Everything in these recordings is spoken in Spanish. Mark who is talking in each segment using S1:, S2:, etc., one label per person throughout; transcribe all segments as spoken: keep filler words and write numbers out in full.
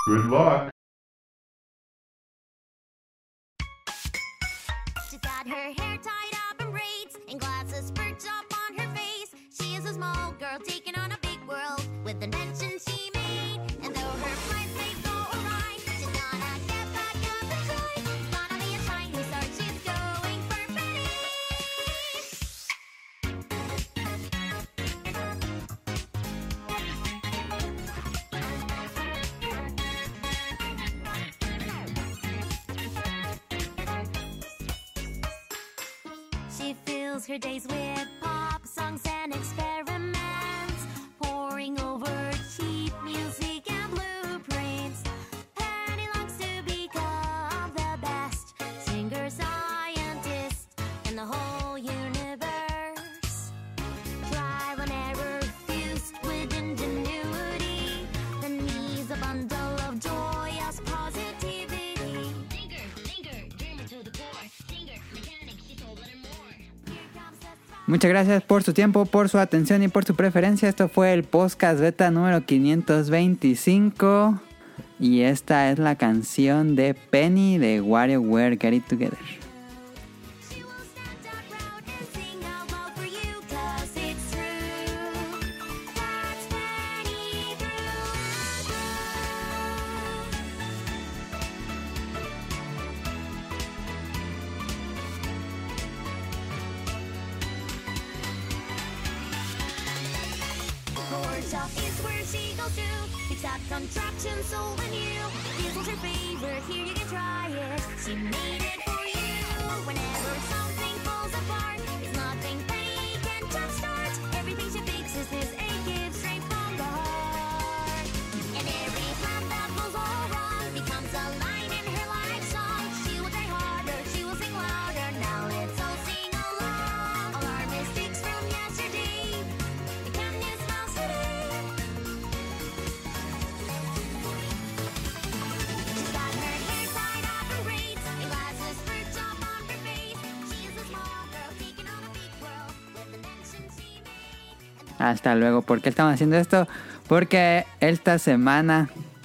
S1: Good luck.
S2: She's got her hair tied up in braids and glasses perched up on her face. She is a small girl taking on a big world with the inventions she made. And though her plans may go awry, she's gonna get back up and try. Gonna be a shiny star, she's going for Betty. She fills her days with pop songs and experiments, poring over cheap music and blueprints. Penny longs to become the best singer, scientist in the whole universe. Trial and error fused with ingenuity, then needs a bundle of joyous positivity. Thinker, thinker, dreamer to the core. Singer, mechanic, she's all better more. Here comes the thrill.
S3: Muchas gracias por su tiempo, por su atención y por su preferencia. Esto fue el podcast beta número quinientos veinticinco. Y esta es la canción de Penny de WarioWare Get It Together.
S2: She will stand up proud and sing out loud for you, 'cause it's true. That's Penny Drew. Workshop is where she goes to fix that contraption so when you Diesel's her favorite, here you can try it. She made it for you. Whenever something falls apart, it's nothing Penny can jumpstart. Everything she fixes is a gift straight from the heart. And every plan that goes all wrong becomes a line in her life song. She will try harder, she will sing louder. Now let's all sing along. All our mistakes from yesterday, we can new smiles today. She's got her hair tied up in braids and glasses perched up on her face. She's a small girl taking on a big world with the inventions she made. And
S3: Hasta luego. ¿Por qué estamos haciendo esto? Porque esta semana...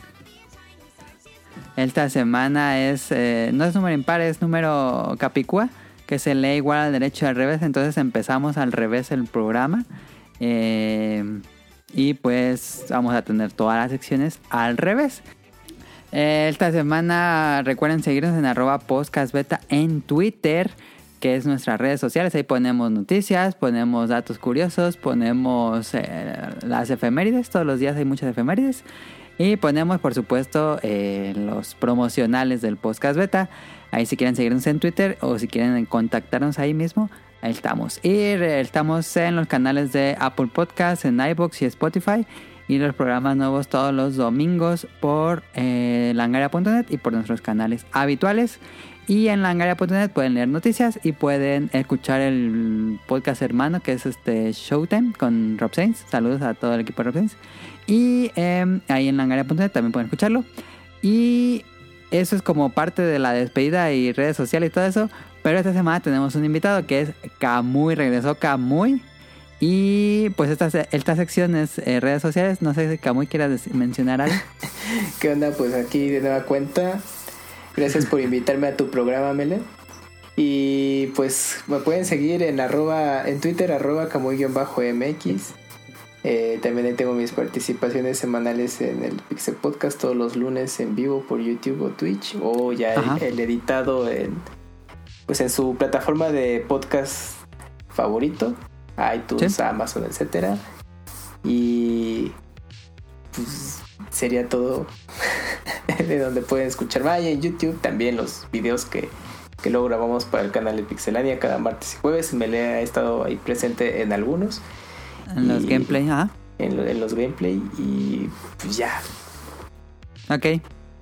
S3: Esta semana es... eh, no es número impar, es número capicúa, que se lee igual al derecho y al revés. Entonces empezamos al revés el programa. Eh, y pues vamos a tener todas las secciones al revés. Eh, esta semana recuerden seguirnos en arroba podcastbeta en Twitter, que es nuestras redes sociales. Ahí ponemos noticias, ponemos datos curiosos, ponemos eh, las efemérides. Todos los días hay muchas efemérides. Y ponemos, por supuesto, eh, los promocionales del podcast beta. Ahí si quieren seguirnos en Twitter o si quieren contactarnos ahí mismo, ahí estamos. Y eh, estamos en los canales de Apple Podcasts, en iVoox y Spotify. Y los programas nuevos todos los domingos por eh, langaria punto net y por nuestros canales habituales. Y en langaria punto net pueden leer noticias y pueden escuchar el podcast hermano, que es este Showtime con Rob Sainz. Saludos a todo el equipo de Rob Sainz. Y eh, ahí en langaria punto net también pueden escucharlo. Y eso es como parte de la despedida y redes sociales y todo eso. Pero esta semana tenemos un invitado que es Kamui. Regresó Kamui. Y pues esta, esta sección es eh, redes sociales. No sé si Kamui quieras mencionar algo.
S4: ¿Qué onda? Pues aquí de nueva cuenta. Gracias por invitarme a tu programa, Mele. Y pues me pueden seguir en arroba, en Twitter, arroba Kamui-mx. Eh, también ahí tengo mis participaciones semanales en el Pixel Podcast todos los lunes en vivo por YouTube o Twitch. O ya el, el editado en, pues en su plataforma de podcast favorito, iTunes, ¿sí? Amazon, etcétera. Y pues sería todo. De donde pueden escuchar. Vaya, en YouTube también los videos que, que luego grabamos para el canal de Pixelania cada martes y jueves. Me le ha estado ahí presente en algunos.
S3: En los gameplay, ¿ah?
S4: En, en los gameplay y pues ya.
S3: Ok.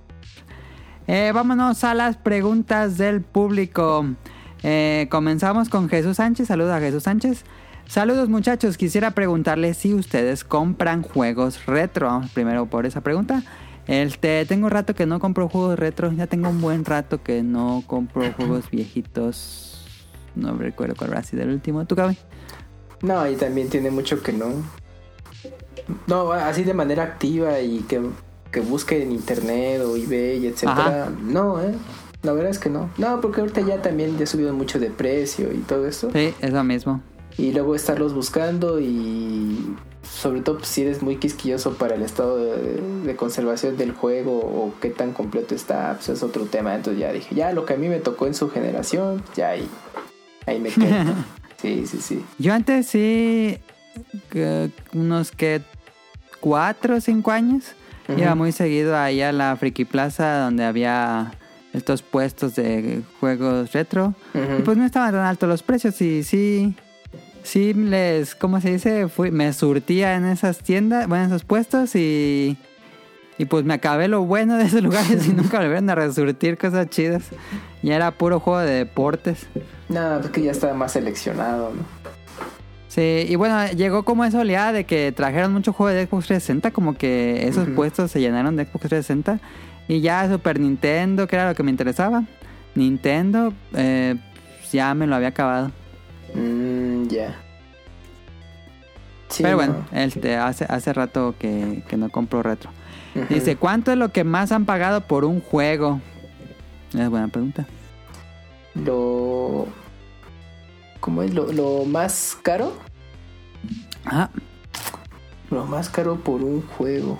S3: Eh, vámonos a las preguntas del público. Eh, comenzamos con Jesús Sánchez. Saludos a Jesús Sánchez. Saludos muchachos. Quisiera preguntarles si ustedes compran juegos retro. Vamos primero por esa pregunta. Este, tengo rato que no compro juegos retro. Ya tengo un buen rato que no compro juegos viejitos. No recuerdo cuál habrá sido el último. ¿Tú, Gaby?
S4: No, y también tiene mucho que no. No, así de manera activa y que, que busque en internet o eBay, etcétera. Ajá. No, eh. La verdad es que no. No, porque ahorita ya también ya ha subido mucho de precio y todo eso.
S3: Sí, es lo mismo.
S4: Y luego estarlos buscando y sobre todo pues, si eres muy quisquilloso para el estado de, de conservación del juego o qué tan completo está, pues es otro tema. Entonces ya dije, ya lo que a mí me tocó en su generación, ya ahí, ahí me quedo. Sí, sí, sí.
S3: Yo antes sí, que unos que cuatro o cinco años, uh-huh. iba muy seguido ahí a la Friki Plaza donde había estos puestos de juegos retro. Uh-huh. Y pues no estaban tan altos los precios y sí, sí les, ¿cómo se dice? Fui, me surtía en esas tiendas, bueno, en esos puestos y, y pues me acabé lo bueno de esos lugares y nunca volvieron a resurtir cosas chidas. Ya era puro juego de deportes.
S4: No, porque ya estaba más seleccionado, ¿no?
S3: Sí, y bueno, llegó como esa oleada de que trajeron mucho juego de Xbox trescientos sesenta, como que esos uh-huh. puestos se llenaron de Xbox trescientos sesenta. Y ya Super Nintendo, que era lo que me interesaba, Nintendo, eh, ya me lo había acabado.
S4: Mm, ya. Yeah. Sí,
S3: pero
S4: no.
S3: bueno, este, hace, hace rato que, que no compro retro. Uh-huh. Dice, ¿cuánto es lo que más han pagado por un juego? Es buena pregunta.
S4: Lo... ¿Cómo es? ¿Lo, lo más caro?
S3: Ah.
S4: Lo más caro por un juego.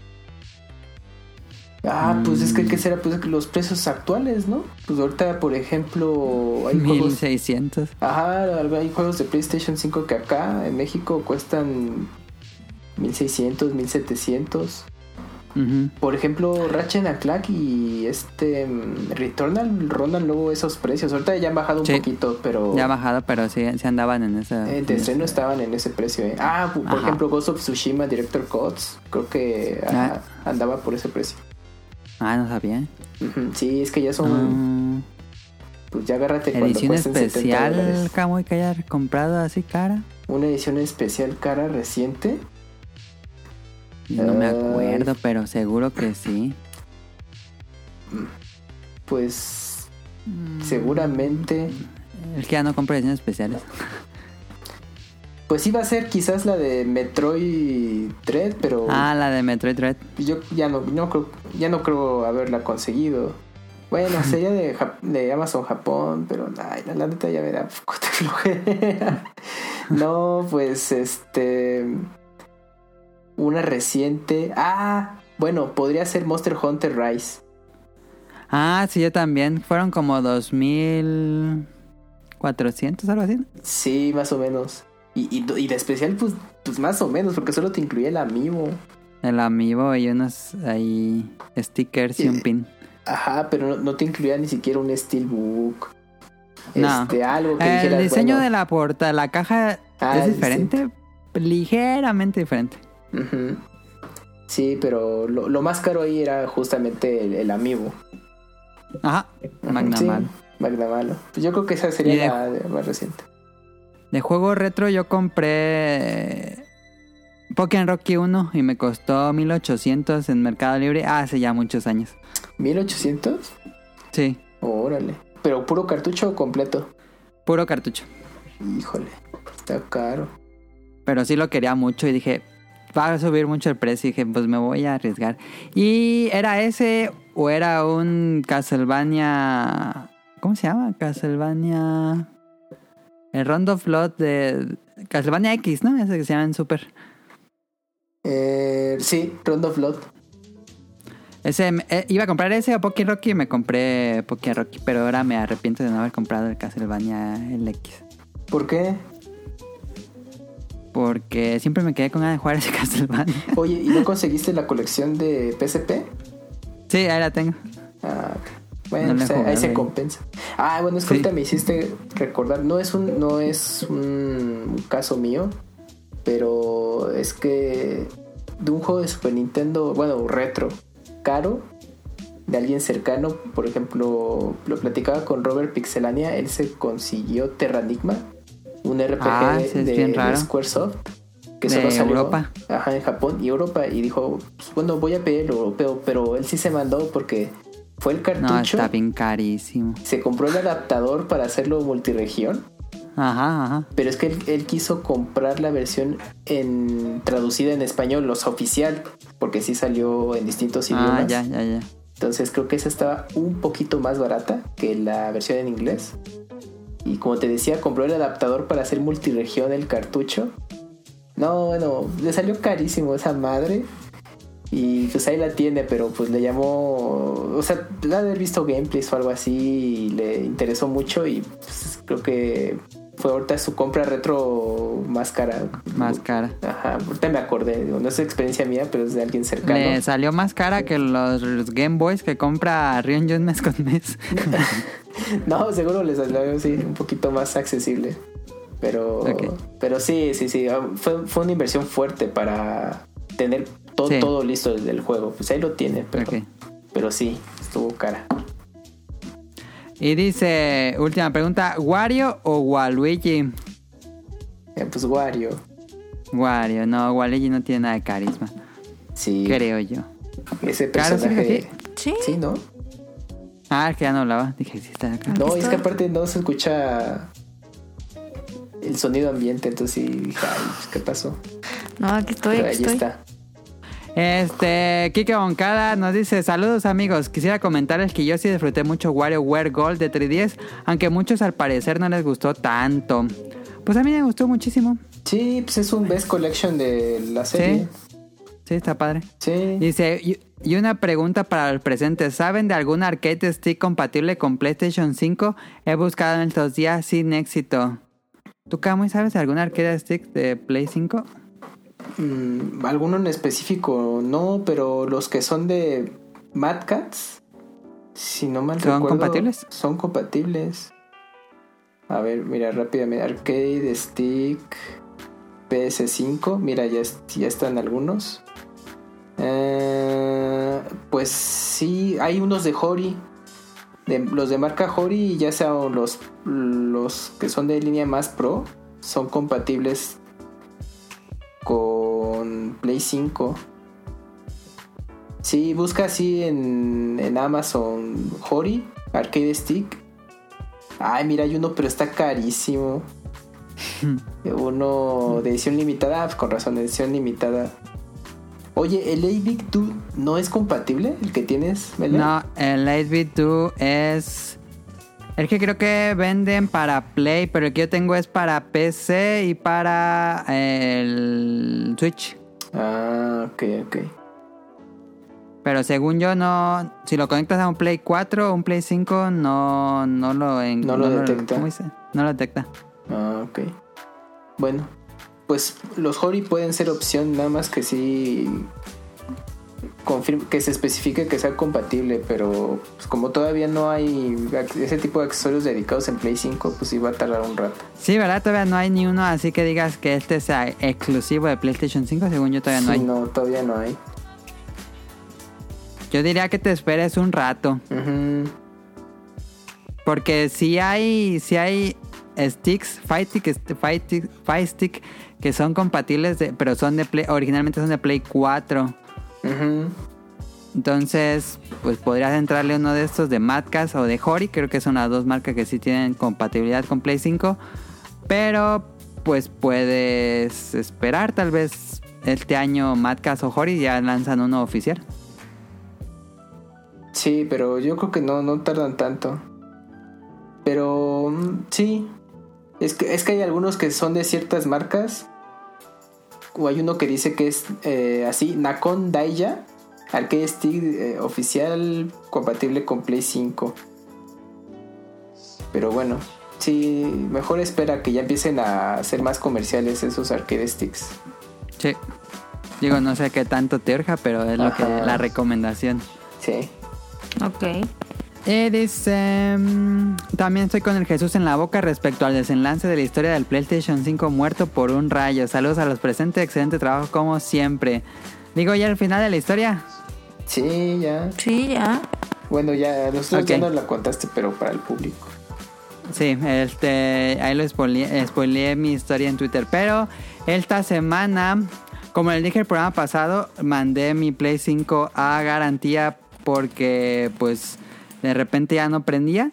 S4: Ah, mm. pues es que ¿qué será? Pues los precios actuales, ¿no? Pues ahorita, por ejemplo, hay
S3: mil seiscientos.
S4: Juegos... Ajá, hay juegos de PlayStation cinco que acá en México cuestan mil seiscientos, mil setecientos. Uh-huh. Por ejemplo, Ratchet and Clank y este Returnal rondan luego esos precios. Ahorita ya han bajado un sí, poquito, pero...
S3: Ya ha bajado, pero sí, sí andaban en ese...
S4: Eh, de estreno estaban en ese precio, ¿eh? Ah, por Ajá. ejemplo, Ghost of Tsushima Director Cuts, creo que ajá, ah. andaba por ese precio.
S3: Ah, no sabía.
S4: Uh-huh. Sí, es que ya son... Uh, pues ya agárrate cuando
S3: edición especial, Camuy, que haya comprado así cara.
S4: Una edición especial cara reciente.
S3: Yo no uh, me acuerdo, pero seguro que sí.
S4: Pues... Mm, seguramente...
S3: Es que ya no compro ediciones especiales.
S4: Pues iba a ser quizás la de Metroid Dread, pero...
S3: Ah, la de Metroid Dread.
S4: Yo ya no, no creo, ya no creo haberla conseguido. Bueno, sería de, de Amazon Japón, pero ay, la neta ya me da flojera. No, pues este... Una reciente... Ah, bueno, podría ser Monster Hunter Rise.
S3: Ah, sí, yo también. Fueron como dos mil cuatrocientos, algo así.
S4: Sí, más o menos. Y, y, y de especial, pues, pues más o menos, porque solo te incluía el amiibo.
S3: El amiibo y unos ahí stickers y, y un pin.
S4: Ajá, pero no, no te incluía ni siquiera un steelbook.
S3: No.
S4: Este, algo que
S3: el
S4: dijeras,
S3: diseño
S4: bueno,
S3: de la portada, la caja
S4: ah,
S3: es diferente, es ligeramente diferente.
S4: Uh-huh. Sí, pero lo, lo más caro ahí era justamente el, el amiibo.
S3: Ajá, Magnamalo.
S4: Sí, Magnamalo. Pues yo creo que esa sería de, la más reciente.
S3: De juego retro yo compré Pokémon Rocky uno y me costó mil ochocientos en Mercado Libre hace ya muchos años.
S4: ¿mil ochocientos?
S3: Sí.
S4: Órale. ¿Pero puro cartucho o completo?
S3: Puro cartucho.
S4: Híjole, está caro.
S3: Pero sí lo quería mucho y dije, va a subir mucho el precio. Y dije, pues me voy a arriesgar. Y era ese o era un Castlevania... ¿Cómo se llama? Castlevania... El Rondo of Blood de Castlevania X, ¿no? Ese que se llama en Super.
S4: Eh, sí, Rondo of Blood.
S3: Ese, eh, iba a comprar ese o Pokémon Rocky y me compré Pokémon Rocky, pero ahora me arrepiento de no haber comprado el Castlevania el X.
S4: ¿Por qué?
S3: Porque siempre me quedé con ganas de jugar ese Castlevania.
S4: Oye, ¿y no conseguiste la colección de P S P?
S3: Sí, ahí la tengo.
S4: Ah, ok. Bueno, no o sea, ahí se compensa. Ah, bueno, es que sí. Ahorita me hiciste recordar. No es un, no es un caso mío, pero es que de un juego de Super Nintendo, bueno, retro, caro, de alguien cercano, por ejemplo, lo platicaba con Robert Pixelania, él se consiguió Terranigma, un R P G
S3: ah,
S4: de,
S3: sí,
S4: de, de Squaresoft, que
S3: de
S4: solo salió
S3: Europa.
S4: Ajá, en Japón y Europa, y dijo, pues, bueno, voy a pedir el europeo, pero él sí se mandó porque fue el cartucho.
S3: No, está bien carísimo.
S4: Se compró el adaptador para hacerlo multiregión.
S3: Ajá, ajá.
S4: Pero es que él, él quiso comprar la versión en traducida en español, los oficial, porque sí salió en distintos idiomas.
S3: Ah, ya, ya, ya.
S4: Entonces creo que esa estaba un poquito más barata que la versión en inglés. Y como te decía, compró el adaptador para hacer multiregión el cartucho. No, bueno, le salió carísimo esa madre. Y pues ahí la tiene, pero pues le llamó... O sea, de haber visto gameplays o algo así y le interesó mucho. Y pues creo que fue ahorita su compra retro más cara.
S3: Más cara.
S4: Ajá, ahorita me acordé. Digo, no es experiencia mía, pero es de alguien cercano.
S3: Le salió más cara que los Game Boys que compra Rion Jun mes con mes.
S4: No, seguro les salió sí, un poquito más accesible. Pero, okay. pero sí, sí, sí. Fue, fue una inversión fuerte para tener todo, sí. todo listo desde el juego. Pues ahí lo tiene, pero, okay. pero sí, estuvo cara.
S3: Y dice, última pregunta, ¿Wario o Waluigi?
S4: Eh, pues Wario.
S3: Wario, no, Waluigi no tiene nada de carisma.
S4: Sí.
S3: Creo yo.
S4: Ese personaje...
S2: Sí.
S4: Sí, ¿no?
S3: Ah, es que ya no hablaba. Dije, sí está acá.
S4: No, es que aparte no se escucha el sonido ambiente, entonces sí dije, ay, ¿qué pasó?
S2: No, aquí estoy,
S4: Pero
S2: aquí
S4: ahí
S2: estoy.
S4: está.
S3: Este, Kike Boncada nos dice, saludos amigos, quisiera comentarles que yo sí disfruté mucho WarioWare Gold de tres D S, aunque muchos al parecer no les gustó tanto. Pues a mí me gustó muchísimo.
S4: Sí, pues es un Best Collection de la serie.
S3: Sí, sí está padre.
S4: Sí.
S3: Dice, y, y una pregunta para el presente, ¿saben de algún arcade stick compatible con PlayStation cinco? He buscado en estos días sin éxito. ¿Tú, Camuy, sabes de algún arcade stick de Play cinco?
S4: Mm, alguno en específico no, pero los que son de Mad Catz, si no mal
S3: ¿Son
S4: recuerdo,
S3: compatibles?
S4: Son compatibles. A ver, mira rápidamente, Arcade Stick P S cinco, mira ya, ya están algunos. Eh, pues sí, hay unos de Hori, de, los de marca Hori, ya sean los, los que son de línea más pro, son compatibles con Play cinco. Sí, busca así en, en Amazon Hori, Arcade Stick. Ay, mira, hay uno, pero está carísimo. Uno de edición limitada, pues con razón, edición limitada. Oye, ¿el ocho bit dos no es compatible? ¿El que tienes, Mele?
S3: No, el ocho bit dos es... El que creo que venden para Play, pero el que yo tengo es para P C y para el Switch.
S4: Ah, ok, ok.
S3: Pero según yo no... Si lo conectas a un Play cuatro o un Play cinco, no, no lo... En,
S4: no lo no detecta.
S3: Lo, dice? No lo detecta.
S4: Ah, ok. Bueno, pues los Hori pueden ser opción, nada más que sí... Confirma, que se especifique que sea compatible, pero pues como todavía no hay ese tipo de accesorios dedicados en Play cinco, pues sí va a tardar un rato.
S3: Sí, ¿verdad? Todavía no hay ni uno así que digas que este sea exclusivo de PlayStation cinco, según yo todavía no
S4: sí,
S3: hay.
S4: No, todavía no hay.
S3: Yo diría que te esperes un rato.
S4: Uh-huh.
S3: Porque si hay, si hay sticks, fight stick, fight stick, fight stick que son compatibles, de, pero son de Play, originalmente son de Play cuatro.
S4: Uh-huh.
S3: Entonces, pues podrías entrarle uno de estos de Mad Catz o de Hori. Creo que son las dos marcas que sí tienen compatibilidad con Play cinco. Pero, pues puedes esperar. Tal vez este año Mad Catz o Hori ya lanzan uno oficial.
S4: Sí, pero yo creo que no, no tardan tanto. Pero sí, es que, es que hay algunos que son de ciertas marcas. O hay uno que dice que es eh, así, Nakon Daiya Arcade Stick eh, oficial compatible con Play cinco. Pero bueno, sí, mejor espera que ya empiecen a ser más comerciales esos arcade sticks.
S3: Sí, digo, no sé qué tanto te urja, pero es lo que, la recomendación.
S4: Sí.
S2: Ok.
S3: Y dice, también estoy con el Jesús en la boca respecto al desenlace de la historia del PlayStation cinco muerto por un rayo. Saludos a los presentes, excelente trabajo como siempre. Digo, ¿ya el final de la historia?
S4: Sí, ya.
S2: Sí, ya.
S4: Bueno, ya, nosotros
S3: okay.
S4: ya nos la contaste, pero para el público.
S3: Sí, este, ahí lo spoileé, spoileé mi historia en Twitter. Pero esta semana, como les dije el programa pasado, mandé mi Play cinco a garantía porque, pues... de repente ya no prendía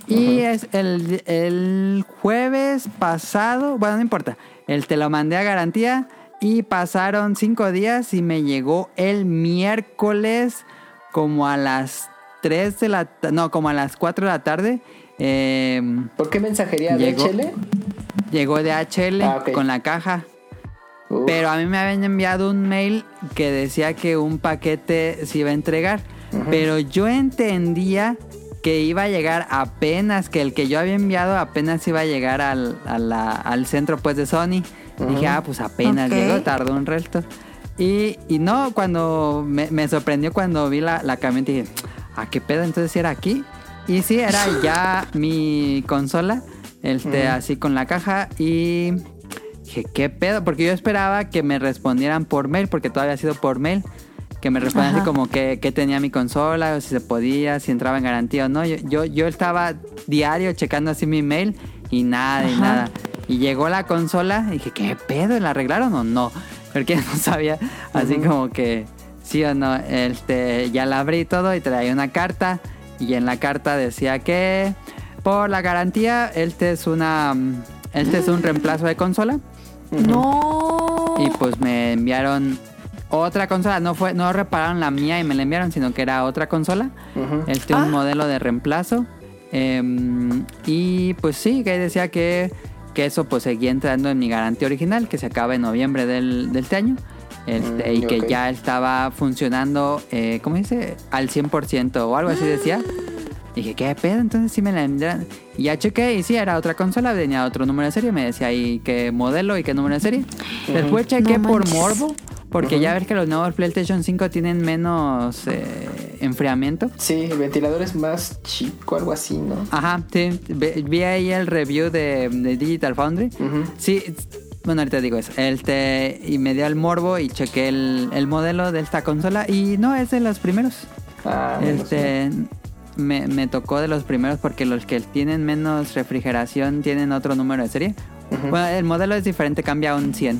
S3: Y
S4: Ujú.
S3: es el, el jueves pasado, bueno, no importa, el te lo mandé a garantía y pasaron cinco días y me llegó el miércoles como a las tres de la ta- no, como a las cuatro de la tarde. Eh,
S4: ¿Por qué mensajería
S3: Llegó.
S4: D H L?
S3: llegó D H L
S4: Ah, ok.
S3: con la caja.
S4: Uf.
S3: Pero a mí me habían enviado un mail que decía que un paquete se iba a entregar.
S4: Ujú.
S3: Pero yo entendía que iba a llegar apenas, que el que yo había enviado apenas iba a llegar al, a la- al centro pues de Sony.
S4: Ujú.
S3: Dije, ah, pues apenas
S1: Ok.
S3: llegó, tardó un resto. Y, y no, cuando me, me sorprendió cuando vi la, la camioneta, dije, ah, qué pedo, entonces sí era aquí. Y sí, era ya mi consola, este,
S4: Ujú.
S3: así con la caja y... Dije, ¿qué pedo? Porque yo esperaba que me respondieran por mail, porque todo había sido por mail. Que me respondieran así
S1: Ajá.
S3: como que, que tenía mi consola, o si se podía, si entraba en garantía o no. Yo, yo, yo estaba diario checando así mi mail y nada, y
S1: Ajá.
S3: nada. Y llegó la consola y dije, ¿qué pedo? ¿La arreglaron o no? Porque no sabía, así
S4: Ujú.
S3: como que sí o no. Este, ya la abrí y todo y traía una carta. Y en la carta decía que por la garantía, este es una... Este es un reemplazo de consola.
S4: Ujú.
S1: No.
S3: Y pues me enviaron otra consola. No fue, no repararon la mía y me la enviaron, sino que era otra consola.
S4: Ujú.
S3: Este,
S1: Ah.
S3: un modelo de reemplazo. Em, y pues sí, que decía que, que eso pues seguía entrando en mi garantía original, que se acaba en noviembre del, de este año. Este,
S4: Mm,
S3: y que
S4: ok.
S3: ya estaba funcionando, eh, ¿cómo dice? Al cien por ciento o algo así decía. Dije, ¿qué pedo? Entonces sí me la enviaron. Y ya chequé y sí, era otra consola, tenía otro número de serie. Me decía ahí qué modelo y qué número de serie. Después chequé
S1: No
S3: por
S1: manches.
S3: morbo, porque
S4: Ujú.
S3: ya ves que los nuevos PlayStation cinco tienen menos eh, enfriamiento.
S4: Sí, el ventilador es más chico, algo así, ¿no?
S3: Ajá, sí. Ve- Vi ahí el review de, de Digital Foundry.
S4: Ujú.
S3: Sí, bueno, ahorita digo eso. Este, y me dio el morbo y chequé el, el modelo de esta consola. Y no, es de los primeros.
S4: Ah, menos
S3: Este, me, me tocó de los primeros porque los que tienen menos refrigeración tienen otro número de serie.
S4: Ujú.
S3: Bueno, el modelo es diferente, cambia a un cien.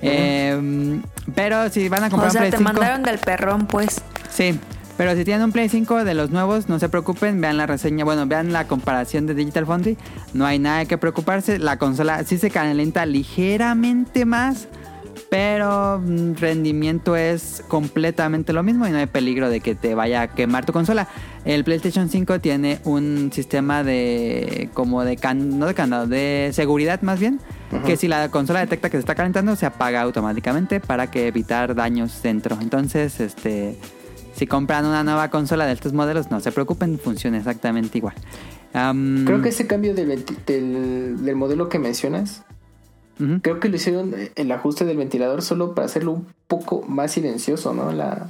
S3: Eh, pero si van a comprar
S1: O sea,
S3: un Play
S1: te
S3: cinco,
S1: mandaron del perrón, pues.
S3: sí. Pero si tienen un Play cinco de los nuevos, no se preocupen, vean la reseña, bueno, vean la comparación de Digital Foundry. No hay nada que preocuparse. La consola sí se calienta ligeramente más, pero mm, rendimiento es completamente lo mismo y no hay peligro de que te vaya a quemar tu consola. El PlayStation cinco tiene un sistema de como de can, no de candado, de seguridad más bien,
S4: Ujú.
S3: que si la consola detecta que se está calentando se apaga automáticamente para que evitar daños dentro. Entonces, este, si compran una nueva consola de estos modelos, no se preocupen, funciona exactamente igual. Am,
S4: Creo que ese cambio del, venti- del, del modelo que mencionas,
S3: ujú.
S4: creo que lo hicieron eh, el ajuste del ventilador solo para hacerlo un poco más silencioso, ¿no? La,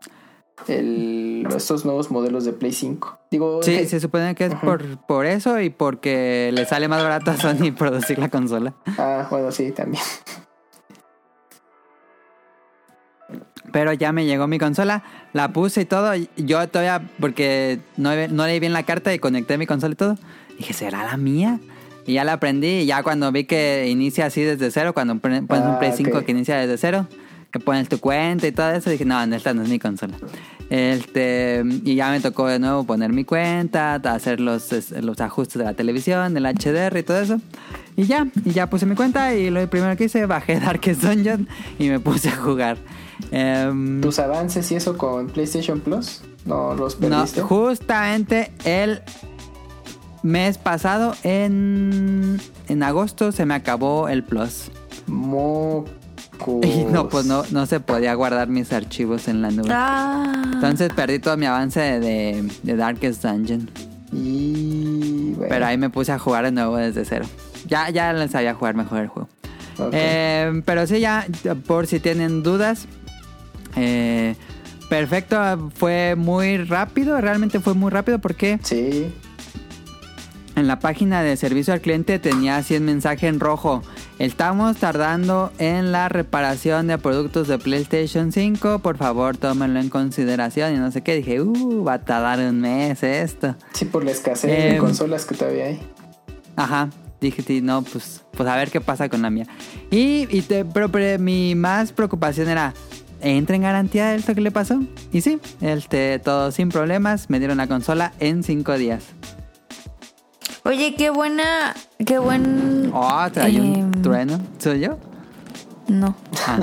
S4: el, estos nuevos modelos de Play cinco. Digo,
S3: Sí,
S4: que-
S3: se supone que es
S4: Ajá.
S3: por, por eso y porque le sale más barato a Sony producir la consola.
S4: Ah, bueno, sí, también.
S3: Pero ya me llegó mi consola, la puse y todo. Yo todavía, porque no, no leí bien la carta y conecté mi consola y todo, dije, ¿será la mía? Y ya la aprendí y ya cuando vi que inicia así desde cero, cuando pones
S4: Ah,
S3: un Play cinco
S4: ok.
S3: que inicia desde cero, que pones tu cuenta y todo eso, dije, no, esta no es mi consola. Este, y ya me tocó de nuevo poner mi cuenta, hacer los, los ajustes de la televisión, del H D R y todo eso. Y ya, y ya puse mi cuenta y lo primero que hice, bajé Darkest Dungeon y me puse a jugar. Em,
S4: ¿Tus avances y eso con PlayStation Plus? ¿No los
S3: no,
S4: perdiste?
S3: justamente el mes pasado, en, en agosto, se me acabó el Plus.
S4: Mocos.
S3: Y no, pues no, no se podía guardar mis archivos en la nube.
S1: Ah.
S3: Entonces perdí todo mi avance de, de Darkest Dungeon.
S4: Y... bueno,
S3: Pero ahí me puse a jugar de nuevo desde cero. Ya, ya les sabía jugar mejor el juego.
S4: ok.
S3: Eh, pero sí, ya, por si tienen dudas. Eh, perfecto, fue muy rápido. Realmente fue muy rápido porque
S4: Sí.
S3: en la página de servicio al cliente tenía así el mensaje en rojo. Estamos tardando en la reparación de productos de PlayStation cinco. Por favor, tómenlo en consideración. Y no sé qué. Dije, uh, va a tardar un mes esto.
S4: Sí, por la escasez
S3: Eh,
S4: de consolas que todavía hay.
S3: Ajá. Dije, sí, no, pues, pues a ver qué pasa con la mía. Y, y te, pero, pero mi más preocupación era, ¿entra en garantía esto que le pasó? Y sí, este, todo sin problemas. Me dieron la consola en cinco días.
S1: Oye, qué buena, qué buen...
S3: Oh, trae un
S1: em,
S3: trueno. ¿Soy yo?
S1: No.
S3: Ah.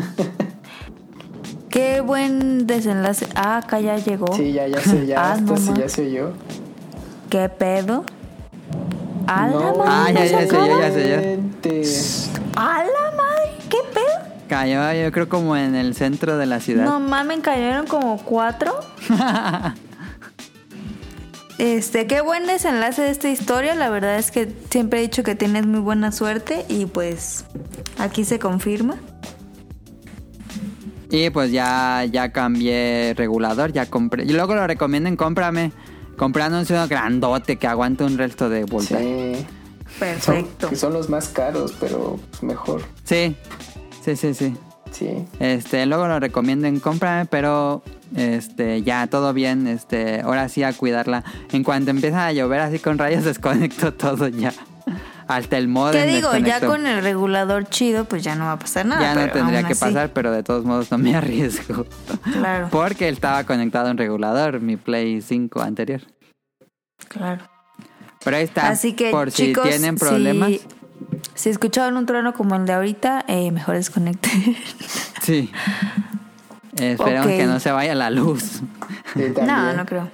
S1: Qué buen desenlace. Ah, acá ya llegó.
S4: Sí, ya, ya sé, ya,
S1: Ah,
S4: hasta
S1: no
S4: sí,
S1: más.
S4: ya se oyó.
S1: ¿Qué pedo? A la
S4: No,
S1: madre.
S3: Ah, ya, ya sé yo, ya sé yo.
S4: inventes.
S1: A la madre. ¿Qué pedo?
S3: Cayó, yo creo, como en el centro de la ciudad.
S1: No mames, cayeron como cuatro. Este, qué buen desenlace de esta historia. La verdad es que siempre he dicho que tienes muy buena suerte y pues aquí se confirma.
S3: Y pues ya, ya cambié regulador, ya compré. Y luego lo recomienden, cómprame. Comprándose uno grandote que aguante un resto de voltaje.
S4: Sí.
S1: Perfecto.
S4: Son, que son los más caros, pero pues, mejor.
S3: Sí, sí, sí, sí.
S4: Sí.
S3: Este, luego lo recomienden, cómprame, pero este, ya todo bien, este, ahora sí a cuidarla. En cuanto empieza a llover así con rayos, desconecto todo ya. Hasta el modem
S1: ¿Qué digo? Ya
S3: desconecto.
S1: con el regulador chido, pues ya no va a pasar nada.
S3: Ya no
S1: pero
S3: tendría
S1: aún
S3: que
S1: así,
S3: pasar, pero de todos modos no me arriesgo.
S1: Claro,
S3: Porque estaba conectado a un regulador, mi Play cinco anterior.
S1: claro.
S3: Pero ahí está,
S1: Así que,
S3: por
S1: chicos,
S3: si tienen problemas.
S1: Si, si escucharon un trueno como el de ahorita, eh, mejor desconecten.
S3: Sí. Eh, esperemos
S1: Ok.
S3: que no se vaya la luz.
S4: Sí, también.
S1: No, no creo.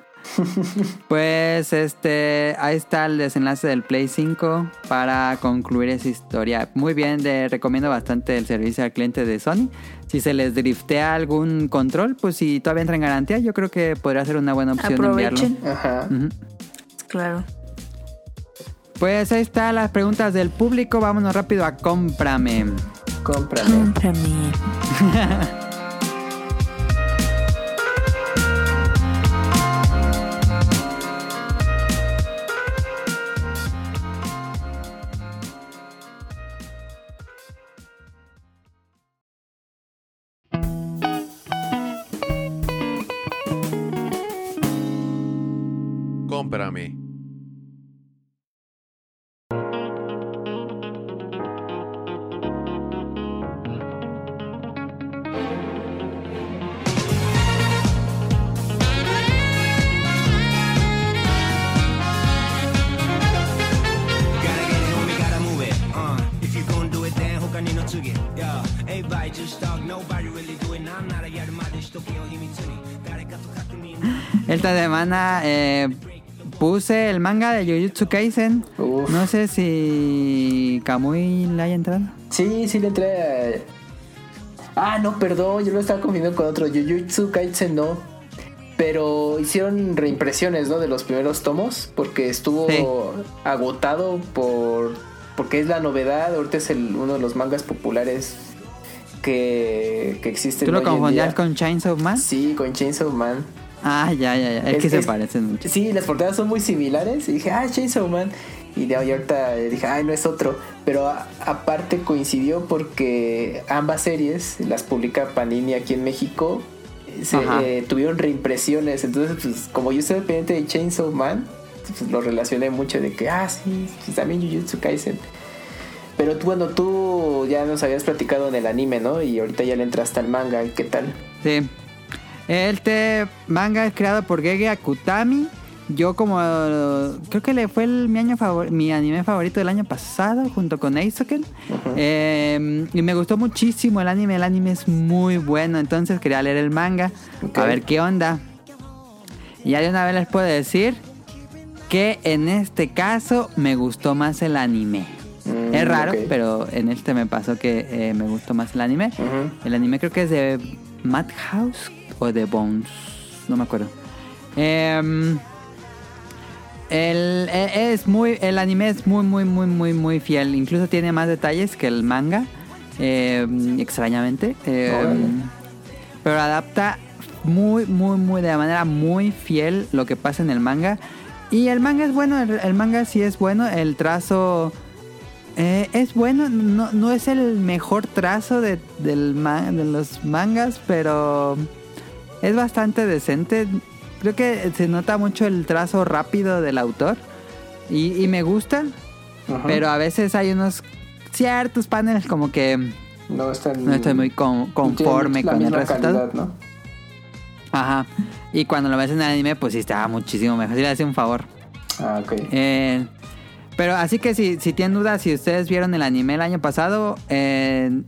S3: Pues este, ahí está el desenlace del Play cinco para concluir esa historia. Muy bien, de, recomiendo bastante el servicio al cliente de Sony. Si se les driftea algún control, pues si todavía entra en garantía, yo creo que podría ser una buena opción
S1: Aprovechen.
S3: enviarlo.
S4: Ajá.
S3: Ujú.
S1: Claro.
S3: Pues ahí están las preguntas del público. Vámonos rápido a cómprame.
S4: Cómprame.
S1: Cómprame.
S5: Cómprame.
S6: Gotta get it, homie, gotta move it. Uh, if you gon' do it, then 他にの次。Yeah, everybody just talk, nobody really do it.なんならやるまでしとけよ秘密に。誰かと確認。
S3: Esta semana eh, puse el manga de Jujutsu Kaisen.
S4: Uf.
S3: No sé si Kamui le haya entrado.
S4: Sí, sí le entré a... Ah, no, perdón, yo lo estaba confundiendo con otro. Jujutsu Kaisen no. Pero hicieron reimpresiones, ¿no? De los primeros tomos. Porque estuvo
S3: Sí.
S4: agotado por... Porque es la novedad. Ahorita es el, uno de los mangas populares que, que existen
S3: ¿Tú lo
S4: hoy en
S3: confundías
S4: día.
S3: con Chainsaw Man?
S4: Sí, con Chainsaw Man.
S3: Ah, ya, ya, ya. Es,
S4: Es-
S3: que se
S4: es-
S3: parecen mucho.
S4: Sí, las portadas son muy similares. Y dije, ah, Chainsaw Man. Y de ahí ahorita dije, ay, no es otro. Pero a- aparte coincidió porque ambas series las publica Panini aquí en México. Se,
S3: Ajá.
S4: eh, tuvieron reimpresiones. Entonces, pues, como yo soy pendiente de Chainsaw Man, pues lo relacioné mucho de que, ah, sí, pues, también Jujutsu Kaisen. Pero tú, bueno, tú ya nos habías platicado en el anime, ¿no? Y ahorita ya le entraste al manga. ¿Y qué tal?
S3: Sí. Este manga es creado por Gege Akutami. Yo como eh, creo que le fue el, mi año favor, mi anime favorito del año pasado junto con Eisoken. Eh, y me gustó muchísimo el anime. El anime es muy bueno. Entonces quería leer el manga.
S4: Ok.
S3: A ver qué onda. Y ya de una vez les puedo decir que en este caso me gustó más el anime.
S4: Mm,
S3: Es raro,
S4: ok.
S3: pero en este me pasó que eh, me gustó más el anime.
S4: Ujú.
S3: El anime creo que es de Madhouse o de Bones, no me acuerdo. Em, el, e- es muy, el anime es muy, muy, muy, muy, muy fiel. Incluso tiene más detalles que el manga, em, extrañamente. Em,
S4: Órale.
S3: pero adapta muy, muy, muy, de manera muy fiel lo que pasa en el manga. Y el manga es bueno, el, el manga sí es bueno. El trazo eh, es bueno, no, no es el mejor trazo de, del ma- de los mangas, pero es bastante decente. Creo que se nota mucho el trazo rápido del autor y, y me gusta,
S4: Ajá.
S3: pero a veces hay unos ciertos paneles como que
S4: No, están,
S3: no estoy muy con-
S4: no
S3: conforme
S4: tienen la
S3: con el
S4: misma
S3: resultado.
S4: calidad, ¿no?
S3: Ajá. Y cuando lo ves en el anime, pues sí estaba muchísimo mejor. Sí le hacía un favor.
S4: Ah, ok.
S3: Eh, pero así que si, si tienen dudas, si ustedes vieron el anime el año pasado, eh,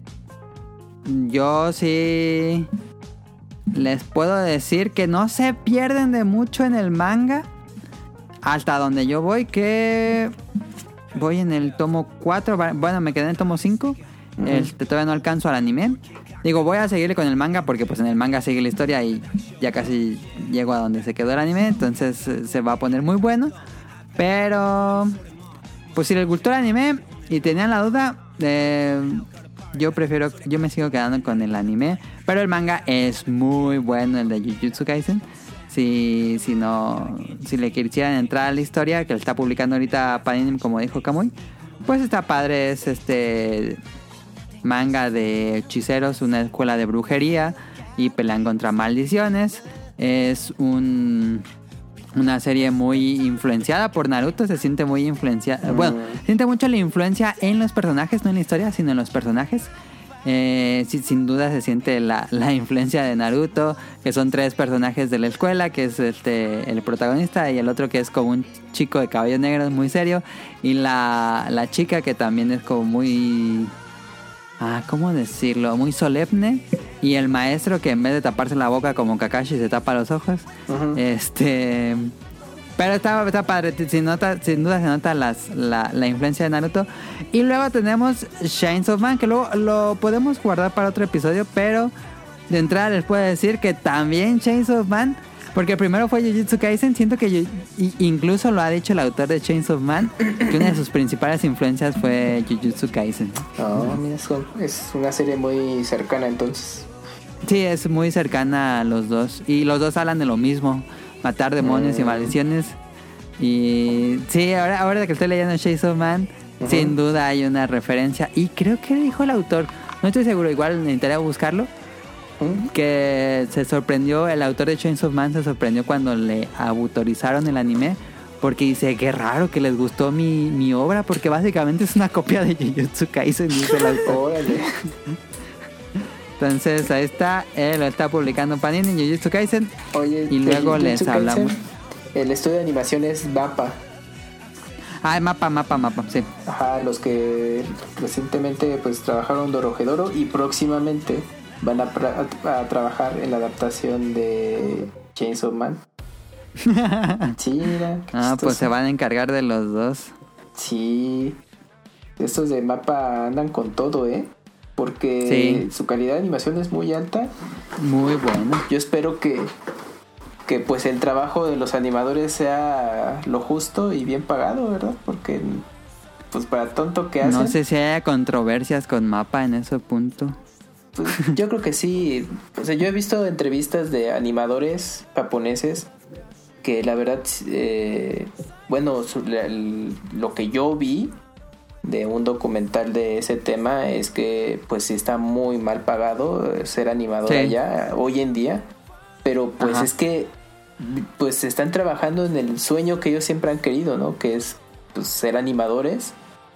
S3: yo sí les puedo decir que no se pierden de mucho en el manga. Hasta donde yo voy, que voy en el tomo cuatro. Bueno, me quedé en el tomo cinco. Uh-huh. Este, todavía no alcanzo al anime. Digo, voy a seguirle con el manga porque pues en el manga sigue la historia y ya casi llego a donde se quedó el anime. Entonces se va a poner muy bueno. Pero pues si les gustó el anime y tenían la duda, eh, yo prefiero, yo me sigo quedando con el anime. Pero el manga es muy bueno, el de Jujutsu Kaisen. Si, si no, si le quisieran entrar a la historia que le está publicando ahorita Panini, como dijo Kamui, pues está padre. Es este manga de hechiceros, una escuela de brujería y pelean contra maldiciones. Es un una serie muy influenciada por Naruto, se siente muy influenciada. Mm. Bueno, siente mucho la influencia en los personajes, no en la historia, sino en los personajes. Eh, sí, sin duda se siente la, la influencia de Naruto, que son tres personajes de la escuela, que es este el protagonista y el otro que es como un chico de cabello negro muy serio, y la, la chica que también es como muy, ah, ¿cómo decirlo? Muy solemne, y el maestro que en vez de taparse la boca como Kakashi se tapa los ojos. Uh-huh. Este... Pero está, está padre, sin, nota, sin duda se nota las, la, la influencia de Naruto. Y luego tenemos Chainsaw Man, que luego lo podemos guardar para otro episodio, pero de entrada les puedo decir que también Chainsaw Man, porque primero fue Jujutsu Kaisen, siento que yo, incluso lo ha dicho el autor de Chainsaw Man, que una de sus principales influencias fue Jujutsu Kaisen.
S4: Oh, mira, es una serie muy cercana entonces.
S3: Sí, es muy cercana a los dos, y los dos hablan de lo mismo. Matar demonios mm. y maldiciones. Y sí, ahora, ahora que estoy leyendo Chainsaw Man, uh-huh. sin duda hay una referencia. Y creo que dijo el autor, no estoy seguro, igual necesitaría buscarlo, uh-huh. que se sorprendió, el autor de Chainsaw Man se sorprendió cuando le autorizaron el anime, porque dice, qué raro que les gustó mi, mi obra, porque básicamente es una copia de Jujutsu Kaisen, dice el autor. Entonces ahí está, él lo está publicando Panini en Jujutsu Kaisen.
S4: Oye,
S3: y luego les Kaisen, hablamos.
S4: El estudio de animación es MAPPA.
S3: Ah, MAPPA, MAPPA, MAPPA, sí.
S4: Ajá, los que recientemente pues trabajaron Dorohedoro y próximamente van a, pra- a trabajar en la adaptación de Chainsaw Man. Sí, mira.
S3: Ah, pues se van a encargar de los dos.
S4: Sí. Estos de MAPPA andan con todo, ¿eh? Porque sí. Su calidad de animación es muy alta.
S3: Muy bueno.
S4: Yo espero que que pues el trabajo de los animadores sea lo justo y bien pagado, ¿verdad? Porque pues para tonto que hacen.
S3: No sé si haya controversias con MAPPA en ese punto.
S4: Pues yo creo que sí. O sea, yo he visto entrevistas de animadores japoneses que la verdad, eh, bueno, su, la, el, lo que yo vi de un documental de ese tema es que pues sí está muy mal pagado ser animador sí. allá hoy en día, pero pues Ajá. es que pues están trabajando en el sueño que ellos siempre han querido, ¿no? Que es pues ser animadores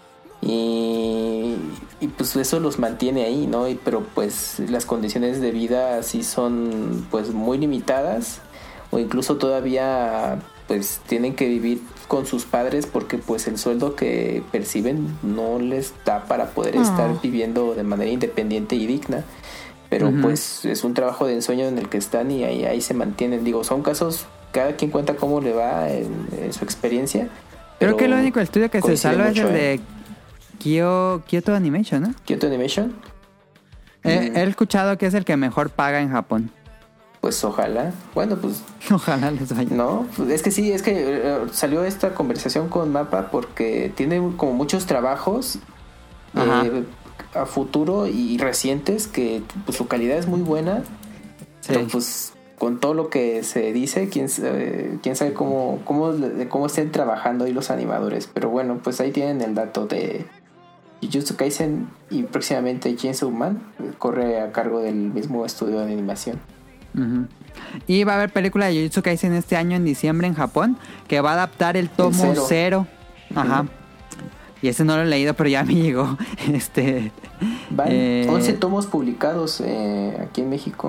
S4: y, y pues eso los mantiene ahí, ¿no? Y, pero pues las condiciones de vida sí son pues muy limitadas, o incluso todavía pues tienen que vivir con sus padres porque pues el sueldo que perciben no les da para poder oh. estar viviendo de manera independiente y digna, pero uh-huh. pues es un trabajo de ensueño en el que están y ahí, ahí se mantienen. Digo, son casos, cada quien cuenta cómo le va en, en su experiencia.
S3: Creo que el único estudio que se salva es el de Kyo, Kyoto Animation, ¿no?
S4: Kyoto Animation.
S3: He, mm. he escuchado que es el que mejor paga en Japón.
S4: Pues ojalá. Bueno, pues...
S3: Ojalá les vaya.
S4: No, pues es que sí, es que uh, salió esta conversación con MAPPA porque tiene como muchos trabajos eh, a futuro y recientes que pues, su calidad es muy buena. Sí. Pero pues con todo lo que se dice, quién sabe, quién sabe cómo, cómo, cómo estén trabajando ahí los animadores. Pero bueno, pues ahí tienen el dato de Jujutsu Kaisen y próximamente Chainsaw Man corre a cargo del mismo estudio de animación.
S3: Uh-huh. Y va a haber película de Jujutsu Kaisen este año en diciembre en Japón, que va a adaptar el tomo el cero. cero. Ajá. Uh-huh. Y ese no lo he leído, pero ya me llegó. Este.
S4: Van eh... once tomos publicados eh, aquí en México.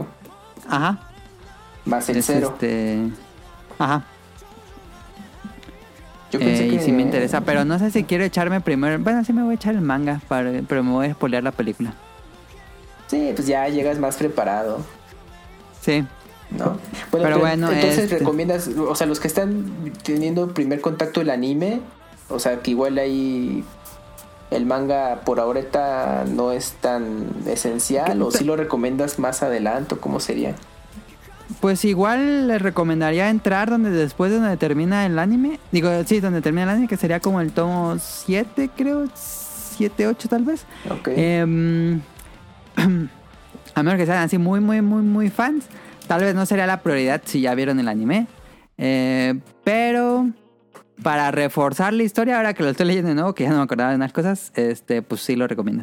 S3: Ajá.
S4: Más el
S3: es
S4: cero.
S3: Este... Ajá.
S4: Yo pensé
S3: Eh,
S4: que...
S3: Y sí me interesa, pero no sé si quiero echarme primero. Bueno, sí me voy a echar el manga, para, pero me voy a spoilear la película.
S4: Sí, pues ya llegas más preparado,
S3: Sí.
S4: ¿no?
S3: Pero bueno,
S4: entonces
S3: este-
S4: recomiendas, o sea, los que están teniendo primer contacto el anime, o sea, que igual ahí el manga por ahorita no es tan esencial, o si lo recomiendas más adelante, o cómo sería.
S3: Pues igual les recomendaría entrar donde después de donde termina el anime. Digo, sí, donde termina el anime, que sería como el tomo siete, creo. siete, ocho tal vez.
S4: Ok.
S3: Eh, a menos que sean así muy, muy, muy, muy fans. Tal vez no sería la prioridad si ya vieron el anime. Eh, pero para reforzar la historia, ahora que lo estoy leyendo de nuevo, que ya no me acordaba de unas cosas, este, pues sí lo recomiendo.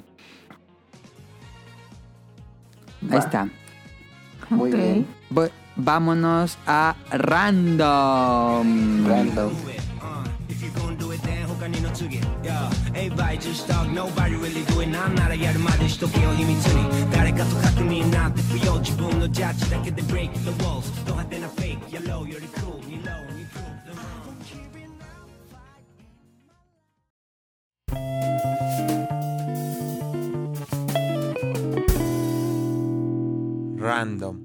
S4: Va.
S3: Ahí está.
S4: Muy
S1: Ok.
S4: bien.
S3: Voy- vámonos a Random.
S4: Random.
S6: Uh, if you gon' do it, then 他にの次 Yeah, everybody just talk, nobody really do it なんならやるまでしとけよ秘密に誰かと確認なんて不要自分のジャッジだけで break the walls ド派手なフェイク Yellow より cool に low に prove the wrong
S5: Random.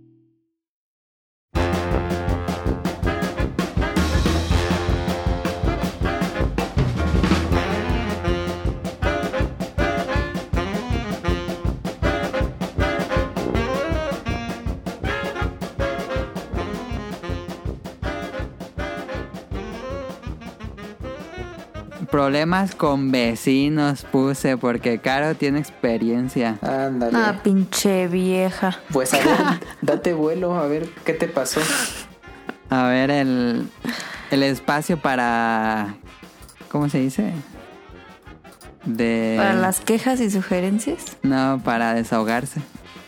S3: Problemas con vecinos puse porque Caro tiene experiencia.
S4: Ándale.
S1: Ah, pinche vieja.
S4: Pues a ver, date vuelo, a ver qué te pasó.
S3: A ver, el, el espacio para... ¿Cómo se dice? De...
S1: Para las quejas y sugerencias.
S3: No, para desahogarse.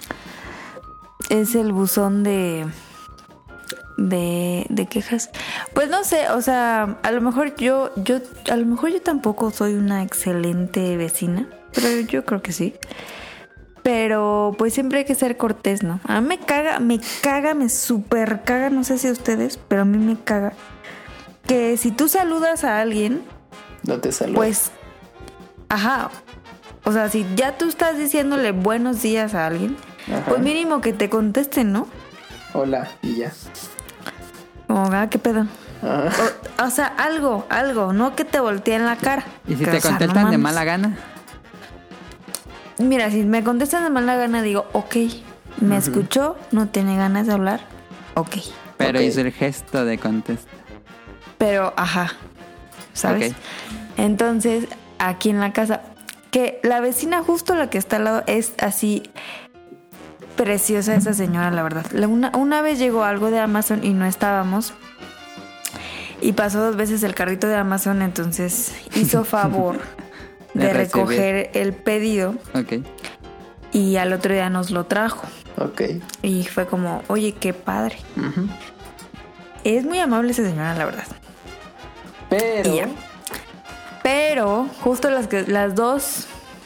S1: Es el buzón de... De, de quejas. Pues no sé, o sea, a lo mejor yo, yo, a lo mejor yo tampoco soy una excelente vecina, pero yo creo que sí. Pero pues siempre hay que ser cortés, ¿no? A mí me caga, me caga, me super caga, no sé si a ustedes, pero a mí me caga que si tú saludas a alguien,
S4: No te saludo.
S1: pues, ajá, o sea, si ya tú estás diciéndole buenos días a alguien,
S4: Ajá.
S1: pues mínimo que te contesten, ¿no?
S4: Hola, y ya.
S1: Como, ah, ¿qué pedo?
S4: Ah,
S1: O, o sea, algo, algo, no que te volteen la cara.
S3: ¿Y si
S1: Que,
S3: te
S1: o sea,
S3: contestan
S1: no
S3: de
S1: mames.
S3: mala gana?
S1: Mira, si me contestan de mala gana, digo, ok, me escuchó, no tiene ganas de hablar, ok.
S3: Pero
S4: Ok.
S3: hizo el gesto de contestar.
S1: Pero, ajá, ¿sabes?
S3: Ok.
S1: Entonces, aquí en la casa, que la vecina justo la que está al lado es así preciosa esa señora, la verdad. La- Una, una vez llegó algo de Amazon y no estábamos. Y pasó dos veces el carrito de Amazon, entonces hizo favor
S3: De
S1: de,
S3: recibir.
S1: recoger el pedido
S3: Ok.
S1: y al otro día nos lo trajo.
S4: ok.
S1: Y fue como, oye, qué padre.
S4: Ujú.
S1: Es muy amable esa señora, la verdad.
S4: Pero...
S1: Y ya. Pero justo las que las dos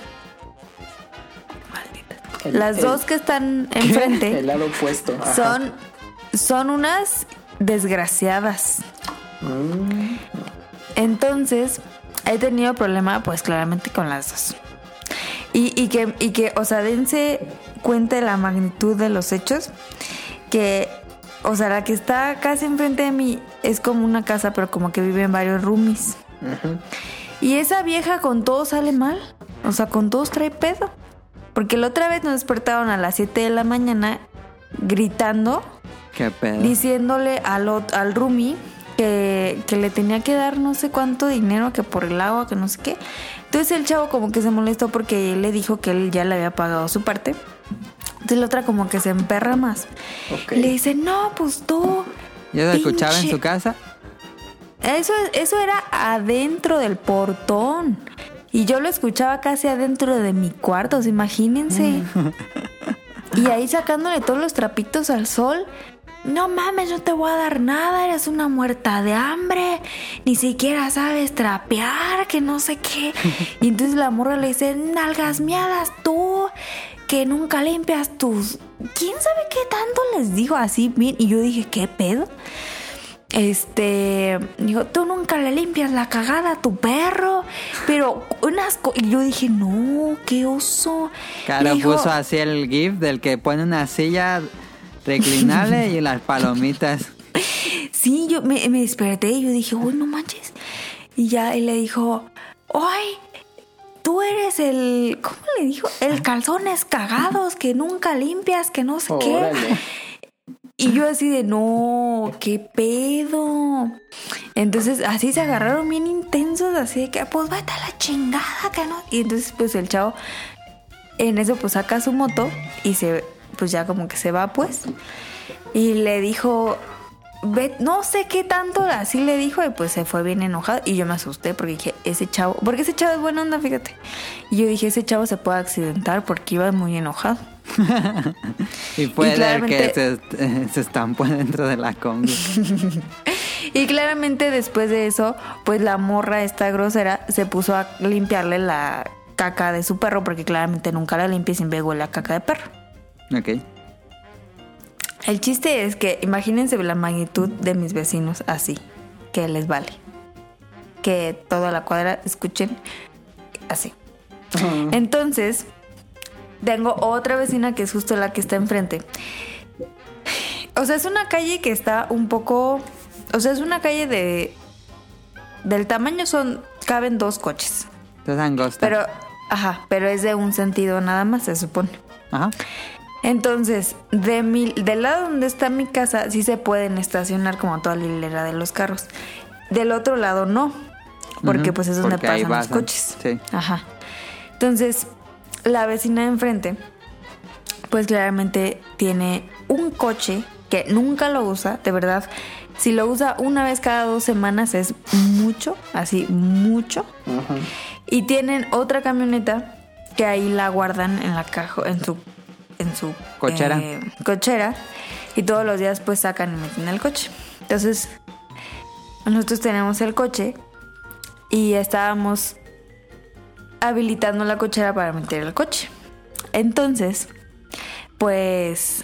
S1: malditas.
S4: el-
S1: Las
S4: el-
S1: dos que están enfrente
S4: El lado opuesto. Ajá.
S1: son son unas desgraciadas.
S4: Mm,
S1: Entonces, he tenido problema pues claramente con las dos. Y, y que y que, o sea, dense cuenta de la magnitud de los hechos que o sea, la que está casi enfrente de mí es como una casa, pero como que viven varios roomies.
S4: ujú.
S1: Y esa vieja con todos sale mal. O sea, con todos trae pedo. Porque la otra vez nos despertaron a las siete de la mañana gritando,
S3: Qué pedo.
S1: diciéndole al, ot- al roomie que, que le tenía que dar no sé cuánto dinero, que por el agua, que no sé qué. Entonces el chavo como que se molestó porque él le dijo que él ya le había pagado su parte. Entonces la otra como que se emperra más.
S4: Ok.
S1: Y le dice, no, pues tú...
S3: ¿Ya se escuchaba en
S1: pinche-
S3: su casa?
S1: Eso, eso era adentro del portón. Y yo lo escuchaba casi adentro de mi cuarto, o sea, imagínense. Y ahí sacándole todos los trapitos al sol. No mames, no te voy a dar nada, eres una muerta de hambre. Ni siquiera sabes trapear, que no sé qué. Y entonces la morra le dice, nalgas miadas tú, que nunca limpias tus... ¿Quién sabe qué tanto les digo así? Bien. Y yo dije, ¿qué pedo? este, dijo, tú nunca le limpias la cagada a tu perro, pero unas co-". Y yo dije, no, qué oso.
S3: Claro,
S1: Y dijo,
S3: puso así el gif del que pone una silla reclinable y las palomitas.
S1: sí, yo me, me desperté y yo dije, uy, no manches. Y ya, y le dijo, ay, tú eres el, ¿cómo le dijo? El calzones cagados que nunca limpias, que no sé qué.
S4: Órale.
S1: Y yo así de, no, qué pedo. Entonces así se agarraron bien intensos, así de que, pues vete a la chingada, que no. Y entonces pues el chavo en eso pues saca su moto y se, pues ya como que se va pues. Y le dijo, ve, no sé qué tanto, así le dijo, y pues se fue bien enojado. Y yo me asusté porque dije, ese chavo, porque ese chavo es buena onda, fíjate. Y yo dije, ese chavo se puede accidentar porque iba muy enojado.
S3: Y puede
S1: Y claramente-
S3: que se, se estampó dentro de la combi.
S1: Y claramente después de eso, pues la morra esta grosera se puso a limpiarle la caca de su perro, porque claramente nunca la limpia y siempre huele a caca de perro.
S3: Ok.
S1: El chiste es que imagínense la magnitud de mis vecinos así, que les vale. Que toda la cuadra escuchen así. Entonces, tengo otra vecina que es justo la que está enfrente. O sea, es una calle que está un poco... O sea, es una calle de... Del tamaño son... Caben dos coches.
S3: Es angosta.
S1: Pero... Ajá, pero es de un sentido nada más, se supone.
S3: Ajá.
S1: Entonces, de mi, del lado donde está mi casa, sí se pueden estacionar como toda la hilera de los carros. Del otro lado no, porque
S3: Ujú,
S1: pues es donde
S3: porque ahí
S1: pasan los
S3: pasan,
S1: coches.
S3: sí.
S1: Ajá. Entonces, la vecina de enfrente, pues claramente tiene un coche que nunca lo usa, de verdad. Si lo usa una vez cada dos semanas es mucho, así mucho.
S4: Ajá.
S1: Y tienen otra camioneta que ahí la guardan en la caja, en su, en su
S3: Cochera.
S1: eh, cochera. Y todos los días pues sacan y meten el coche. Entonces, nosotros tenemos el coche y estábamos habilitando la cochera para meter el coche. Entonces, pues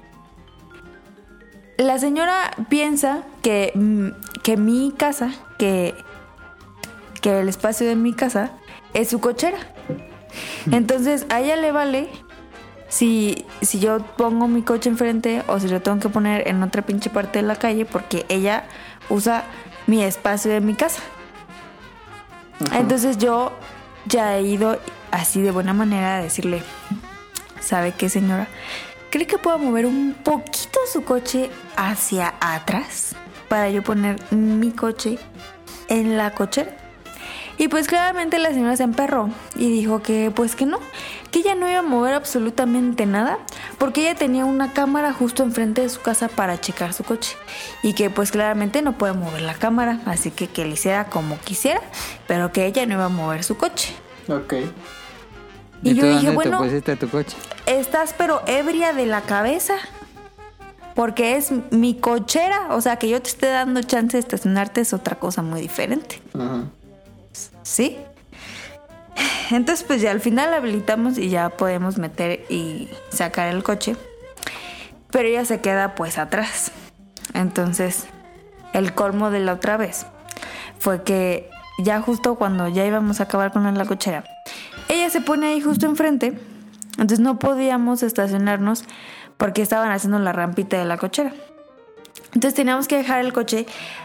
S1: la señora piensa que, mm, que mi casa, que, que el espacio de mi casa es su cochera. Entonces a ella le vale si, si yo pongo mi coche enfrente o si lo tengo que poner en otra pinche parte de la calle, porque ella usa mi espacio de mi casa. Entonces yo ya he ido así de buena manera a decirle, ¿sabe qué, señora? ¿Cree que puedo mover un poquito su coche hacia atrás para yo poner mi coche en la cochera? Y pues claramente la señora se emperró y dijo que pues que no, que ella no iba a mover absolutamente nada porque ella tenía una cámara justo enfrente de su casa para checar su coche y que pues claramente no puede mover la cámara, así que que le hiciera como quisiera, pero que ella no iba a mover su coche.
S4: Ok.
S1: Y,
S3: ¿Y
S1: yo
S3: tú
S1: dije,
S3: dónde
S1: bueno,
S3: te pusiste tu coche?
S1: estás pero ebria de la cabeza. Porque es mi cochera. O sea, que yo te esté dando chance de estacionarte es otra cosa muy diferente.
S4: Ajá.
S1: ¿Sí? Entonces, pues ya al final habilitamos y ya podemos meter y sacar el coche. Pero ella se queda pues atrás. Entonces, el colmo de la otra vez fue que ya justo cuando ya íbamos a acabar con la cochera, ella se pone ahí justo enfrente. Entonces no podíamos estacionarnos porque estaban haciendo la rampita de la cochera. Entonces teníamos que dejar el coche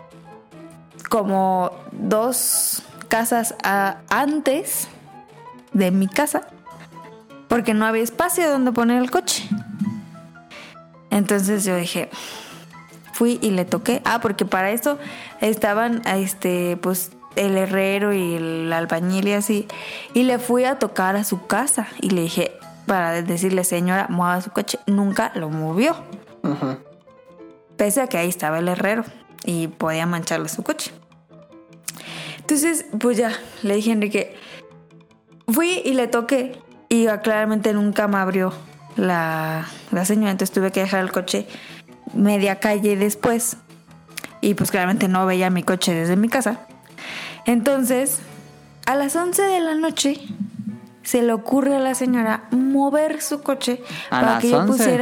S1: como dos casas a- antes de mi casa porque no había espacio donde poner el coche. Entonces yo dije, fui y le toqué. Ah, porque para eso estaban este pues el herrero y el albañil y así. Y le fui a tocar a su casa y le dije, para decirle, señora, mueva su coche. Nunca lo movió.
S4: Ajá.
S1: Pese a que ahí estaba el herrero y podía mancharle su coche. Entonces, pues ya, le dije a Enrique, fui y le toqué y claramente nunca me abrió la, la señora. Entonces tuve que dejar el coche media calle después y pues claramente no veía mi coche desde mi casa. Entonces, a las once de la noche se le ocurre a la señora mover su coche
S3: ¿A
S1: para
S3: las
S1: que yo
S3: once?
S1: pusiera...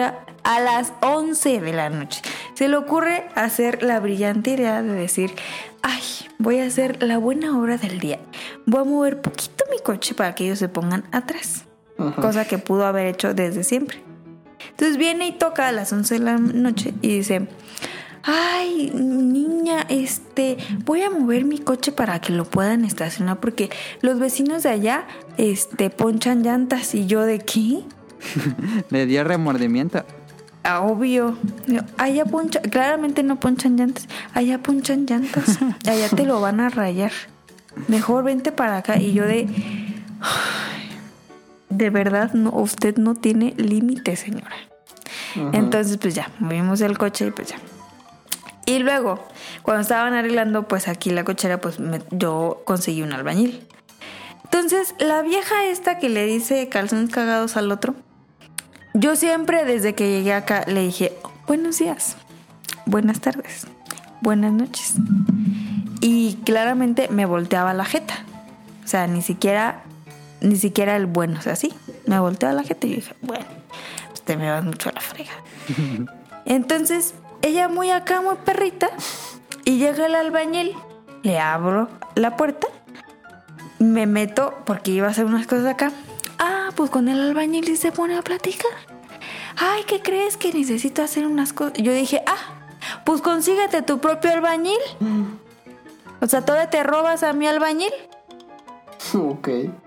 S1: a las once de la noche, se le ocurre hacer la brillante idea de decir, ay, voy a hacer la buena obra del día. Voy a mover poquito mi coche para que ellos se pongan atrás. Uh-huh. Cosa que pudo haber hecho desde siempre. Entonces viene y toca a las once de la noche y dice, ay, niña, este, voy a mover mi coche para que lo puedan estacionar porque los vecinos de allá, este, ponchan llantas. Y yo, ¿de qué?
S3: Le dio remordimiento.
S1: Ah, obvio. Allá poncha, claramente no ponchan llantas. Allá ponchan llantas. Allá te lo van a rayar. Mejor vente para acá. Y yo de, ay, de verdad, no, usted no tiene límite, señora. Uh-huh. Entonces, pues ya, movimos el coche y pues ya. Y luego, cuando estaban arreglando, pues aquí la cochera, pues me, yo conseguí un albañil. Entonces, la vieja esta que le dice calzones cagados al otro, yo siempre desde que llegué acá le dije, buenos días, buenas tardes, buenas noches. Y claramente me volteaba la jeta. O sea, ni siquiera, ni siquiera el bueno, o sea, sí, me volteaba la jeta y yo dije, bueno, pues te me vas mucho a la frega. Entonces, ella muy acá, muy perrita, y llega el albañil, le abro la puerta, me meto porque iba a hacer unas cosas acá. Ah, pues con el albañil y se pone a platicar. Ay, ¿qué crees? Que necesito hacer unas cosas. Yo dije, ah, pues consíguete tu propio albañil. Mm. O sea, ¿todavía te robas a mi albañil?
S4: Ok.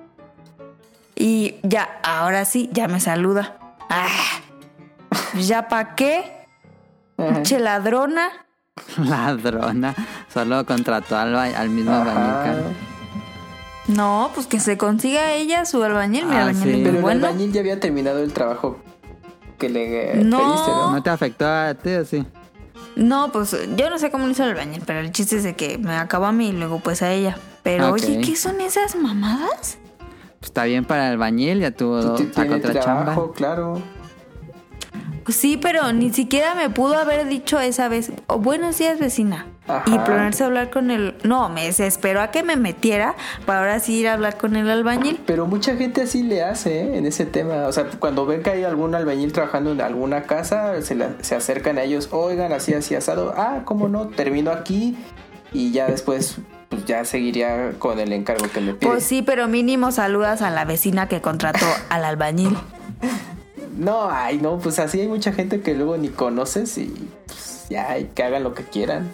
S1: Y ya, ahora sí, ya me saluda. Ah, ¿ya pa' qué? Che ladrona.
S3: Ladrona. Solo contrató al, al mismo albañil.
S1: No, pues que se consiga ella su albañil. Mi
S3: Ah,
S1: albañil
S3: sí.
S1: es muy
S4: Pero el
S1: bueno.
S4: albañil ya había terminado el trabajo que le
S1: No.
S4: pediste, ¿no?
S3: ¿No te afectó a ti o sí?
S1: No, pues yo no sé cómo lo hizo el albañil, pero el chiste es de que me acabó a mí y luego pues a ella. Pero
S3: Ok.
S1: oye, ¿qué son esas mamadas?
S3: Pues está bien para el albañil, ya tuvo
S4: Tú
S3: dos,
S4: tienes
S3: sacó otra
S4: trabajo,
S3: chamba.
S4: claro.
S1: Pues sí, pero ni siquiera me pudo haber dicho esa vez, oh, buenos días, vecina.
S4: Ajá.
S1: Y ponerse a hablar con el... No, me desesperó a que me metiera para ahora sí ir a hablar con el albañil.
S4: Pero mucha gente así le hace, ¿eh? En ese tema. O sea, cuando ven que hay algún albañil trabajando en alguna casa, se, la- se acercan a ellos, oigan, así, así, asado. Ah, ¿cómo no? Termino aquí y ya después pues ya seguiría con el encargo que me pide.
S1: Pues sí, pero mínimo saludas a la vecina que contrató al albañil.
S4: No, ay, no, pues así hay mucha gente que luego ni conoces y pues ya, y que hagan lo que quieran.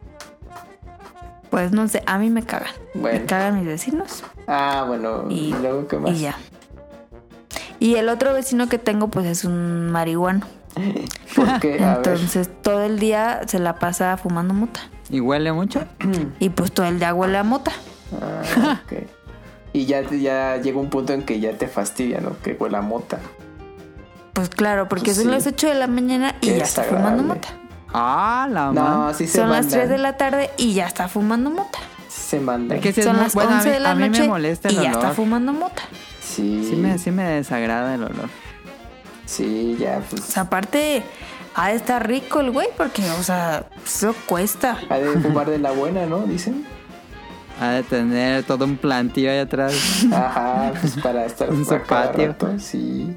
S1: Pues no sé, a mí me cagan.
S4: Bueno.
S1: Me cagan mis vecinos.
S4: Ah, bueno,
S1: Y,
S4: y luego qué más.
S1: y ya. Y el otro vecino que tengo pues es un marihuano.
S4: Porque, a ver,
S1: Entonces todo el día se la pasa fumando mota.
S3: ¿Y huele mucho?
S1: Y pues todo el día huele a mota.
S4: ah, ok. Y ya, ya llega un punto en que ya te fastidia, ¿no? Que huele a mota.
S1: Pues claro, porque
S4: Pues
S1: son
S4: sí.
S1: las ocho de la mañana y
S4: Qué
S1: ya está fumando
S4: desagradable.
S1: mota.
S3: Ah, la
S4: No,
S3: madre.
S4: sí se
S1: Son las
S4: mandan.
S1: tres de la tarde y ya está fumando mota.
S4: Sí se mandan.
S3: Es que sí es
S1: Son
S3: muy-
S1: las
S3: bueno, a
S1: once
S3: mí-
S1: de la
S3: a mí me
S1: noche
S3: molesta el
S1: y ya está
S3: olor.
S1: fumando mota.
S4: Sí,
S3: Sí me, sí me desagrada el olor.
S4: sí, ya,
S1: O
S4: pues.
S1: sea, aparte, ha de estar rico el güey porque, o sea, eso cuesta.
S4: Ha de fumar de la buena, ¿no? Dicen.
S3: Ha de tener todo un plantío ahí atrás.
S4: Ajá, pues para estar
S3: En su
S4: a cada
S3: patio.
S4: rato, sí.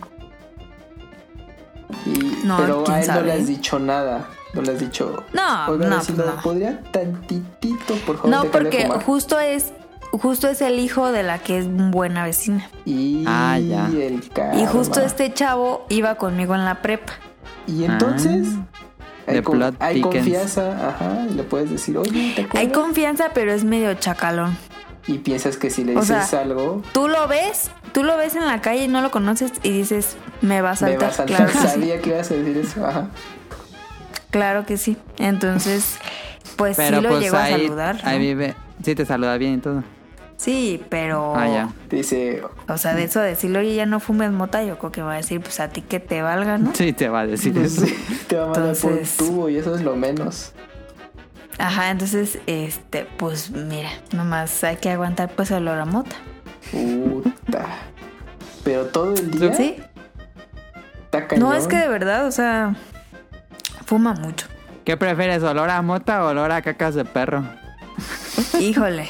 S4: Y,
S1: No,
S4: pero
S1: quién
S4: a él no
S1: sabe.
S4: le has dicho nada. No le has dicho.
S1: No,
S4: "Oiga,
S1: no,
S4: vecino,
S1: pues no.
S4: ¿podría tantitito, por favor,
S1: No,
S4: dejar de
S1: porque
S4: fumar?"
S1: justo es, justo es el hijo de la que es buena vecina.
S4: Y
S3: Ah, ya.
S4: el karma.
S1: Y justo este chavo iba conmigo en la prepa.
S4: Y entonces.
S3: Ah,
S4: hay,
S3: de
S4: con-
S3: plot
S4: hay
S3: thickens.
S4: confianza, ajá, y le puedes decir, oye, ¿te
S1: Hay
S4: acuerdas?
S1: confianza, pero es medio chacalón.
S4: Y piensas que si le
S1: O
S4: dices
S1: sea,
S4: algo,
S1: Tú lo ves, tú lo ves en la calle y no lo conoces y dices, me va a
S4: me
S1: saltar.
S4: va a saltar.
S1: Claro que sí.
S4: Sabía que ibas a decir eso, ajá.
S1: Claro que sí. Entonces, pues
S3: Pero
S1: sí lo
S3: pues
S1: llego
S3: ahí,
S1: a saludar. ¿no?
S3: ahí vive. Sí, te saluda bien y todo.
S1: Sí, pero...
S3: Ah, ya.
S4: Dice,
S1: O sea, de eso decirle, oye, ya no fumes mota, yo creo que va a decir, pues a ti que te valga, ¿no?
S3: Sí, te va a decir eso.
S4: te va a mandar
S1: Entonces-
S4: por un tubo y eso es lo menos.
S1: Ajá, entonces, este, pues mira, nomás hay que aguantar pues el olor a mota.
S4: Puta. Pero todo el día
S1: ¿Sí?
S4: está cañón.
S1: No, es que de verdad, o sea, fuma mucho.
S3: ¿Qué prefieres, olor a mota o olor a cacas de perro?
S1: Híjole.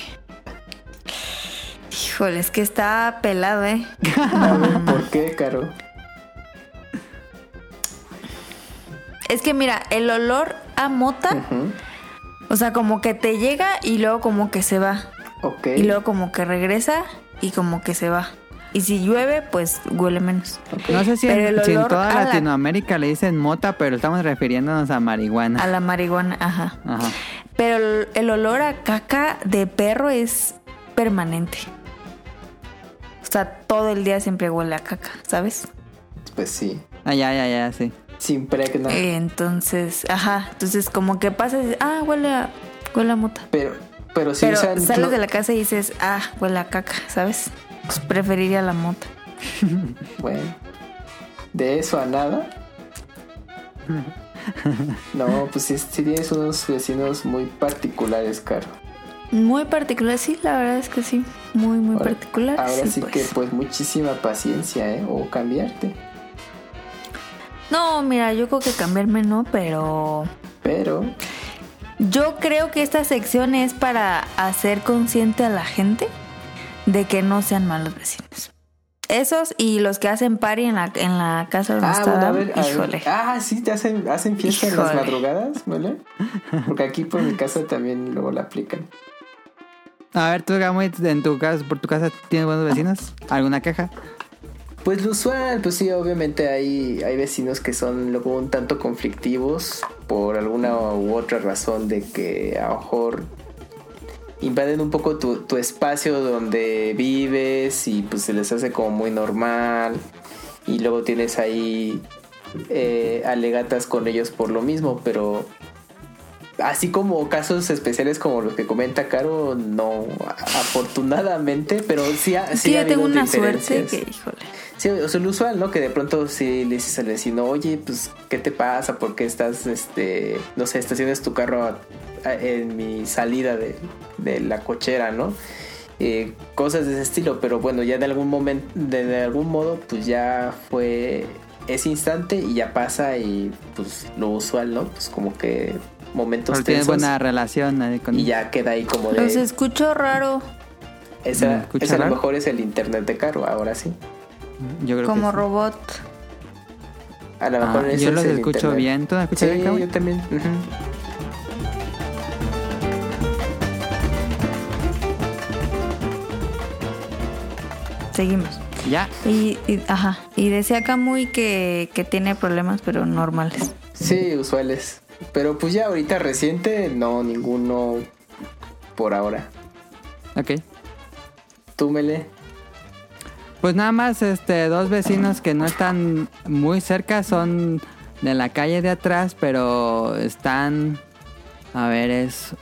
S1: Híjole, es que está pelado, ¿eh?
S4: A ver, ¿por qué, Caro?
S1: Es que mira, el olor a mota,
S4: Ujú.
S1: o sea, como que te llega y luego como que se va.
S4: Ok.
S1: Y luego como que regresa y como que se va. Y si llueve, pues huele menos.
S3: No sé si
S1: Pero
S3: en,
S1: el
S3: si en
S1: olor
S3: toda
S1: a la-
S3: Latinoamérica le dicen mota, pero estamos refiriéndonos a marihuana.
S1: A la marihuana, ajá.
S3: Ajá.
S1: Pero el, el olor a caca de perro es permanente. O sea, todo el día siempre huele a caca, ¿sabes?
S4: Pues sí.
S3: Ah, ya, ya, ya, sí.
S4: Se impregna.
S1: Eh, entonces, ajá. Entonces como que pasas y dices, ah, huele a, huele a mota.
S4: Pero, pero si
S1: Pero
S4: usan.
S1: sales
S4: clo-
S1: de la casa y dices, ah, huele a caca, ¿sabes? Pues preferiría la mota.
S4: Bueno. De eso a nada. No, pues sí, sí tienes unos vecinos muy particulares, Caro.
S1: Muy particular, sí, la verdad es que sí. Muy, muy
S4: Ahora-
S1: particular.
S4: Ahora sí,
S1: pues.
S4: que pues muchísima paciencia, ¿eh? O cambiarte.
S1: No, mira, yo creo que cambiarme no, pero
S4: Pero,
S1: yo creo que esta sección es para hacer consciente a la gente de que no sean malos vecinos. Esos y los que hacen party en la, en la casa donde
S4: ah,
S1: está.
S4: bueno, a ver, a ver.
S1: Híjole.
S4: Ah, sí, te hacen, hacen fiesta en las
S1: Híjole.
S4: madrugadas, ¿vale? Porque aquí por mi casa también luego la aplican.
S3: A ver, tú, Gamoy, en tu casa, por tu casa, ¿tienes buenos vecinos? ¿Alguna queja?
S4: Pues lo usual, pues sí, obviamente hay, hay vecinos que son luego un tanto conflictivos por alguna u otra razón de que a lo mejor invaden un poco tu, tu espacio donde vives y pues se les hace como muy normal y luego tienes ahí eh, alegatas con ellos por lo mismo, pero así como casos especiales como los que comenta Caro, no, afortunadamente, pero sí ha, sí
S1: Sí,
S4: ha
S1: yo tengo
S4: habido
S1: una suerte
S4: diferencias.
S1: que, híjole.
S4: Sí, o sea, lo usual, ¿no? Que de pronto sí le dices al vecino, oye, pues, ¿qué te pasa? ¿Por qué estás, este, no sé, estacionas tu carro a- a- en mi salida de, de la cochera, ¿no? Eh, cosas de ese estilo, pero bueno, ya de algún momento, de, de algún modo, pues ya fue ese instante y ya pasa y pues lo usual, ¿no? Pues como que momentos
S3: Pero tienes
S4: tensos
S3: buena relación ahí con
S4: y ya queda ahí como de...
S1: Los escucho raro,
S4: Esa,
S3: ¿Escucha
S4: esa a lo
S3: raro?
S4: mejor es el internet de Caro, ahora sí.
S3: Yo creo
S1: como
S3: que sí.
S1: robot.
S4: A lo
S3: Ah,
S4: mejor ese
S3: yo
S4: es
S3: los
S4: el
S3: escucho
S4: internet.
S3: bien. ¿Tú me escuchas
S4: Sí,
S3: bien, Gamoy?
S4: yo también. Ujú.
S1: Seguimos.
S3: Ya.
S1: Y, y- ajá. Y decía Camuy que, que tiene problemas, pero normales.
S4: Sí, usuales. Pero pues ya ahorita reciente, no, ninguno por ahora.
S3: Ok.
S4: Tú, Mele.
S3: Pues nada más, este, dos vecinos que no están muy cerca, son de la calle de atrás, pero están, a ver, es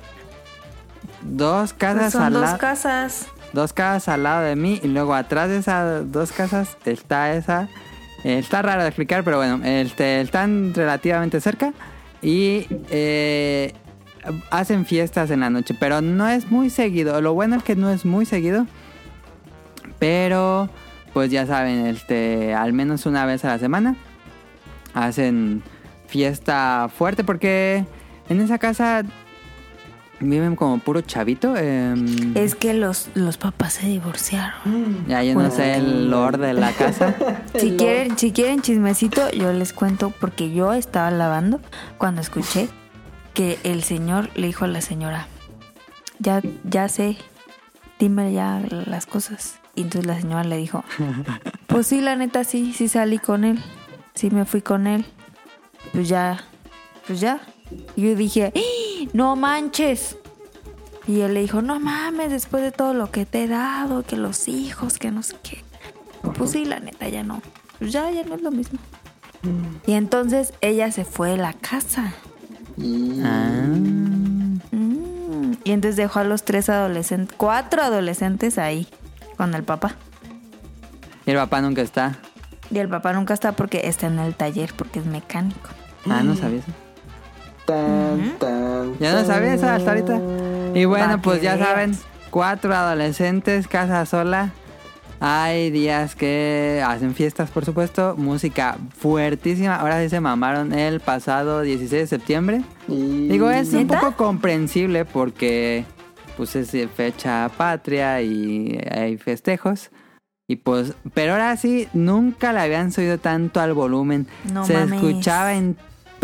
S3: dos casas
S1: Pues son
S3: al
S1: dos
S3: lado,
S1: casas.
S3: dos casas al lado de mí y luego atrás de esas dos casas está esa, eh, está raro de explicar, pero bueno, este, están relativamente cerca y eh, hacen fiestas en la noche, pero no es muy seguido. Lo bueno es que no es muy seguido. Pero, pues ya saben, este, al menos una vez a la semana hacen fiesta fuerte porque en esa casa viven como puro chavito. eh,
S1: Es que los, los papás se divorciaron.
S3: ya yo no sé el lord de la casa.
S1: Si quieren, si quieren chismecito, yo les cuento porque yo estaba lavando cuando escuché que el señor le dijo a la señora, ya, ya sé, dime ya las cosas. Y entonces la señora le dijo, pues sí, la neta sí, sí salí con él, sí me fui con él. Pues ya, pues ya. Y yo dije, ¡Ah! No manches. Y él le dijo, no mames, después de todo lo que te he dado, que los hijos, que no sé qué. Pues sí, la neta, ya no. Pues ya, ya no es lo mismo. Y entonces ella se fue de la casa.
S4: Y...
S3: Ah,
S1: Mm, Y entonces dejó a los tres adolescentes, cuatro adolescentes ahí con el papá.
S3: y el papá nunca está.
S1: Y el papá nunca está porque está en el taller, porque es mecánico.
S3: Ah, no sabía eso.
S4: Tan, tan,
S3: Ya no sabía eso hasta ahorita. Y bueno,
S1: Pa'
S3: pues
S1: que
S3: ya
S1: veas.
S3: saben, cuatro adolescentes, casa sola. Hay días que hacen fiestas, por supuesto. Música fuertísima. Ahora sí se mamaron el pasado dieciséis de septiembre.
S4: Y...
S3: Digo, es un
S1: ¿Neta?
S3: poco comprensible porque pues es fecha patria y hay festejos. Y pues, pero ahora sí, nunca le habían subido tanto al volumen.
S1: No
S3: se
S1: mames.
S3: escuchaba en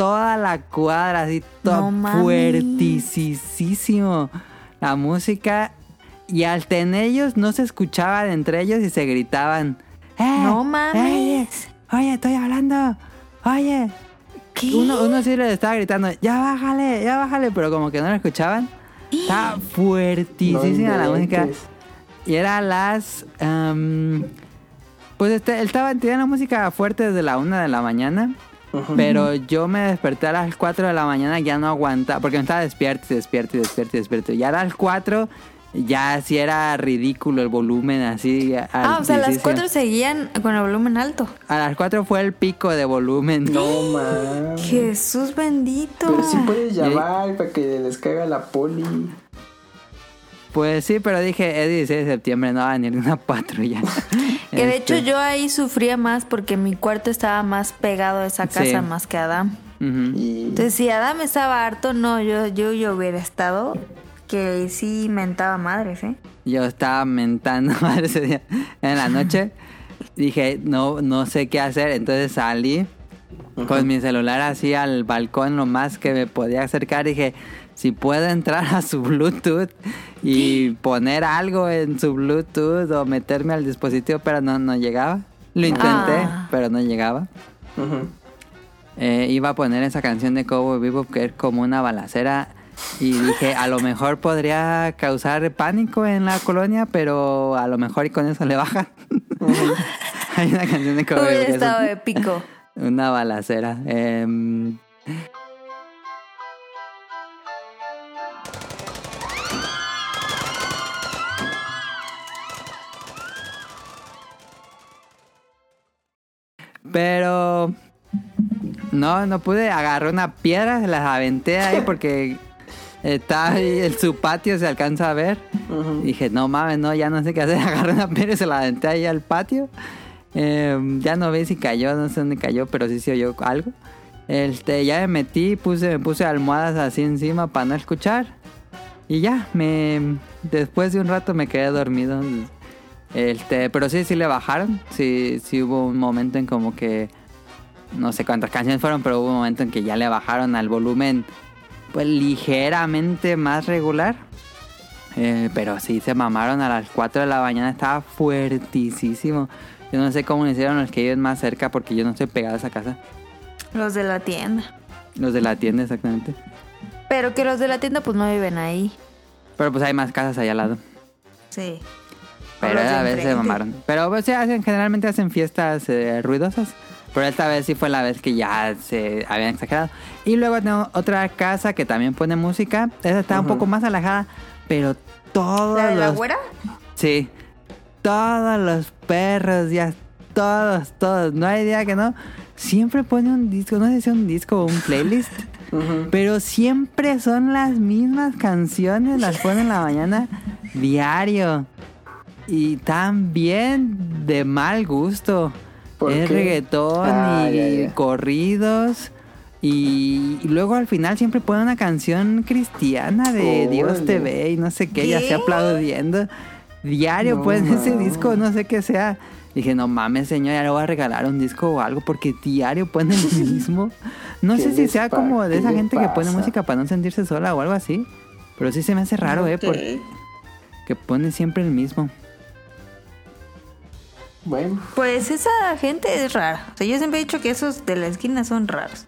S3: toda la cuadra, así todo
S1: No mames.
S3: fuertisísimo la música. Y hasta en ellos no se escuchaban entre ellos y se gritaban. ¡Eh!
S1: No mames.
S3: Oye, oye, estoy hablando. Oye.
S1: ¿Qué?
S3: Uno, uno sí le estaba gritando, ya bájale, ya bájale, pero como que no lo escuchaban. Estaba fuertísima
S4: No
S3: la música.
S4: inventes.
S3: Y era las... um, pues este, él estaba tenía la música fuerte desde la una de la mañana.
S4: Ujú.
S3: Pero yo me desperté a las cuatro de la mañana, ya no aguantaba, porque me estaba despierto y despierto y despierto y despierto. Y a las cuatro ya sí era ridículo el volumen así.
S1: Ah, o sea, las
S3: altísimo.
S1: cuatro seguían con el volumen alto.
S3: A las cuatro fue el pico de volumen.
S4: No mames.
S1: Jesús bendito.
S4: Pero sí puedes llamar para que les caiga la poli.
S3: Pues sí, pero dije, es dieciséis de septiembre, no va a venir una patrulla.
S1: Que de
S3: Este,
S1: hecho yo ahí sufría más porque mi cuarto estaba más pegado a esa casa
S3: Sí.
S1: más que Adam.
S3: ujú.
S4: Y
S1: Entonces si Adam estaba harto, no, yo, yo, yo hubiera estado que sí mentaba madres, ¿eh?
S3: Yo estaba mentando madre ese día en la noche. Dije, no, no sé qué hacer. Entonces salí con mi celular así al balcón lo más que me podía acercar. Dije, si puedo entrar a su Bluetooth y poner algo en su Bluetooth o meterme al dispositivo, pero no, no llegaba. Lo intenté,
S1: Ah.
S3: pero no llegaba.
S4: ujú.
S3: Eh, iba a poner esa canción de Cowboy Bebop que es como una balacera y dije, a lo mejor podría causar pánico en la colonia, pero a lo mejor y con eso le bajan. Hay una canción de Cowboy
S1: Hubiera
S3: Bebop que es
S1: estado
S3: un-
S1: épico.
S3: una balacera. Em, Pero no, no pude. Agarré una piedra, se las aventé ahí porque está ahí en su patio, se alcanza a ver.
S4: Ujú.
S3: Dije, no mames, no, ya no sé qué hacer. Agarré una piedra y se la aventé ahí al patio. Eh, ya no vi si cayó, no sé dónde cayó, pero sí se oyó algo. Este, ya me metí, puse, me puse almohadas así encima para no escuchar. Y ya, me después de un rato me quedé dormido. Este, pero sí, sí le bajaron. Sí, sí hubo un momento en como que no sé cuántas canciones fueron, pero hubo un momento en que ya le bajaron al volumen pues ligeramente más regular. Eh, pero sí se mamaron a las cuatro de la mañana, estaba fuertísimo. Yo no sé cómo lo hicieron los que viven más cerca porque yo no estoy pegado a esa casa.
S1: Los de la tienda.
S3: Los de la tienda, exactamente.
S1: Pero que los de la tienda pues no viven ahí.
S3: Pero pues hay más casas allá al lado.
S1: Sí.
S3: Pero
S1: los de
S3: a veces se
S1: enfrente.
S3: mamaron. Pero pues sí, hacen, generalmente hacen fiestas eh, ruidosas. Pero esta vez sí fue la vez que ya se habían exagerado. Y luego tengo otra casa que también pone música. Esa está un
S4: Ujú.
S3: poco más alejada. Pero todos
S1: ¿La de la
S3: los...
S1: güera?
S3: Sí. Todos los perros, ya todos, todos. No hay día que no. Siempre pone un disco. No sé si es un disco o un playlist.
S4: Ujú.
S3: Pero siempre son las mismas canciones. Las ponen en la mañana diario. Y también de mal gusto.
S4: ¿Por
S3: Es
S4: qué?
S3: reggaetón
S4: Ah,
S3: y
S4: ya, ya.
S3: corridos. Y, y luego al final siempre pone una canción cristiana de Dios
S4: Órale.
S3: te ve y no sé qué, y así
S1: ¿Qué?
S3: aplaudiendo. Diario
S4: No
S3: pues ese
S4: mames.
S3: disco, no sé qué sea. Dije, no mames, señor, ya le voy a regalar un disco o algo porque diario pone el mismo. No
S4: ¿Qué
S3: sé si
S4: les
S3: sea
S4: pa-
S3: como de
S4: qué
S3: esa
S4: le
S3: gente que pone
S4: pasa?
S3: música para no sentirse sola o algo así. Pero sí se me hace raro, eh, porque que pone siempre el mismo.
S4: Bueno,
S1: Pues esa gente es rara. O sea, yo siempre he dicho que esos de la esquina son raros.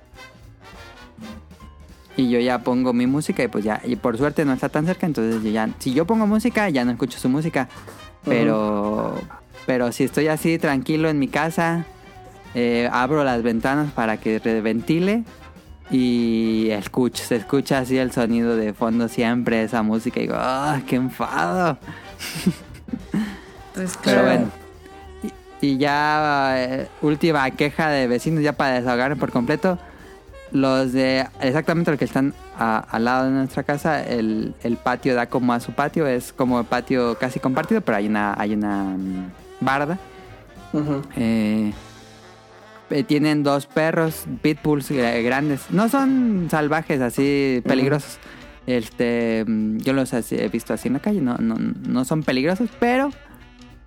S3: Y yo ya pongo mi música y pues ya, y por suerte no está tan cerca, entonces yo ya, si yo pongo música, ya no escucho su música. Pero, pero si estoy así tranquilo en mi casa, eh, abro las ventanas para que reventile y escucho, se escucha así el sonido de fondo siempre, esa música y digo, ¡ah, qué enfado!
S1: Pues
S3: Pero
S1: claro.
S3: bueno. Y, y ya, eh, última queja de vecinos, ya para desahogarme por completo. Los de exactamente los que están a- al lado de nuestra casa, el, el patio da como a su patio, es como el patio casi compartido, pero hay una, hay una mm, barda.
S4: ujú.
S3: Eh, eh, tienen dos perros, pitbulls eh, grandes. No son salvajes, así peligrosos. Este, mm, yo los así- he visto así en la calle, no, no, no son peligrosos, pero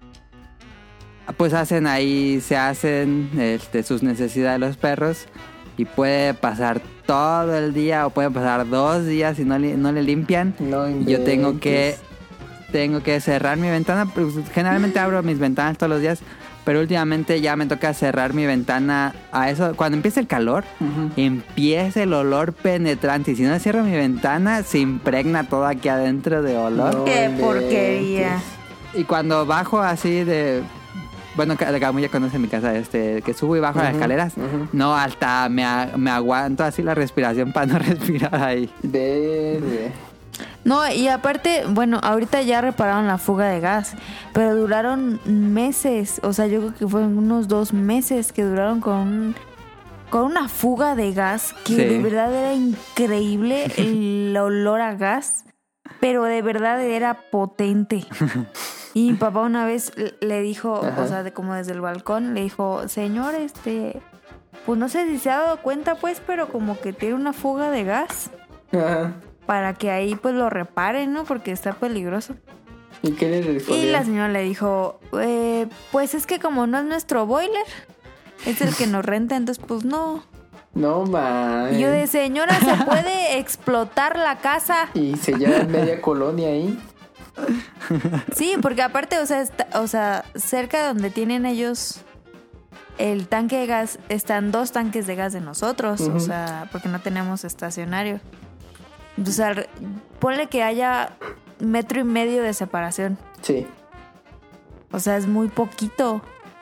S3: pues hacen ahí, se hacen este, sus necesidades los perros. y puede pasar todo el día o puede pasar dos días y no, li- no le limpian.
S4: No
S3: Y yo tengo que
S4: inventes.
S3: tengo que cerrar mi ventana. Pues, generalmente abro mis ventanas todos los días, pero últimamente ya me toca cerrar mi ventana a eso. Cuando empieza el calor,
S4: Ujú.
S3: empieza el olor penetrante. Y si no cierro mi ventana, se impregna todo aquí adentro de olor.
S4: No
S1: Qué
S4: inventes.
S1: porquería.
S3: Y cuando bajo así de... Bueno, ca- Camuy ya conoce mi casa, este, que subo y bajo las
S4: Ujú,
S3: escaleras.
S4: ujú.
S3: No, hasta me, a- me aguanto así la respiración para no respirar ahí.
S4: Verde.
S1: No, y aparte, bueno, ahorita ya repararon la fuga de gas, pero duraron meses, o sea, yo creo que fueron unos dos meses que duraron con un- con una fuga de gas que
S3: Sí.
S1: de verdad era increíble el olor a gas, pero de verdad era potente. Y mi papá una vez le- le dijo,
S4: Ajá.
S1: o sea, de, como desde el balcón, le dijo, señor, este, pues no sé si se ha dado cuenta, pues, pero como que tiene una fuga de gas.
S4: Ajá.
S1: Para que ahí pues lo reparen, ¿no? Porque está peligroso.
S4: ¿Y qué le
S1: Y
S4: respondía?
S1: la señora le dijo, eh, pues es que como no es nuestro boiler, es el que nos renta, entonces pues no.
S4: No man.
S1: Y yo de señora, ¿se puede explotar la casa?
S4: Y se lleva media colonia ahí.
S1: Sí, porque aparte, o sea, está- o sea, cerca de donde tienen ellos el tanque de gas, están dos tanques de gas de nosotros,
S4: Ujú.
S1: o sea, porque no tenemos estacionario. O sea, re- ponle que haya metro y medio de separación.
S4: Sí.
S1: O sea, es muy poquito.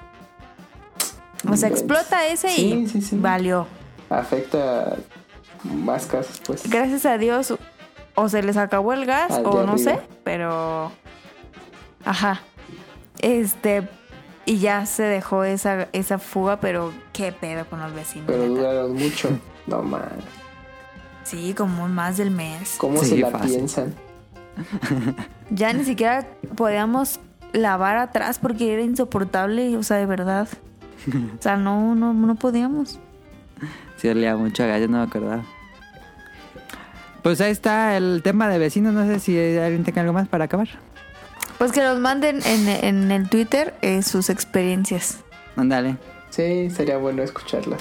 S1: O sea,
S4: Pues,
S1: explota ese
S4: sí,
S1: y
S4: sí, sí.
S1: valió.
S4: Afecta más casas, pues.
S1: Gracias a Dios, o se les acabó el gas,
S4: Al de
S1: o no
S4: arriba.
S1: sé, pero... Ajá. Este... Y ya se dejó esa, esa fuga, pero qué pedo con los vecinos.
S4: Pero
S1: neta.
S4: duraron mucho. No man.
S1: Sí, como más del mes.
S4: ¿Cómo
S3: Sí,
S4: se la
S3: fácil.
S4: piensan?
S1: Ya ni siquiera podíamos lavar atrás porque era insoportable, o sea, de verdad. O sea, no, no, no podíamos.
S3: Sí, olía mucho a gallo, no me acordaba. Pues ahí está el tema de vecinos. No sé si alguien tenga algo más para acabar.
S1: Pues que nos manden en, en el Twitter eh, sus experiencias.
S3: Ándale.
S4: Sí, sería bueno escucharlas.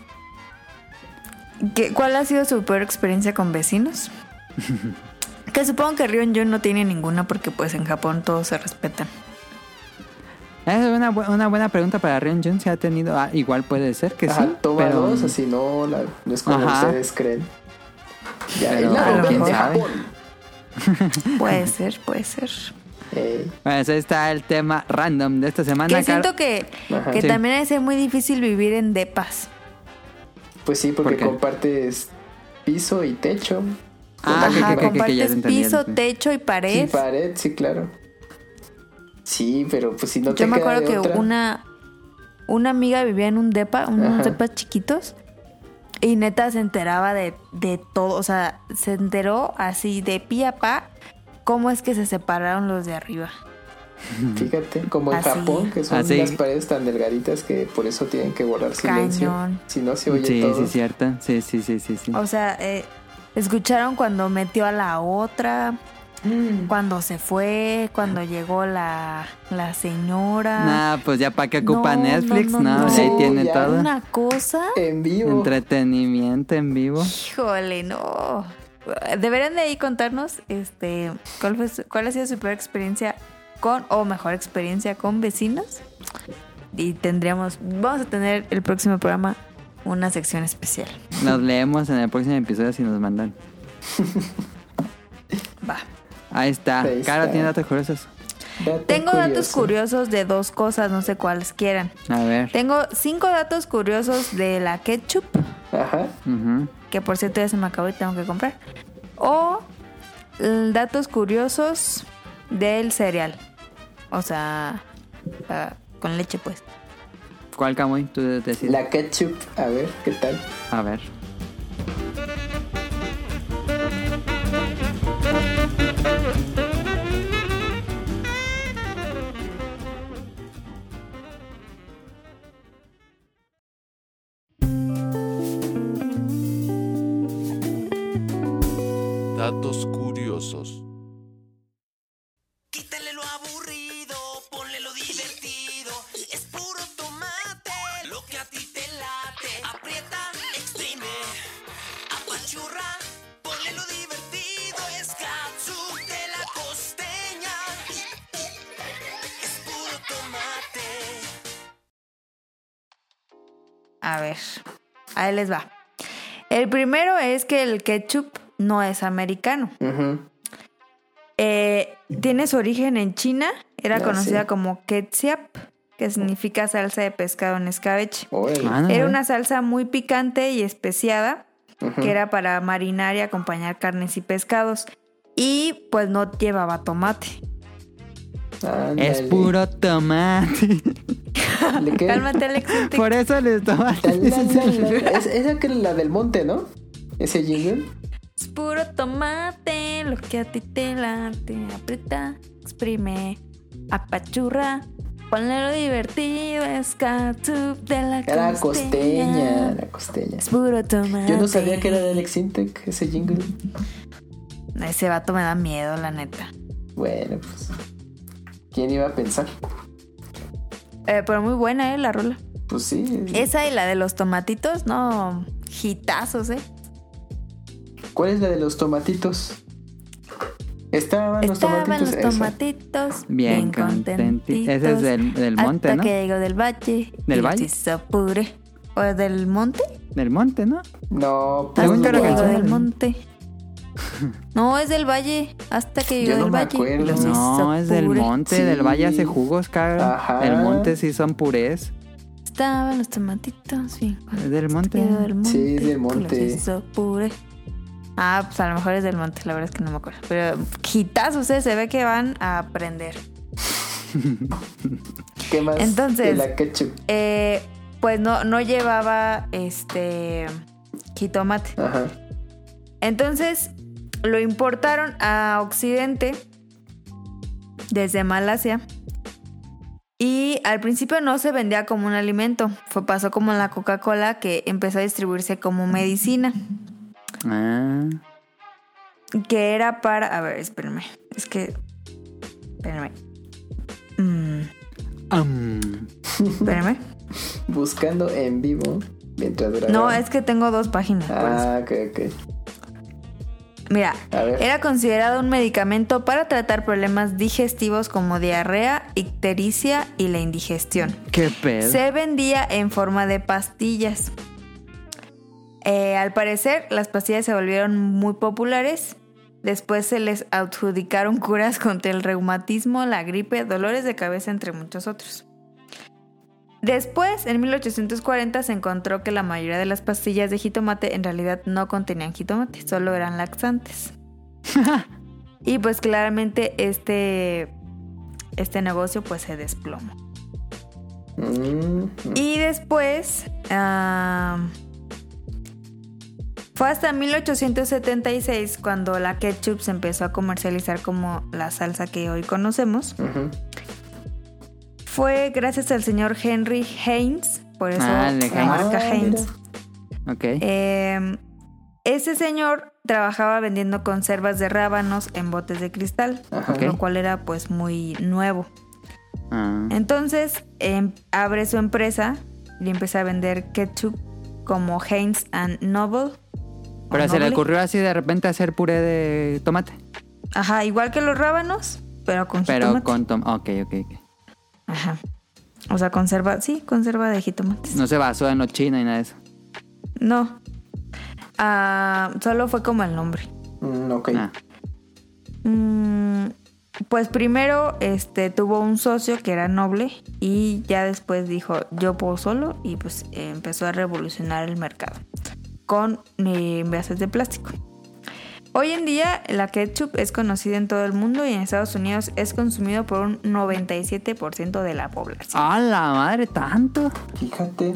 S1: ¿Qué- ¿Cuál ha sido su peor experiencia con vecinos? Que supongo que Rion Jun no tiene ninguna porque pues en Japón todos se respetan.
S3: Esa es una, bu- una buena pregunta para Rion Jun. Si ha tenido... ah, igual puede ser que
S4: Ajá,
S3: sí.
S4: toma
S3: pero...
S4: dos, así no, la- no es como
S3: Ajá.
S4: ustedes creen. Ya,
S3: Pero,
S4: y la
S1: a lo
S4: rompí
S1: mejor
S4: de
S3: sabe.
S4: Japón.
S1: Puede ser, puede ser.
S4: Eh,
S3: Pues ahí está el tema random de esta semana.
S1: Que
S3: Car-
S1: siento que,
S4: Ajá.
S1: que
S3: Sí.
S1: también es muy difícil vivir en depas.
S4: pues sí, porque
S3: ¿Por qué?
S4: compartes piso y techo.
S3: Ah,
S1: Ajá,
S3: que- que- que- que ya te
S1: compartes
S3: entendí,
S1: piso,
S3: sí.
S1: techo y pared.
S4: Sí, pared, sí, claro. Sí, pero pues si no te
S1: Yo me
S4: queda
S1: acuerdo
S4: de
S1: que
S4: otra.
S1: una, una amiga vivía en un depa, unos
S4: Ajá.
S1: depas chiquitos. Y neta se enteraba de, de todo. O sea, se enteró así de pie a pa cómo es que se separaron los de arriba.
S4: Fíjate, como en
S1: Así.
S4: Japón, que son
S3: Así.
S4: las paredes tan delgaditas que por eso tienen que guardar silencio.
S1: Cañón.
S4: Si no se oye
S3: Sí,
S4: todo.
S3: sí, cierto. Sí, sí, sí, sí, sí.
S1: O sea, eh, escucharon cuando metió a la otra,
S4: Mm.
S1: cuando se fue, cuando llegó la, la señora.
S3: Nah, pues ya para qué ocupa
S1: No,
S3: Netflix,
S1: no,
S3: ¿no?
S1: no,
S3: Ahí
S4: no.
S3: tiene
S4: Ya.
S3: todo.
S1: Una cosa.
S4: En vivo.
S3: Entretenimiento en vivo.
S1: Híjole, no. Deberían de ahí contarnos este cuál fue su- cuál ha sido su peor experiencia con o mejor experiencia con vecinos. Y tendríamos vamos a tener el próximo programa una sección especial.
S3: Nos leemos en el próximo episodio si nos mandan.
S1: Va.
S3: Ahí está.
S4: Ahí
S3: Caro
S4: está.
S3: tiene datos curiosos.
S4: Dato
S1: Tengo datos
S4: curioso.
S1: curiosos de dos cosas, no sé cuáles quieran.
S3: A ver.
S1: Tengo cinco datos curiosos de la ketchup,
S4: Ajá.
S3: Ujú.
S1: que por cierto ya se me acabó y tengo que comprar. O mm, datos curiosos del cereal. O sea, ah, con leche pues.
S3: ¿Cuál, Camuy? Tú decides.
S4: La ketchup, a ver, ¿qué tal?
S3: A ver.
S5: Datos curiosos.
S6: Quítale lo aburrido, ponle lo divertido. Es puro tomate, lo que a ti te late. Aprieta, exprime apachurra, ponle lo divertido, es catsup de la costeña, es puro tomate.
S1: A ver, ahí les va. El primero es que el ketchup no es americano.
S4: Ujú.
S1: Eh, tiene su origen en China. Era
S4: Ah,
S1: conocida
S4: sí.
S1: como ketchup, que significa salsa de pescado en escabeche.
S4: Órale.
S3: Ah, no,
S1: Era
S3: ¿eh?
S1: una salsa muy picante y especiada,
S4: Ujú.
S1: que era para marinar y acompañar carnes y pescados. Y pues no llevaba tomate.
S4: Ándale.
S3: Es puro tomate.
S4: ¿De qué?
S1: Cálmate, Alexis.
S3: Por eso les
S4: La,
S3: tomate.
S4: la, la, la. Es, esa que es la del monte, ¿no? Ese jingle.
S1: Es puro tomate, lo que a ti te late. Aprieta, exprime, apachurra. Ponle lo divertido, es catsup de la
S4: Era
S1: costeña.
S4: costeña, la costeña.
S1: Es puro tomate.
S4: Yo no sabía que era de Alex Intec, ese jingle.
S1: Ese vato me da miedo, la neta.
S4: Bueno, pues. ¿Quién iba a pensar?
S1: Eh, pero muy buena, ¿eh? La rola.
S4: Pues sí.
S1: Esa y la de los tomatitos, no. Hitazos, ¿eh?
S4: ¿Cuál es la de los tomatitos? Estaban los
S1: Estaban
S4: tomatitos.
S1: los
S4: esa.
S1: tomatitos
S3: Bien
S1: bien
S3: contenti-
S1: contentitos.
S3: ese es del- del monte,
S1: hasta
S3: ¿no?
S1: que llegó del valle.
S3: ¿Del
S1: y
S3: valle?
S1: se hizo puré. ¿O del monte?
S3: Del monte, ¿no?
S4: No, pues.
S3: Según
S1: Hasta
S3: yo
S1: que
S3: la
S1: llegó
S3: canción.
S1: del monte. No, es del valle. Hasta que llegó
S4: Yo no
S1: del
S4: me
S1: valle.
S4: acuerdo.
S1: Los hizo
S3: No, es del
S1: puré.
S3: monte.
S4: Sí.
S3: Del valle hace jugos, cabrón.
S4: Ajá.
S3: Del monte sí son purés.
S1: Estaban los tomatitos bien
S3: Es del monte.
S1: Llegó del monte.
S4: Sí, es del
S1: que
S4: monte.
S1: Los hizo puré. Ah, pues a lo mejor es del monte, la verdad es que no me acuerdo. Pero hitazos, ¿eh? Se ve que van a aprender.
S4: ¿Qué más?
S1: Entonces-
S4: De la ketchup.
S1: Eh, pues no, no llevaba este jitomate.
S4: Ajá.
S1: Entonces lo importaron a Occidente desde Malasia. Y al principio no se vendía como un alimento. Fue, pasó como la Coca-Cola, que empezó a distribuirse como medicina.
S3: Ah.
S1: Que era para... A ver, espérenme. Es que... Espérenme. Mm,
S3: Am.
S1: espérenme.
S4: Buscando en vivo mientras grababa.
S1: No, es que tengo dos páginas. por eso.
S4: Ah, ok, ok.
S1: Mira,
S4: A ver.
S1: era considerado un medicamento para tratar problemas digestivos como diarrea, ictericia y la indigestión.
S3: ¿Qué pedo?
S1: Se vendía en forma de pastillas. Eh, al parecer, las pastillas se volvieron muy populares. Después se les adjudicaron curas contra el reumatismo, la gripe, dolores de cabeza, entre muchos otros. Después, en mil ochocientos cuarenta, se encontró que la mayoría de las pastillas de jitomate en realidad no contenían jitomate, solo eran laxantes. Y pues claramente este, este negocio pues se desplomó.
S4: Mm,
S1: Y después, ah, fue hasta mil ochocientos setenta y seis cuando la ketchup se empezó a comercializar como la salsa que hoy conocemos.
S4: ujú.
S1: Fue gracias al señor Henry Heinz, por eso
S3: Ah, el de
S1: la
S3: Heinz.
S1: marca
S4: Ah,
S1: Heinz.
S4: mira.
S3: Ok.
S1: Eh, ese señor trabajaba vendiendo conservas de rábanos en botes de cristal,
S4: Ajá.
S1: lo cual era pues muy nuevo.
S3: Ah.
S1: Entonces em, abre su empresa y empieza a vender ketchup como Heinz and Noble. o
S3: Pero se le
S1: Noble.
S3: ocurrió así de repente hacer puré de tomate.
S1: Ajá, igual que los rábanos, pero con
S3: Pero
S1: jitomate.
S3: con tomate. Ok, ok, ok.
S1: Ajá. O sea, conserva, sí, conserva de jitomates.
S3: No se basó en lo chino y nada de eso.
S1: No. Ah, solo fue como el nombre.
S4: Mm, ok.
S3: Ah.
S1: Mm, pues primero este, tuvo un socio que era Noble y ya después dijo yo puedo solo y pues eh, empezó a revolucionar el mercado con eh, envases de plástico. Hoy en día la ketchup es conocida en todo el mundo y en Estados Unidos es consumido por un noventa y siete por ciento de la población.
S3: ¡A la madre! ¿Tanto?
S4: Fíjate.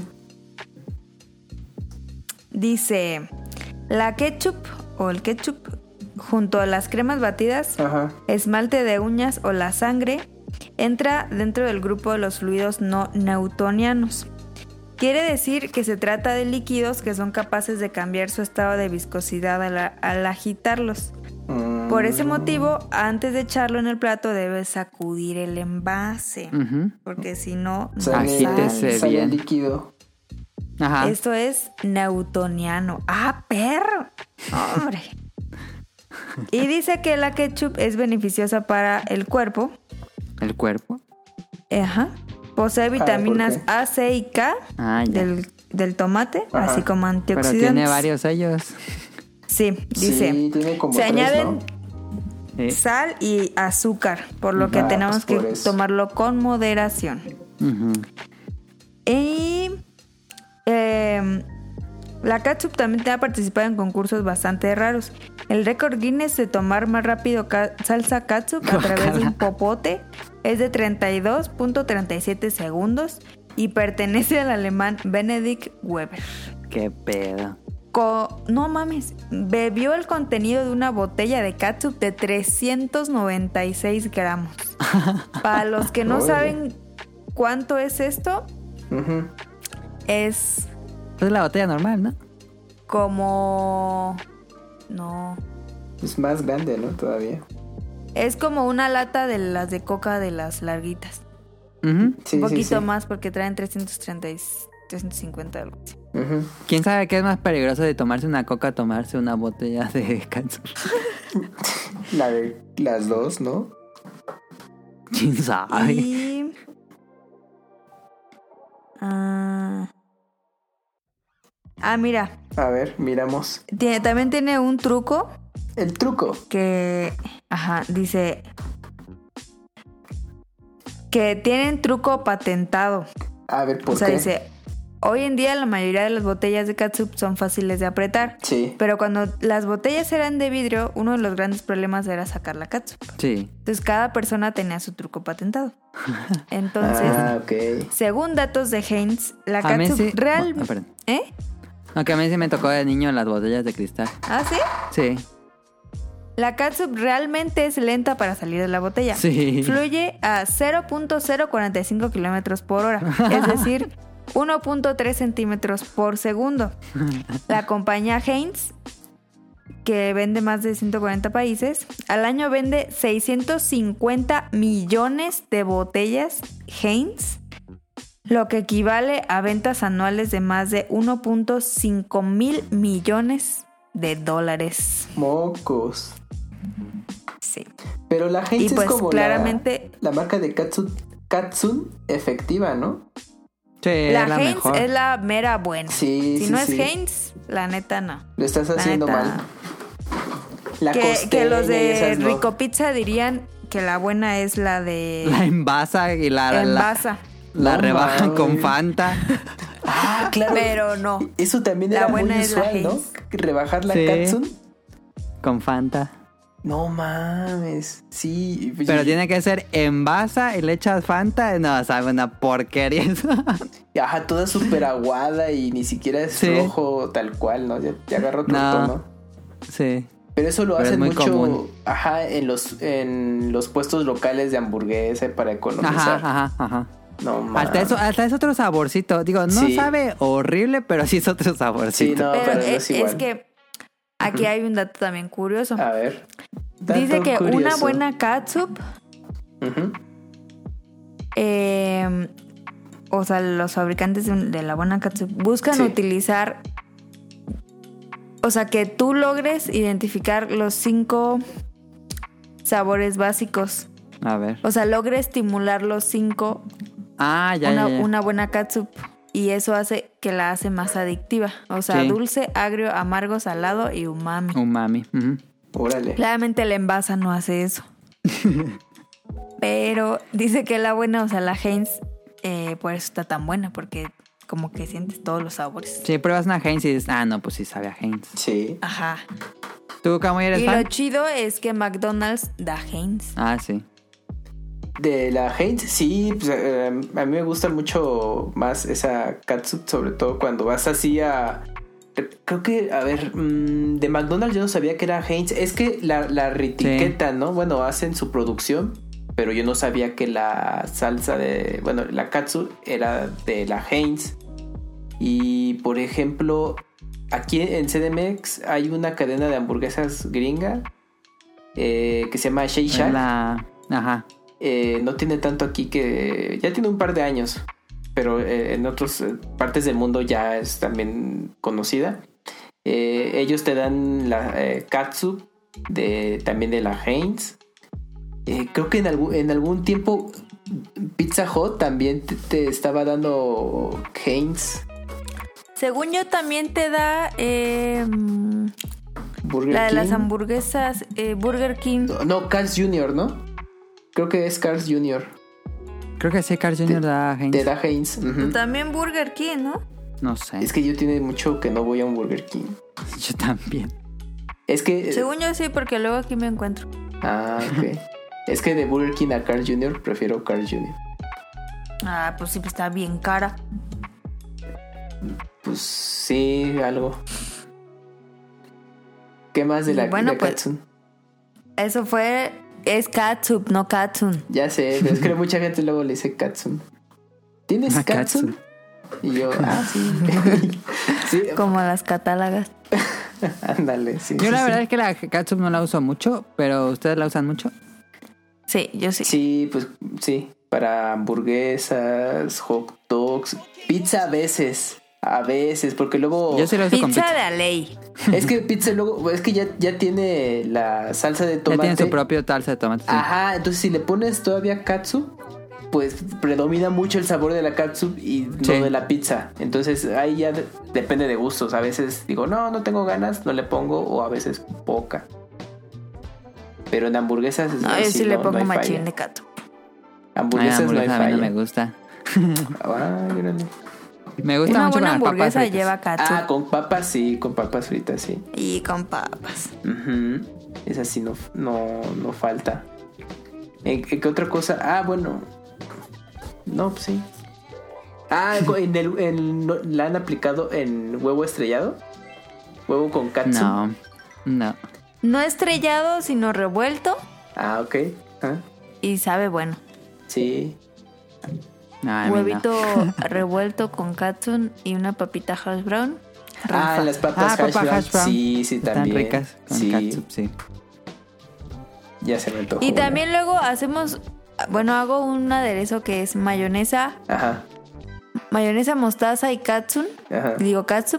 S1: Dice, la ketchup o el ketchup junto a las cremas batidas,
S4: Ajá.
S1: esmalte de uñas o la sangre, entra dentro del grupo de los fluidos no newtonianos. Quiere decir que se trata de líquidos que son capaces de cambiar su estado de viscosidad al, al agitarlos.
S4: Mm,
S1: Por ese motivo, antes de echarlo en el plato debes sacudir el envase,
S3: Ujú.
S1: porque si no, no
S4: sale,
S3: Agítese
S1: sale.
S4: sale
S3: bien.
S4: líquido.
S3: Ajá.
S1: Esto es newtoniano. ¡Ah, perro! ¡Hombre! Y dice que la ketchup es beneficiosa para el cuerpo.
S3: ¿El cuerpo?
S1: Ajá. Posee vitaminas
S4: ¿por qué?
S1: A, C y K
S3: Ah, ya.
S1: del, del tomate,
S4: Ajá.
S1: así como
S3: Pero
S1: antioxidantes.
S3: tiene varios sellos.
S1: Sí, dice.
S4: Sí, tiene como
S1: se
S4: tres,
S1: añaden
S4: ¿no?
S3: Sí.
S1: sal y azúcar, por lo que
S4: Ah,
S1: tenemos
S4: pues
S1: que
S4: por eso.
S1: tomarlo con moderación.
S3: Ujú.
S1: Y eh, la catsup también ha participado en concursos bastante raros. El récord Guinness de tomar más rápido ca- salsa catsup a través de un popote es de treinta y dos punto treinta y siete segundos y pertenece al alemán Benedikt Weber.
S3: Qué pedo.
S1: Co- no mames, bebió el contenido de una botella de catsup de trescientos noventa y seis gramos. Para los que no
S4: Órale.
S1: saben cuánto es esto,
S4: Ujú.
S1: es
S3: Es la botella normal, ¿no?
S1: como... No.
S4: Es más grande, ¿no? Todavía.
S1: Es como una lata de las de coca de las larguitas.
S3: Ujú.
S4: Sí,
S1: Un poquito
S4: sí, sí.
S1: más porque traen trescientos treinta y trescientos cincuenta algo así.
S4: Ujú.
S3: ¿Quién sabe qué es más peligroso de tomarse una coca, tomarse una botella de catsup?
S4: La de las dos, ¿no?
S3: ¿Quién sabe?
S1: Y... Ah, ah, mira.
S4: A ver, miramos.
S1: Tiene, también tiene un truco
S4: El truco.
S1: que... Ajá, dice... Que tienen truco patentado.
S4: A ver, ¿por
S1: O sea,
S4: qué?
S1: dice... Hoy en día la mayoría de las botellas de catsup son fáciles de apretar.
S4: Sí.
S1: Pero cuando las botellas eran de vidrio, uno de los grandes problemas era sacar la catsup.
S3: Sí.
S1: Entonces cada persona tenía su truco patentado. Entonces,
S4: Ah, ok.
S1: según datos de Heinz, la
S3: A mí
S1: catsup
S3: sí-
S1: real...
S3: Ah, perdón.
S1: ¿Eh?
S3: Aunque a mí sí me tocó de niño las botellas de cristal.
S1: ¿Ah, sí?
S3: Sí.
S1: La catsup realmente es lenta para salir de la botella.
S3: Sí.
S1: Fluye a cero punto cero cuarenta y cinco kilómetros por hora, es decir, uno punto tres centímetros por segundo. La compañía Heinz, que vende más de ciento cuarenta países, al año vende seiscientos cincuenta millones de botellas Heinz, lo que equivale a ventas anuales de más de uno punto cinco mil millones de dólares.
S4: Mocos.
S1: Sí.
S4: Pero la Heinz
S1: Y pues
S4: es como
S1: claramente-
S4: la, la marca de Katsun, Katsun efectiva, ¿no?
S3: Sí,
S1: La,
S3: es la
S1: Heinz
S3: mejor.
S1: es la mera buena.
S4: Sí,
S1: si
S4: sí,
S1: no
S4: sí.
S1: es Heinz, la neta no.
S4: Lo estás
S1: La
S4: haciendo
S1: neta.
S4: mal. La
S1: Que, que
S4: costeña
S1: los
S4: y
S1: de
S4: esas no.
S1: Rico Pizza dirían que la buena es la de
S3: La envasa y la, la,
S1: envasa.
S3: la
S4: No
S3: rebajan
S4: mames.
S3: con Fanta.
S4: Ah, claro.
S1: Pero no.
S4: Eso también
S1: La
S4: era muy
S1: buena es la
S4: usual, ¿no?
S1: Heinz.
S4: Rebajar la
S3: Sí.
S4: Katsun.
S3: Con Fanta.
S4: No mames. Sí.
S3: Pero
S4: y-
S3: tiene que ser envasa y le echas Fanta. No, sabe una porquería eso.
S4: Ajá, toda súper aguada y ni siquiera es
S3: Sí.
S4: rojo tal cual, ¿no? Ya, ya agarró otro
S3: No.
S4: tono.
S3: Sí.
S4: Pero eso lo
S3: Pero es
S4: hacen
S3: muy
S4: mucho,
S3: común.
S4: ajá, en los en los puestos locales de hamburguesa para
S3: Ajá,
S4: economizar.
S3: ajá, ajá.
S4: No mames.
S3: Hasta eso, hasta es otro saborcito. Digo, no
S4: Sí.
S3: sabe horrible, pero sí es otro saborcito.
S4: Sí, no,
S1: Pero,
S4: pero no
S1: es,
S4: es igual.
S1: es que aquí hay un dato también curioso.
S4: A ver.
S1: Dice
S4: Dato
S1: que una
S4: curioso.
S1: buena catsup,
S4: Ujú.
S1: eh, o sea, los fabricantes de, un- de la buena catsup buscan
S4: Sí.
S1: utilizar, o sea, que tú logres identificar los cinco sabores básicos.
S3: A ver.
S1: O sea, logre estimular los cinco,
S3: Ah, ya,
S1: una,
S3: ya, ya.
S1: una buena catsup. Y eso hace que la hace más adictiva. O sea,
S3: Sí.
S1: dulce, agrio, amargo, salado y umami.
S3: Umami. Ujú.
S4: Órale.
S1: Claramente la envasa no hace eso. Pero dice que la buena, o sea, la Heinz, eh, por eso está tan buena, porque como que sientes todos los sabores.
S3: Si pruebas una Heinz y dices, ah, no, pues sí sabe a Heinz.
S4: Sí.
S1: Ajá.
S3: ¿Tú cómo eres
S1: Y
S3: fan?
S1: lo chido es que McDonald's da Heinz.
S3: Ah, sí.
S4: De la Heinz, sí, pues, eh, a mí me gusta mucho más esa catsup, sobre todo cuando vas así a... Creo que, a ver, mmm, de McDonald's yo no sabía que era Heinz. Es que la, la reetiquetan, ¿no? Bueno, hacen su producción, pero yo no sabía que la salsa de... Bueno, la catsup era de la Heinz. Y, por ejemplo, aquí en C D M X hay una cadena de hamburguesas gringa eh, que se llama Shake Shack.
S3: La... Ajá.
S4: Eh, no tiene tanto aquí que... Ya tiene un par de años. pero eh, en otras eh, partes del mundo ya es también conocida. Eh, ellos te dan la eh, catsup de, también de la Heinz. Eh, creo que en, algún, en algún tiempo Pizza Hut también te, te estaba dando Heinz.
S1: Según yo también te da eh,
S4: Burger
S1: la de
S4: King.
S1: las hamburguesas eh, Burger King.
S4: No, no, Carl's junior, ¿no? Creo que es Carl's junior.
S3: Creo que sí, Carl junior
S4: Te-
S3: da Heinz.
S4: Te da Heinz. Ujú.
S1: También Burger King, ¿no?
S3: No sé.
S4: Es que yo tiene mucho que no voy a un Burger King.
S3: Yo también.
S4: Es que...
S1: Según yo sí, porque luego aquí me encuentro.
S4: Ah, ok. Es que de Burger King a Carl's junior prefiero Carl's junior.
S1: Ah, pues sí, pues está bien cara.
S4: Pues sí, algo. ¿Qué más de
S1: Y
S4: la
S1: bueno,
S4: de
S1: pues-
S4: Katsun?
S1: Eso fue... Es catsup, no katsun.
S4: Ya sé, pero es que mucha gente luego le dice Katsun. ¿Tienes
S3: Ah,
S4: Katsun?
S3: Katsun.
S4: Y yo, ah, sí. Sí,
S1: Como las catálogas.
S4: ándale, sí.
S3: Yo
S4: sí,
S3: la
S4: sí.
S3: verdad es que la catsup no la uso mucho, pero ¿ustedes la usan mucho?
S1: Sí, yo sí.
S4: Sí, pues sí. Para hamburguesas, hot dogs, pizza a veces. A veces, porque luego...
S3: Yo sí la uso con
S1: Pizza
S3: pizza.
S1: de a ley.
S4: Es que pizza luego... Es que ya, ya tiene la salsa de
S3: Ya
S4: tomate.
S3: tiene su propio salsa de tomate. sí.
S4: Ajá, entonces si le pones todavía katsu, pues predomina mucho el sabor de la katsu y no
S3: Sí.
S4: de la pizza. Entonces ahí ya de- depende de gustos. A veces digo, no, no tengo ganas, no le pongo, o a veces poca. Pero en hamburguesas
S1: No,
S4: ahí
S1: yo sí, le
S4: no-
S1: pongo
S4: no hay
S1: machín
S4: falla.
S1: de catsup.
S4: Hamburguesas,
S3: Ay, hamburguesa
S4: no
S3: a mí
S4: hay
S3: no
S4: falla.
S3: me gusta.
S4: Ay, órale.
S3: Me gusta
S1: Una
S3: mucho
S1: buena
S3: con las papas
S1: hamburguesa
S3: fritas.
S1: lleva catsup.
S4: Ah, con papas sí, con papas fritas sí.
S1: Y con papas.
S4: Ujú. Esa sí no, no, no falta. ¿En, en qué otra cosa? Ah, bueno. No, pues sí. Ah, en el, en- no- ¿la han aplicado en huevo estrellado? ¿Huevo con katsu?
S3: No, no.
S1: No estrellado, sino revuelto.
S4: Ah, ok. Ah,
S1: Y sabe bueno.
S4: sí.
S3: No, a mí no.
S1: Huevito revuelto con katsun y una papita hash brown.
S4: Ah,
S1: Rifa.
S4: las papas
S3: Ah,
S4: hash
S3: papa
S4: brown.
S3: hash brown.
S4: Sí, sí,
S3: Están
S4: también.
S3: ricas con
S4: sí,
S3: catsup, sí.
S4: ya se me antojó.
S1: Y
S4: una.
S1: también luego hacemos, bueno, hago un aderezo que es mayonesa,
S4: Ajá,
S1: mayonesa, mostaza y katsun.
S4: ajá.
S1: Digo katsup.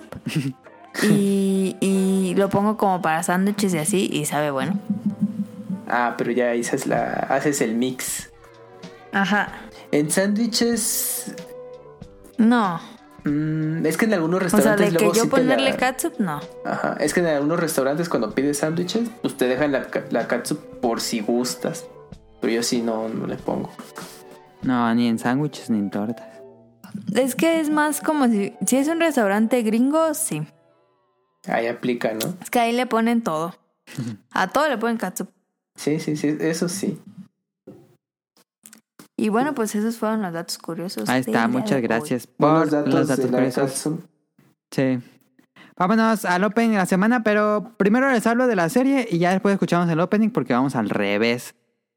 S1: y, y lo pongo como para sándwiches y así y sabe bueno.
S4: Ah, pero ya haces, la, haces el mix.
S1: Ajá.
S4: En sándwiches...
S1: No.
S4: mm, es que en algunos
S1: O sea,
S4: restaurantes
S1: de que
S4: luego
S1: yo
S4: sí te
S1: ponerle
S4: la-
S1: katsup, no.
S4: Ajá, es que en algunos restaurantes cuando pides sándwiches, pues te dejan la, ca- la katsu por si gustas. Pero yo sí no, no le pongo.
S3: No, ni en sándwiches ni en tortas.
S1: Es que es más como si, si es un restaurante gringo, sí.
S4: Ahí aplica, ¿no?
S1: Es que ahí le ponen todo. A todo le ponen katsup.
S4: Sí, sí, sí, eso sí.
S1: Y bueno, pues esos fueron los datos curiosos.
S3: Ahí
S1: del
S3: está,
S1: día
S3: muchas
S1: de hoy.
S3: gracias por
S4: Buenos datos,
S3: los datos
S4: de la
S3: curiosos.
S4: katsu.
S3: Sí. Vámonos al opening de la semana, pero primero les hablo de la serie y ya después escuchamos el opening porque vamos al revés.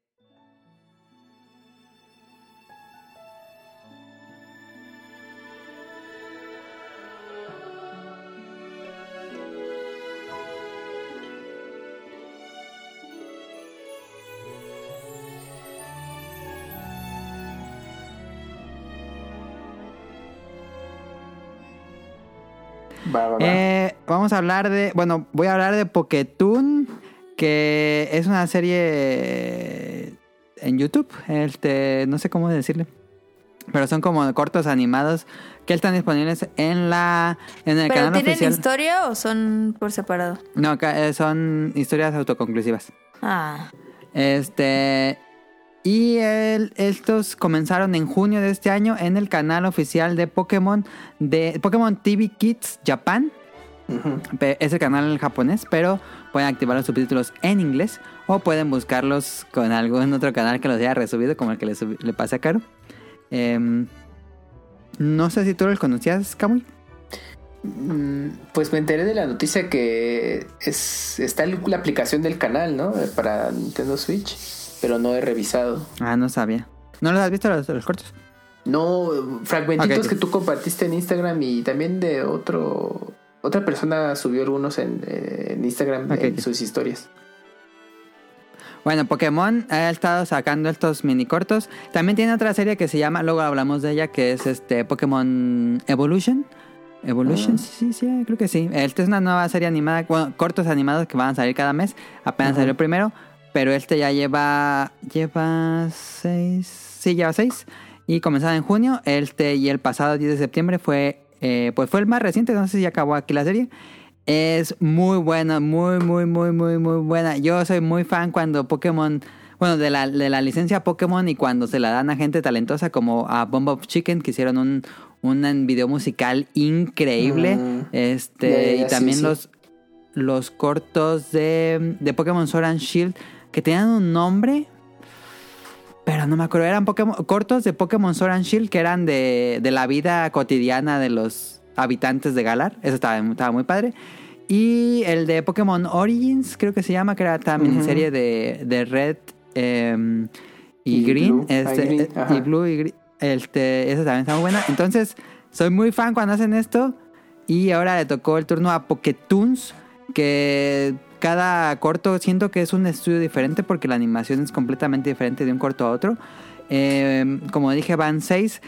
S4: Va, va, va.
S3: Eh, vamos a hablar de, bueno, voy a hablar de Poketoon, que es una serie en YouTube, este, no sé cómo decirle, pero son como cortos animados que están disponibles en la, en el
S1: ¿Pero
S3: canal
S1: tienen
S3: oficial.
S1: historia o son por separado?
S3: No, acá, eh, son historias autoconclusivas.
S1: Ah,
S3: Este. Y el- estos comenzaron en junio de este año en el canal oficial de Pokémon, de Pokémon T V Kids Japan.
S4: Ujú.
S3: Pe- Es el canal japonés, pero pueden activar los subtítulos en inglés o pueden buscarlos con algún otro canal que los haya resubido, como el que le, subi- le pasé a Caro. Em, no sé si tú los conocías, Kamui.
S4: Mm, Pues me enteré de la noticia que es está el- la aplicación del canal, ¿no? Eh, Para Nintendo Switch, pero no he revisado.
S3: Ah, no sabía. ¿No los has visto los, los cortos?
S4: No, fragmentitos
S3: Ok, ok.
S4: que tú compartiste en Instagram y también de otro... Otra persona subió algunos en, eh, en Instagram
S3: Ok,
S4: en
S3: ok.
S4: sus historias.
S3: Bueno, Pokémon ha estado sacando estos mini cortos. También tiene otra serie que se llama, luego hablamos de ella, que es este Pokémon Evolution. Evolution,
S4: Ah.
S3: sí, sí, creo que sí. Esta es una nueva serie animada, bueno, cortos animados que van a salir cada mes. Apenas
S4: Ajá.
S3: salió el primero, pero este ya lleva, lleva seis, sí, lleva seis. Y comenzaron en junio, este y el pasado diez de septiembre fue, eh, pues fue el más reciente, no sé si ya acabó aquí la serie. Es muy buena, muy, muy, muy, muy, muy buena. Yo soy muy fan cuando Pokémon, bueno, de la, de la licencia Pokémon y cuando se la dan a gente talentosa como a Bomb of Chicken, que hicieron un, un video musical increíble.
S4: Mm.
S3: Este,
S4: Ya, ya, ya,
S3: y también
S4: sí, sí.
S3: los, los cortos de, de Pokémon Sword and Shield, que tenían un nombre, pero no me acuerdo. Eran Pokémon, cortos de Pokémon Sword and Shield que eran de, de la vida cotidiana de los habitantes de Galar. Eso estaba, estaba muy padre. Y el de Pokémon Origins, creo que se llama, que era también
S4: Ujú.
S3: serie de, de Red eh, y,
S4: Y
S3: Green.
S4: Blue. Ah,
S3: Este,
S4: Green,
S3: eh,
S4: ajá.
S3: y Blue y Green. Este, esa también está muy buena. Entonces, soy muy fan cuando hacen esto. Y ahora le tocó el turno a Pokétoons, que cada corto siento que es un estudio diferente porque la animación es completamente diferente de un corto a otro. Eh, como dije, van seis.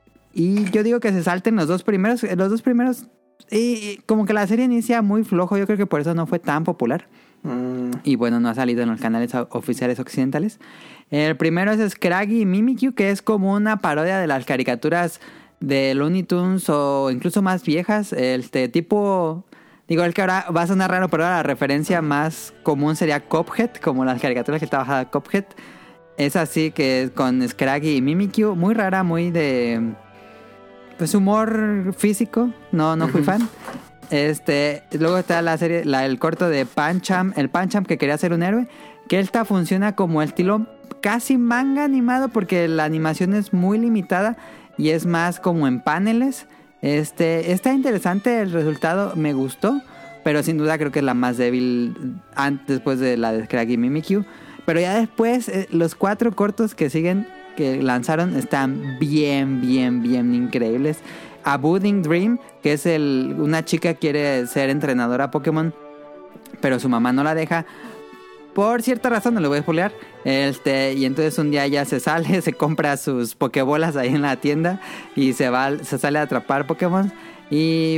S3: Y yo digo que se salten los dos primeros. Los dos primeros, y como que la serie inicia muy flojo. Yo creo que por eso no fue tan popular.
S4: Mm.
S3: Y bueno, no ha salido en los canales oficiales occidentales. El primero es Scraggy y Mimikyu, que es como una parodia de las caricaturas de Looney Tunes o incluso más viejas. Este tipo, digo, el que ahora va a sonar raro, pero ahora la referencia más común sería Cuphead, como las caricaturas que estaba Cuphead. Es así, que es con Scraggy y Mimikyu, muy rara, muy de pues humor físico. No, no fui
S4: Ujú.
S3: fan. Este, luego está la serie, la, el corto de Pancham, el Pancham que quería ser un héroe, que esta funciona como estilo casi manga animado porque la animación es muy limitada y es más como en paneles. Este, está interesante el resultado, me gustó, pero sin duda creo que es la más débil antes, después de la de Scraggy Mimikyu. Pero ya después, eh, los cuatro cortos que siguen, que lanzaron, están bien, bien, bien increíbles. A Budding Dream, que es el, una chica quiere ser entrenadora Pokémon, pero su mamá no la deja. Por cierta razón, no le voy a spoilear. Este, y entonces un día ella se sale, se compra sus Pokébolas ahí en la tienda y se va, se sale a atrapar Pokémon. Y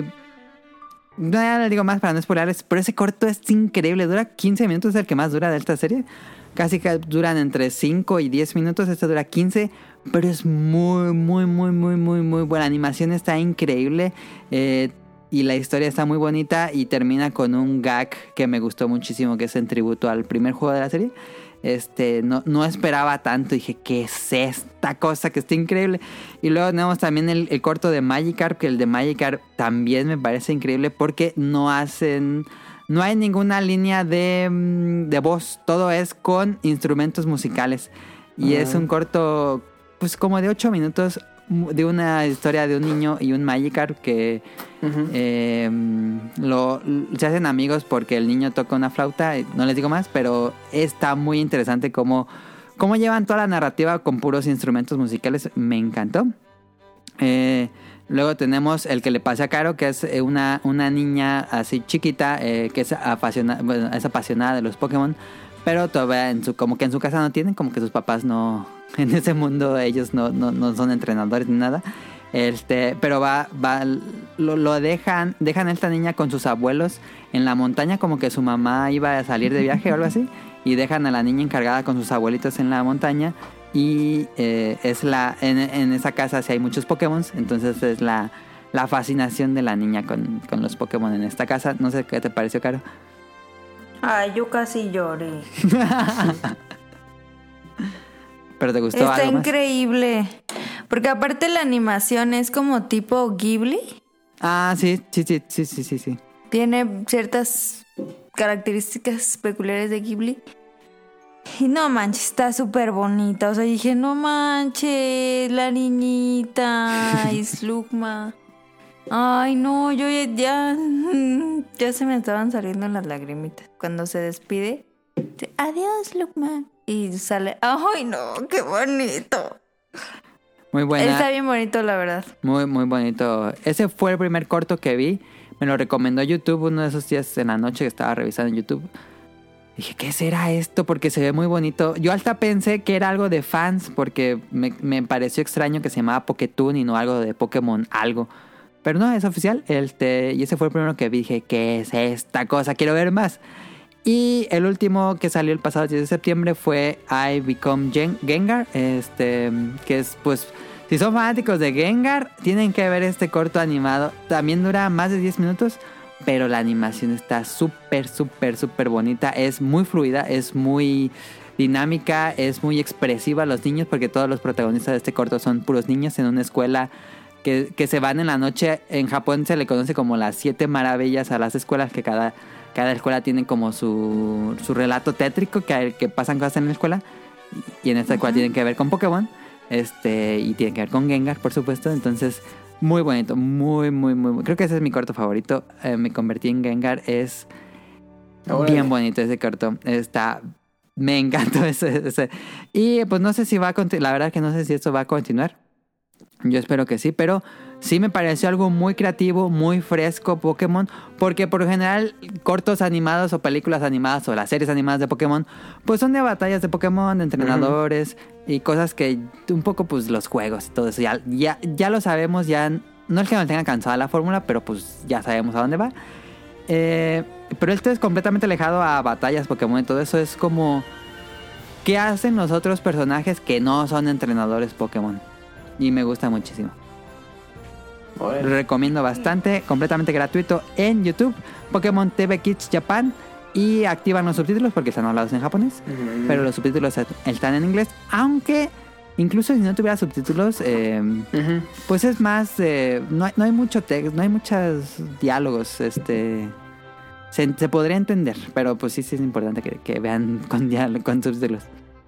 S3: no, ya le digo más para no spoilearles, pero ese corto es increíble. Dura quince minutos, es el que más dura de esta serie. Casi que duran entre cinco y diez minutos. Este dura quince, pero es muy, muy, muy, muy, muy, muy buena. La animación está increíble. Eh, y la historia está muy bonita. Y termina con un gag que me gustó muchísimo, que es en tributo al primer juego de la serie. Este, no, no esperaba tanto. Dije, ¿qué es esta cosa que está increíble? Y luego tenemos también el, el corto de Magikarp, que el de Magikarp también me parece increíble porque no hacen... No hay ninguna línea de, de voz, todo es con instrumentos musicales. Y
S4: Ah.
S3: es un corto, pues como de ocho minutos, de una historia de un niño y un Magikarp que
S4: Ujú.
S3: eh, lo, se hacen amigos porque el niño toca una flauta. No les digo más, pero está muy interesante cómo, cómo llevan toda la narrativa con puros instrumentos musicales. Me encantó. Eh... Luego tenemos el que le pase a Caro, que es eh, una, una niña así chiquita, eh, que es apasionada, bueno, es apasionada de los Pokémon, pero todavía en su, como que en su casa no tienen, como que sus papás no, en ese mundo ellos no, no, no son entrenadores ni nada. Este, pero va, va, lo, lo dejan, dejan a esta niña con sus abuelos en la montaña, como que su mamá iba a salir de viaje o algo así, y dejan a la niña encargada con sus abuelitos en la montaña. Y eh, es la en, en esa casa sí hay muchos Pokémon, entonces es la, la fascinación de la niña con, con los Pokémon en esta casa. No sé qué te pareció, Caro.
S1: Ay, yo casi lloré.
S3: ¿Pero te gustó
S1: Está
S3: algo más?
S1: increíble. Porque aparte la animación es como tipo Ghibli.
S3: Ah, sí, sí, sí, sí, sí, sí, sí.
S1: Tiene ciertas características peculiares de Ghibli. Y no manches, está súper bonita. O sea, dije, no manches, la niñita, y Slugma. Ay, no, yo ya, ya, ya se me estaban saliendo las lagrimitas. Cuando se despide, dice, adiós, Slugma. Y sale, ay, no, qué bonito.
S3: Muy buena.
S1: Está bien bonito, la verdad.
S3: Muy, muy bonito. Ese fue el primer corto que vi. Me lo recomendó YouTube uno de esos días en la noche que estaba revisando en YouTube. Dije, ¿qué será esto? Porque se ve muy bonito. Yo hasta pensé que era algo de fans porque me, me pareció extraño que se llamaba Poketoon y no algo de Pokémon algo. Pero no, es oficial. Este, y ese fue el primero que vi. Dije, ¿qué es esta cosa? Quiero ver más. Y el último que salió el pasado diez de septiembre fue I Become Gen- Gengar. Este, que es, pues, si son fanáticos de Gengar, tienen que ver este corto animado. También dura más de diez minutos. Pero la animación está súper, súper, súper bonita. Es muy fluida, es muy dinámica, es muy expresiva a los niños. Porque todos los protagonistas de este corto son puros niños en una escuela que, que se van en la noche. En Japón se le conoce como las siete maravillas a las escuelas. Que cada, cada escuela tiene como su, su relato tétrico, que, que pasan cosas en la escuela. Y en esta escuela tienen que ver con Pokémon. Este, y tienen que ver con Gengar, por supuesto. Entonces... muy bonito, muy, muy, muy... creo que ese es mi corto favorito. Eh, me convertí en Gengar. Es
S4: Órale.
S3: bien bonito ese corto. Está... me encantó ese, ese. Y pues no sé si va a continuar. La verdad que no sé si esto va a continuar. Yo espero que sí, pero sí me pareció algo muy creativo, muy fresco Pokémon, porque por lo general cortos animados o películas animadas o las series animadas de Pokémon pues son de batallas de Pokémon, de entrenadores uh-huh. y cosas que un poco pues los juegos y todo eso ya, ya, ya lo sabemos, ya no es que nos tenga cansada la fórmula, pero pues ya sabemos a dónde va. Eh, pero esto es completamente alejado a batallas Pokémon y todo eso. Es como ¿qué hacen los otros personajes que no son entrenadores Pokémon? Y me gusta muchísimo.
S4: Órale.
S3: Lo recomiendo bastante, completamente gratuito en YouTube, Pokémon T V Kids Japan. Y activan los subtítulos porque están hablados en japonés, uh-huh. pero los subtítulos están en inglés. Aunque incluso si no tuviera subtítulos, eh, uh-huh. pues es más, eh, no, hay, no hay mucho texto, no hay muchos diálogos. Este, se, se podría entender, pero pues sí, sí es importante que, que vean con, diálogo, con subtítulos.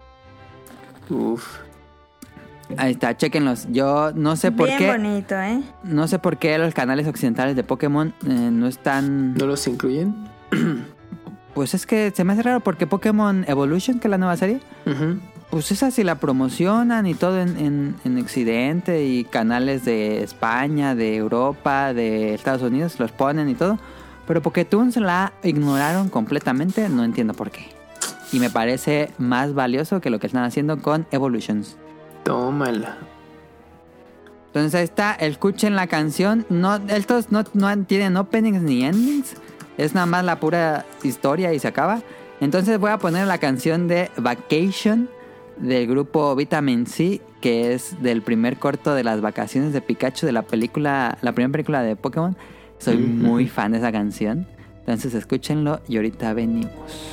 S4: Uf.
S3: Ahí está, chéquenlos. Yo no sé por
S1: Bien
S3: qué.
S1: Bien bonito, ¿eh?
S3: No sé por qué los canales occidentales de Pokémon eh, no están.
S4: ¿No los incluyen?
S3: Pues es que se me hace raro porque Pokémon Evolution, que es la nueva serie, uh-huh. pues esa sí la promocionan y todo en, en, en Occidente y canales de España, de Europa, de Estados Unidos los ponen y todo. Pero Poketoons la ignoraron completamente, no entiendo por qué. Y me parece más valioso que lo que están haciendo con Evolutions.
S4: Tómala.
S3: Entonces ahí está, escuchen la canción. No, estos no, no tienen openings ni endings. Es nada más la pura historia y se acaba. Entonces voy a poner la canción de Vacation del grupo Vitamin C, que es del primer corto de las vacaciones de Pikachu, de la película, la primera película de Pokémon. Soy muy fan de esa canción. Entonces escúchenlo y ahorita venimos.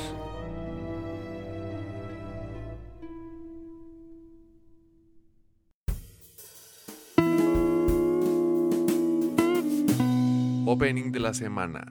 S5: Opening de la semana.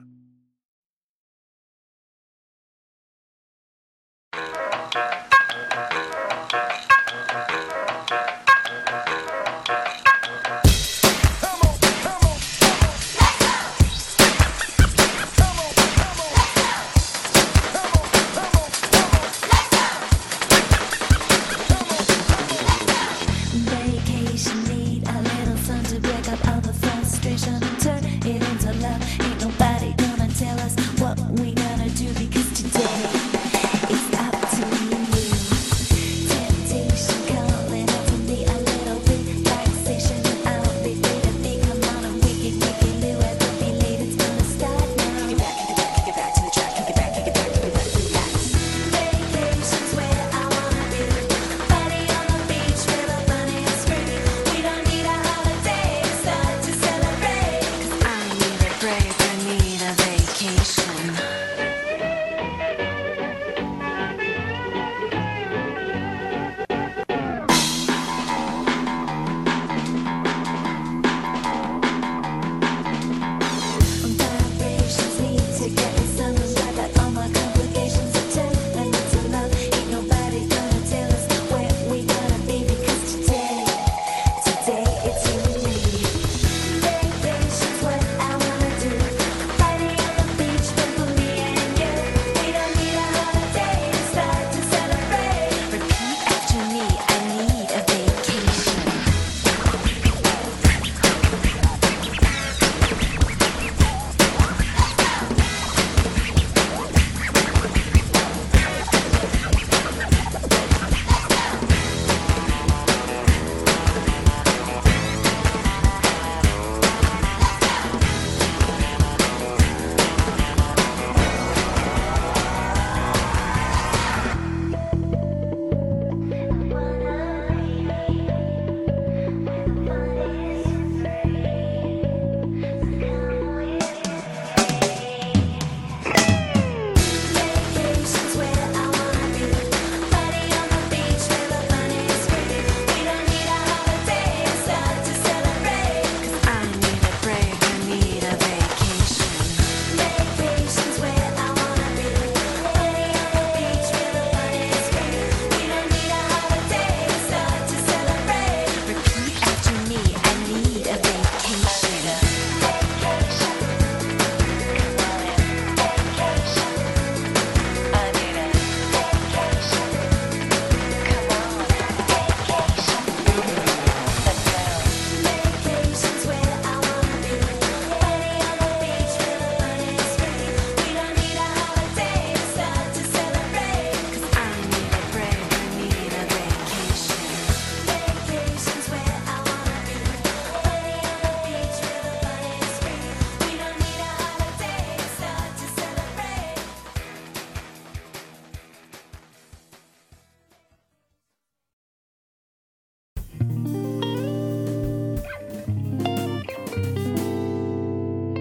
S2: Vacation, need a little sun to break up all the frustration and turn it into love. Ain't nobody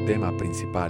S5: tema principal.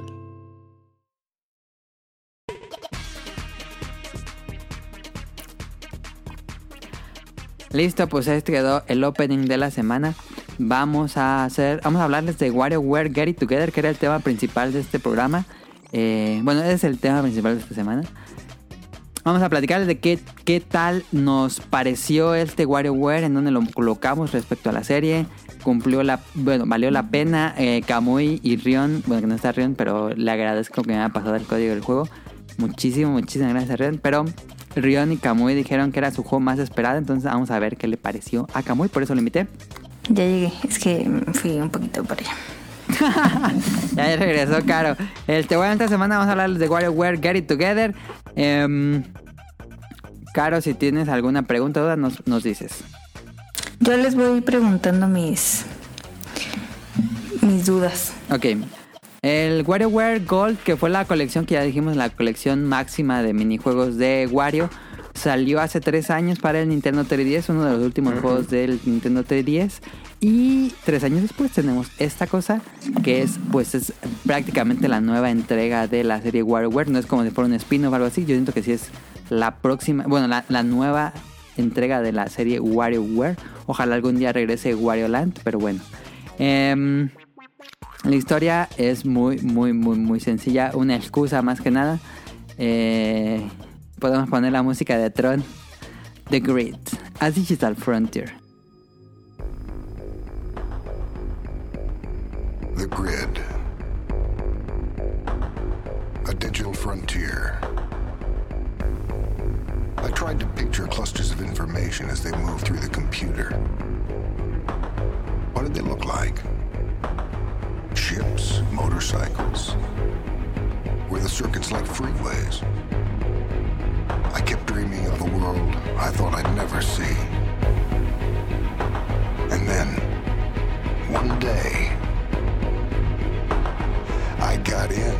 S3: Listo, pues este quedó el opening de la semana. Vamos a hacer, vamos a hablarles de WarioWare Get It Together, que era el tema principal de este programa. Eh, bueno, ese es el tema principal de esta semana. Vamos a platicarles de qué, qué tal nos pareció este WarioWare, en dónde lo colocamos respecto a la serie. Cumplió la, bueno, valió la pena. Eh, Kamui y Rion, bueno, que no está Rion, pero le agradezco que me haya pasado el código del juego. Muchísimo, muchísimas gracias a Rion. Pero Rion y Kamui dijeron que era su juego más esperado, entonces vamos a ver qué le pareció a Kamui, por eso lo invité.
S1: Ya llegué, es que fui un poquito para allá.
S3: Ya regresó Caro. Este, bueno, esta semana vamos a hablar de WarioWare Get It Together. Eh, Caro, si tienes alguna pregunta o duda, nos, nos dices.
S1: Yo les voy preguntando mis mis dudas.
S3: Ok. El WarioWare Gold, que fue la colección que ya dijimos, la colección máxima de minijuegos de Wario, salió hace tres años para el Nintendo tres D S, uno de los últimos uh-huh. juegos del Nintendo tres D S. Y tres años después tenemos esta cosa, que es, pues, es prácticamente la nueva entrega de la serie WarioWare. No es como si fuera un spin-off o algo así. Yo siento que sí es la próxima, bueno, la, la nueva entrega de la serie WarioWare. Ojalá algún día regrese Wario Land, pero bueno. Eh, la historia es muy, muy, muy, muy sencilla. Una excusa más que nada. Eh, podemos poner la música de Tron. The Grid, a Digital Frontier.
S7: The Grid, a digital frontier. I tried to picture clusters of information as they move through the computer. What did they look like? Ships, motorcycles? Were the circuits like freeways? I kept dreaming of a world I thought I'd never see. And then, one day, I got in.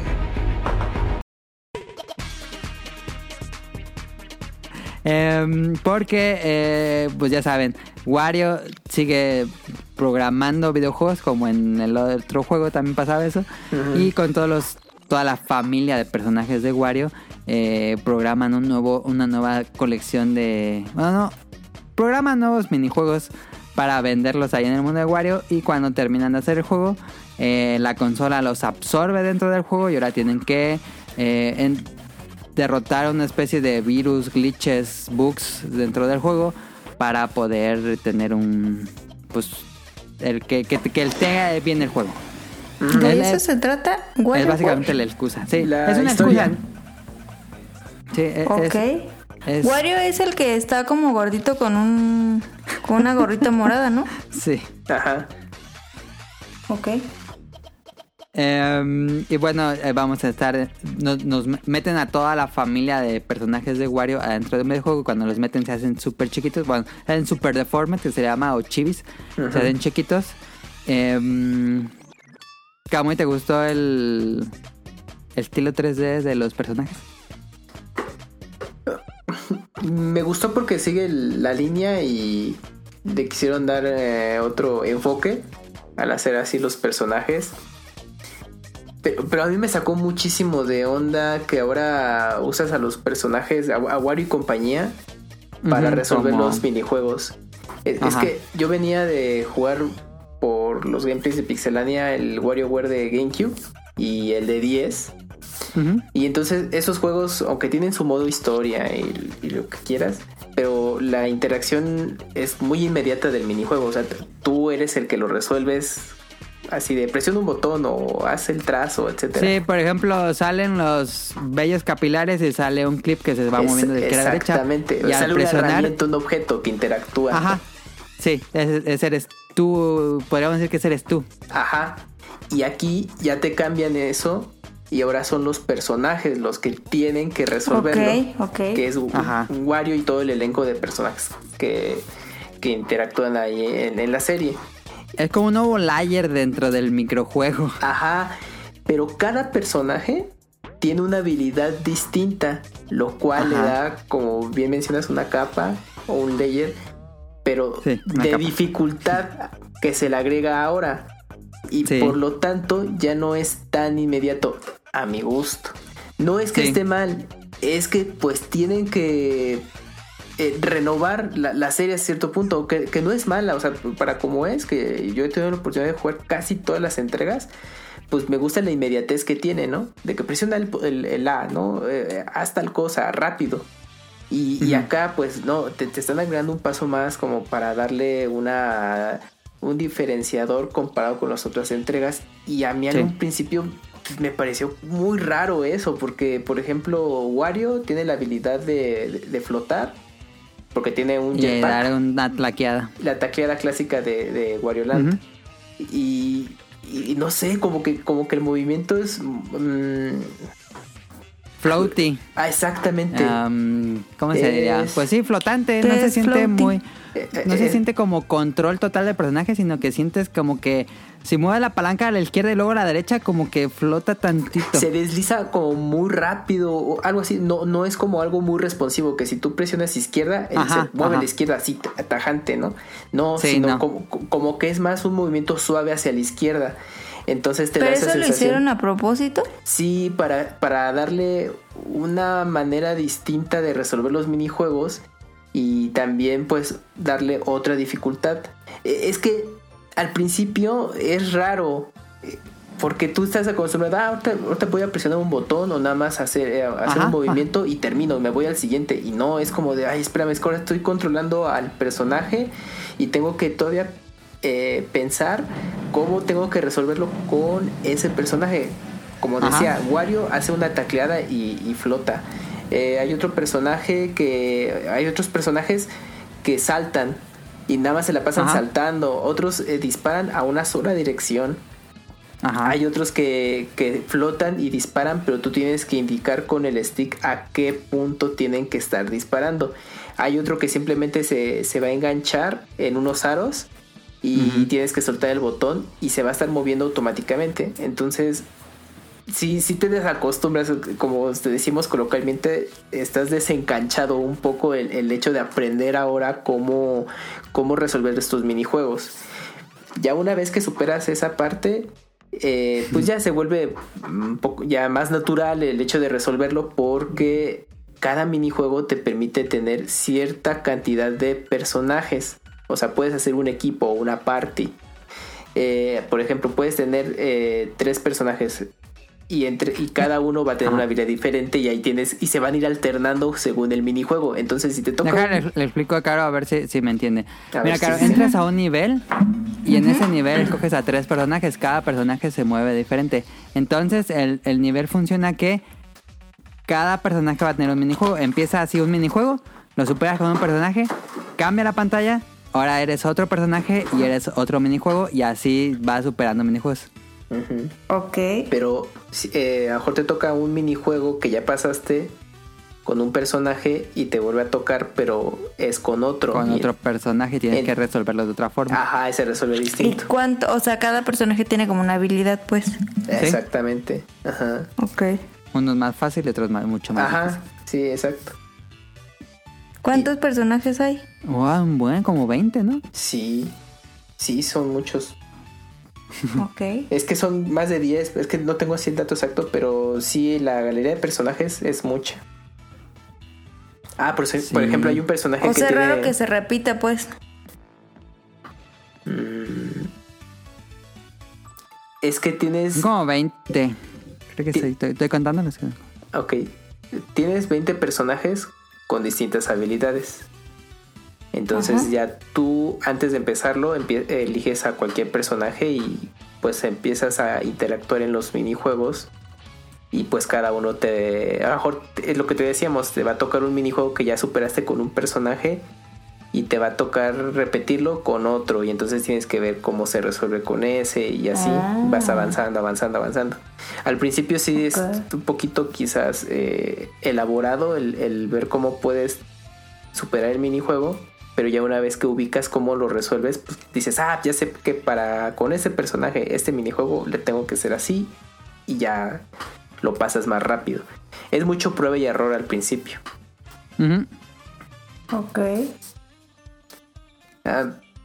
S3: Eh, porque, eh, pues ya saben, Wario sigue programando videojuegos, como en el otro juego también pasaba eso. Uh-huh. Y con todos los, toda la familia de personajes de Wario, eh, programan un nuevo, una nueva colección de... Bueno, no, programan nuevos minijuegos para venderlos ahí en el mundo de Wario. Y cuando terminan de hacer el juego, eh, la consola los absorbe dentro del juego y ahora tienen que eh, en, derrotar una especie de virus, glitches, bugs dentro del juego para poder tener un... pues el que, que, que él tenga bien el juego.
S1: ¿De él eso es, se trata?
S3: Wario es básicamente la excusa. Sí,
S4: la
S3: es una
S4: historia.
S3: excusa. Sí, es,
S1: ok.
S3: Es, es...
S1: Wario es el que está como gordito con un con una gorrita morada, ¿no?
S3: Sí.
S4: Ajá.
S1: Ok.
S3: Eh, y bueno, eh, vamos a estar... Nos, nos meten a toda la familia de personajes de Wario adentro del videojuego. Cuando los meten se hacen súper chiquitos. Bueno, se hacen súper deformed, que se llama, o chivis. Uh-huh. Se hacen chiquitos. Eh, Kamui, ¿te gustó el estilo tres D de los personajes?
S4: Me gustó porque sigue la línea y le quisieron dar eh, otro enfoque al hacer así los personajes. Pero, pero a mí me sacó muchísimo de onda que ahora usas a los personajes, a, a Wario y compañía, para uh-huh, resolver como... los minijuegos. Es, es que yo venía de jugar por los gameplays de Pixelania el WarioWare de GameCube y el de diez. Uh-huh. Y entonces esos juegos, aunque tienen su modo historia y, y lo que quieras, pero la interacción es muy inmediata del minijuego. O sea, tú eres el que lo resuelves así de presiona un botón o haz el trazo, etcétera.
S3: Sí, por ejemplo, salen los vellos capilares y sale un clip que se va es, moviendo de izquierda a derecha.
S4: Exactamente.
S3: Y
S4: sale
S3: al presionar,
S4: una herramienta, un objeto que interactúa.
S3: Ajá. Sí, ese, ese eres tú. Podríamos decir que ese eres tú.
S4: Ajá. Y aquí ya te cambian eso y ahora son los personajes los que tienen que resolverlo.
S1: Ok, ok.
S4: Que es un, un Wario y todo el elenco de personajes que, que interactúan ahí en, en la serie.
S3: Es como un nuevo layer dentro del microjuego.
S4: Ajá, pero cada personaje tiene una habilidad distinta, lo cual Ajá. le da, como bien mencionas, una capa o un layer, pero sí, de capa. dificultad que se le agrega ahora. y
S3: Sí.
S4: por lo tanto ya no es tan inmediato a mi gusto. No es que
S3: Sí.
S4: esté mal, es que pues tienen que eh, renovar la, la serie a cierto punto, que, que no es mala, o sea, para como es, que yo he tenido la oportunidad de jugar casi todas las entregas, pues me gusta la inmediatez que tiene, ¿no? De que presiona el, el, el A, ¿no? Eh, haz tal cosa, rápido. Y, y
S3: Ujú.
S4: acá, pues, no, te, te están agregando un paso más como para darle una un diferenciador comparado con las otras entregas. Y a mí
S3: Sí.
S4: en un principio me pareció muy raro eso, porque, por ejemplo, Wario tiene la habilidad de, de, de flotar, porque tiene un
S3: Y
S4: jetpack,
S3: dar una tlaqueada.
S4: la tacleada clásica de, de Wario Land.
S3: Ujú.
S4: Y, y no sé, como que, como que el movimiento es... mm,
S3: Floaty.
S4: ah, exactamente.
S3: Am, ¿Cómo se diría?
S4: Es-
S3: Pues sí, flotante. No
S1: Es
S3: se siente
S1: floating.
S3: muy...
S4: Eh, eh,
S3: No se
S4: eh,
S3: siente como control total del personaje, sino que sientes como que si mueve la palanca a la izquierda y luego a la derecha, como que flota tantito.
S4: se desliza como muy rápido o algo así. No, no es como algo muy responsivo, que si tú presionas izquierda, él
S3: Ajá,
S4: se mueve a
S3: ajá.
S4: la izquierda así, t- tajante, ¿no? No,
S3: Sí,
S4: sino
S3: no.
S4: Como, como que es más un movimiento suave hacia la izquierda. Entonces te
S1: ¿Pero
S4: da esa
S1: eso lo
S4: sensación.
S1: hicieron a propósito?
S4: Sí, para, para darle una manera distinta de resolver los minijuegos y también pues darle otra dificultad. Eh, Es que al principio es raro eh, porque tú estás acostumbrado, ah, ahorita, ahorita voy a presionar un botón o nada más hacer, eh, hacer
S3: Ajá,
S4: un movimiento y termino, me voy al siguiente. Y no, es como de, ay, espérame, es que ahora estoy controlando al personaje y tengo que todavía eh, pensar cómo tengo que resolverlo con ese personaje. Como decía,
S3: Ajá.
S4: Wario hace una tacleada y, y flota. Eh, hay otro personaje que... Hay otros personajes que saltan y nada más se la pasan
S3: Ajá.
S4: saltando. Otros eh, disparan a una sola dirección.
S3: Ajá.
S4: Hay otros que, que flotan y disparan, pero tú tienes que indicar con el stick a qué punto tienen que estar disparando. Hay otro que simplemente se, se va a enganchar en unos aros y
S3: Ujú.
S4: tienes que soltar el botón y se va a estar moviendo automáticamente. Entonces, si, si te desacostumbras, como te decimos coloquialmente, estás desencanchado un poco el, el hecho de aprender ahora cómo, cómo resolver estos minijuegos. Ya una vez que superas esa parte, eh, pues ya se vuelve un poco ya más natural el hecho de resolverlo, porque cada minijuego te permite tener cierta cantidad de personajes. O sea, puedes hacer un equipo o una party. Eh, por ejemplo, puedes tener eh, tres personajes y entre y cada uno va a tener
S3: Ajá.
S4: una habilidad diferente y ahí tienes y se van a ir alternando según el minijuego. Entonces, si te toca
S3: Déjale,
S4: un-
S3: le, le explico a Caro a ver si, si me entiende.
S4: A
S3: Mira,
S4: ver si
S3: Caro,
S4: sí.
S3: entras a un nivel y en ese nivel escoges a tres personajes. Cada personaje se mueve diferente. Entonces, el, el nivel funciona que cada personaje va a tener un minijuego. Empieza así un minijuego, lo superas con un personaje, cambia la pantalla, ahora eres otro personaje y eres otro minijuego y así vas superando minijuegos.
S4: Ujú.
S1: Ok.
S4: Pero si- eh, a lo mejor te toca un minijuego que ya pasaste con un personaje y te vuelve a tocar, pero es con otro.
S3: Con
S4: Y-
S3: otro personaje tienes
S4: en-
S3: que resolverlo de otra forma.
S4: Ajá, se resuelve
S1: ¿Y
S4: distinto.
S1: cuánto? O sea, cada personaje tiene como una habilidad, pues.
S4: Exactamente. Ajá.
S1: Ok.
S3: Unos más fáciles, otros más, mucho más
S4: Ajá,
S3: difíciles.
S4: sí, exacto.
S1: ¿Cuántos personajes hay?
S3: Wow, un buen, como veinte, ¿no?
S4: Sí, sí, son muchos.
S1: Ok.
S4: Es que son más de diez, es que no tengo así el dato exacto, pero sí, la galería de personajes es mucha. Ah, por, se-
S3: Sí.
S4: por ejemplo, hay un personaje
S1: O
S4: que
S1: sea,
S4: tiene...
S1: raro que se repita, pues.
S4: Mm, es que tienes...
S3: Son como veinte. Creo que
S4: Ti-
S3: sí, estoy, estoy contándolos.
S4: Ok, tienes veinte personajes con distintas habilidades. Entonces
S1: Ajá.
S4: ya tú, antes de empezarlo, empie- eliges a cualquier personaje y pues empiezas a interactuar en los minijuegos. Y pues cada uno te... A lo mejor es lo que te decíamos, te va a tocar un minijuego que ya superaste con un personaje y te va a tocar repetirlo con otro. Y entonces tienes que ver cómo se resuelve con ese y así
S1: Ah.
S4: vas avanzando, avanzando, avanzando. Al principio sí es
S1: Ok.
S4: un poquito quizás eh, elaborado el, el ver cómo puedes superar el minijuego, pero ya una vez que ubicas cómo lo resuelves, pues dices, ah, ya sé que para con ese personaje, este minijuego le tengo que hacer así y ya lo pasas más rápido. Es mucho prueba y error al principio.
S3: Ujú.
S1: Ok.
S4: Ah,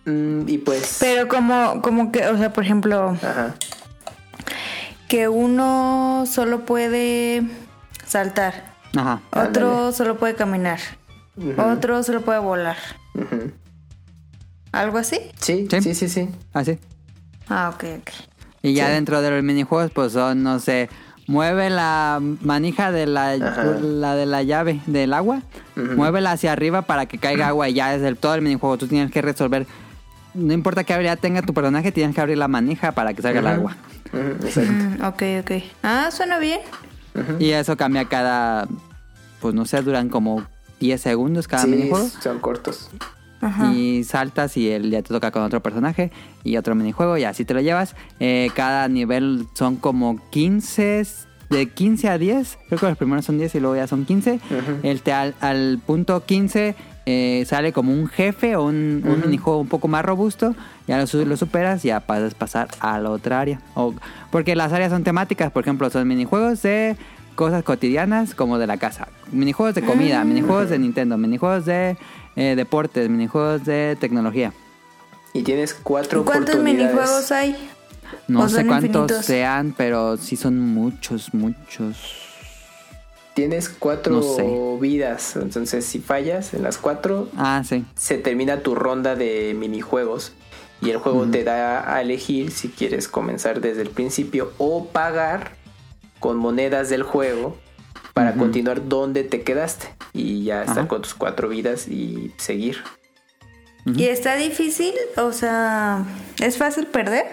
S4: Mm, y pues...
S1: Pero como, como que, o sea, por ejemplo,
S4: Ajá.
S1: que uno solo puede saltar,
S3: Ajá.
S1: otro
S4: Ándale.
S1: solo puede caminar,
S4: Ujú.
S1: otro solo puede volar.
S4: Ujú.
S1: ¿Algo así?
S4: Sí,
S3: Sí.
S4: sí, sí, sí.
S3: Así.
S1: Ah, ok, ok.
S3: Y ya
S4: Sí.
S3: dentro de los minijuegos, pues son, no sé, mueve la manija de la,
S4: Ajá.
S3: la de la llave del agua,
S4: Ujú.
S3: muévela hacia arriba para que caiga agua y ya es el, todo el minijuego. Tú tienes que resolver, no importa qué habilidad tenga tu personaje, tienes que abrir la manija para que salga el
S4: Ujú.
S3: agua.
S4: Ujú, exacto.
S1: Mm, ok, ok. Ah, suena bien.
S3: Y eso cambia cada, pues no sé, duran como diez segundos cada
S4: Sí,
S3: minijuego.
S4: son cortos.
S1: Ajá.
S3: Y saltas y el, ya te toca con otro personaje y otro minijuego y así te lo llevas. Eh, cada nivel son como quince, de quince a diez. Creo que los primeros son diez y luego ya son quince.
S4: Ujú.
S3: El te- al, al punto quince eh, sale como un jefe o un, un
S4: Ujú.
S3: minijuego un poco más robusto. Ya lo, su- lo superas, ya puedes pasar a la otra área. O, porque las áreas son temáticas, por ejemplo, son minijuegos de cosas cotidianas como de la casa, minijuegos de comida, minijuegos de Nintendo, minijuegos de eh, deportes, minijuegos de tecnología.
S4: Y tienes cuatro
S1: ¿Y cuántos
S4: oportunidades.
S1: minijuegos hay?
S3: No
S1: ¿O
S3: sé
S1: son
S3: cuántos
S1: infinitos?
S3: sean, pero sí son muchos, muchos.
S4: Tienes cuatro
S3: No sé.
S4: vidas. Entonces, si fallas en las cuatro,
S3: Ah, sí.
S4: se termina tu ronda de minijuegos. Y el juego
S3: Ujú.
S4: te da a elegir si quieres comenzar desde el principio o pagar con monedas del juego para
S3: Ujú.
S4: continuar donde te quedaste. Y ya estar
S3: Ajá.
S4: con tus cuatro vidas y seguir.
S1: ¿Y está difícil? O sea, ¿es fácil perder?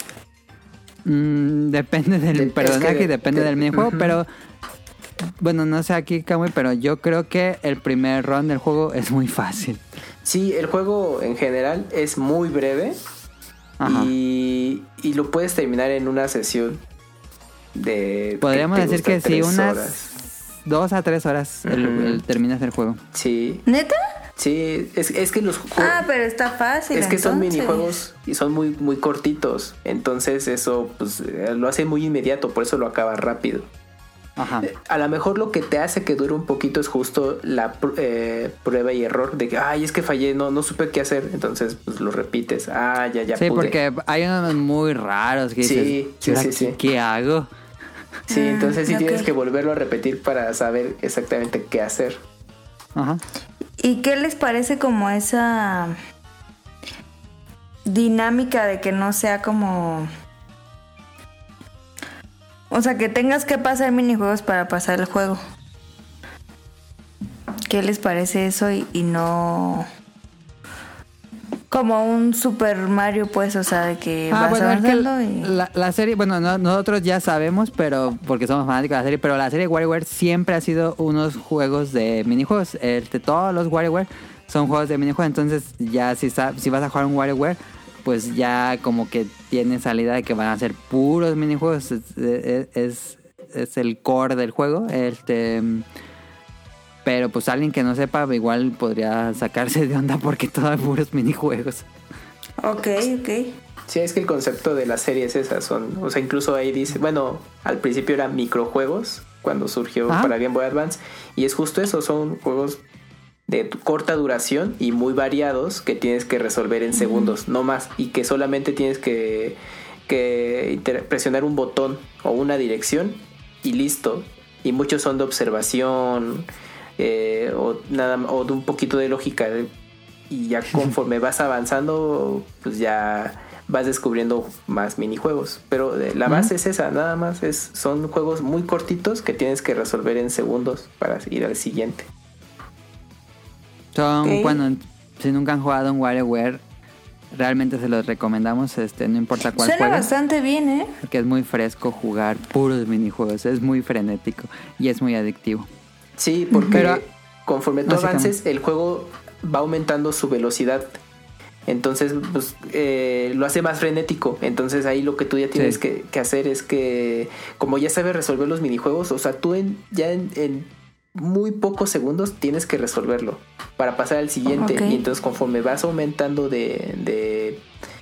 S3: Mm, depende del
S4: De- es
S3: personaje
S4: que
S3: y depende
S4: de-
S3: del minijuego,
S4: ujú.
S3: pero bueno, no sé aquí, Kamui, pero yo creo que el primer round del juego es muy fácil.
S4: Sí, el juego en general es muy breve.
S3: Ajá.
S4: Y, y lo puedes terminar en una sesión de...
S3: Podríamos
S4: ¿qué te
S3: decir que
S4: gusta?
S3: sí,
S4: Tres
S3: unas
S4: horas.
S3: dos a tres horas el-
S4: Ujú.
S3: el- terminas el juego.
S4: Sí,
S1: ¿Neta?
S4: sí, es, es que los juegos...
S1: Ah, pero está fácil.
S4: Es que son
S1: entonces.
S4: minijuegos y son muy, muy cortitos. Entonces eso pues, eh, lo hace muy inmediato, por eso lo acabas rápido.
S3: Ajá.
S4: A lo mejor lo que te hace que dure un poquito es justo la pr- eh, prueba y error de que, ay, es que fallé, no, no supe qué hacer. Entonces pues lo repites. Ah, ya, ya
S3: Sí,
S4: pude.
S3: porque hay unos muy raros que dices,
S4: Sí,
S3: "¿Y
S4: sí,
S3: ahora
S4: sí,
S3: qué-
S4: sí.
S3: ¿qué hago?"
S4: Sí, entonces sí
S1: Ah,
S4: tienes
S1: ok.
S4: que volverlo a repetir para saber exactamente qué hacer.
S3: Ajá.
S1: ¿Y qué les parece como esa dinámica de que no sea como... O sea, que tengas que pasar minijuegos para pasar el juego? ¿Qué les parece eso y, y no... Como un Super Mario, pues, o sea, de que
S3: Ah,
S1: vas
S3: bueno, es que
S1: avanzando y...
S3: la, la serie, bueno, no- nosotros ya sabemos, pero porque somos fanáticos de la serie, pero la serie WarioWare siempre ha sido unos juegos de minijuegos. Este, todos los WarioWare son juegos de minijuegos, entonces ya si, sa- si vas a jugar un WarioWare, pues ya como que tienes salida de que van a ser puros minijuegos. Es, es, es- es el core del juego. Este... Pero pues alguien que no sepa igual podría sacarse de onda porque todo es puros minijuegos.
S1: Ok, ok.
S4: Sí, es que el concepto de las series esas son, o sea, incluso ahí dice, bueno, al principio eran microjuegos cuando surgió
S3: Ajá.
S4: para Game Boy Advance y es justo eso, son juegos de tu- corta duración y muy variados que tienes que resolver en segundos, no más, y que solamente tienes que, que inter- presionar un botón o una dirección y listo. Y muchos son de observación eh, o nada o de un poquito de lógica eh, y ya conforme vas avanzando pues ya vas descubriendo más minijuegos, pero eh, la base es esa, nada más es son juegos muy cortitos que tienes que resolver en segundos para ir al siguiente.
S3: Son,
S1: Ok.
S3: bueno, si nunca han jugado un WarioWare, realmente se los recomendamos, este, no importa cuál
S1: Suena
S3: jueguen,
S1: bastante bien, ¿eh?
S3: porque es muy fresco jugar puros minijuegos, es muy frenético y es muy adictivo.
S4: Sí, porque
S3: Pero-
S4: conforme tú
S3: Básicamente.
S4: avances, el juego va aumentando su velocidad. Entonces, pues, eh, lo hace más frenético. Entonces, ahí lo que tú ya tienes
S3: Sí.
S4: que, que hacer es que, como ya sabes resolver los minijuegos, o sea, tú en, ya en, en muy pocos segundos tienes que resolverlo para pasar al siguiente.
S1: Ok.
S4: Y entonces, conforme vas aumentando de, de,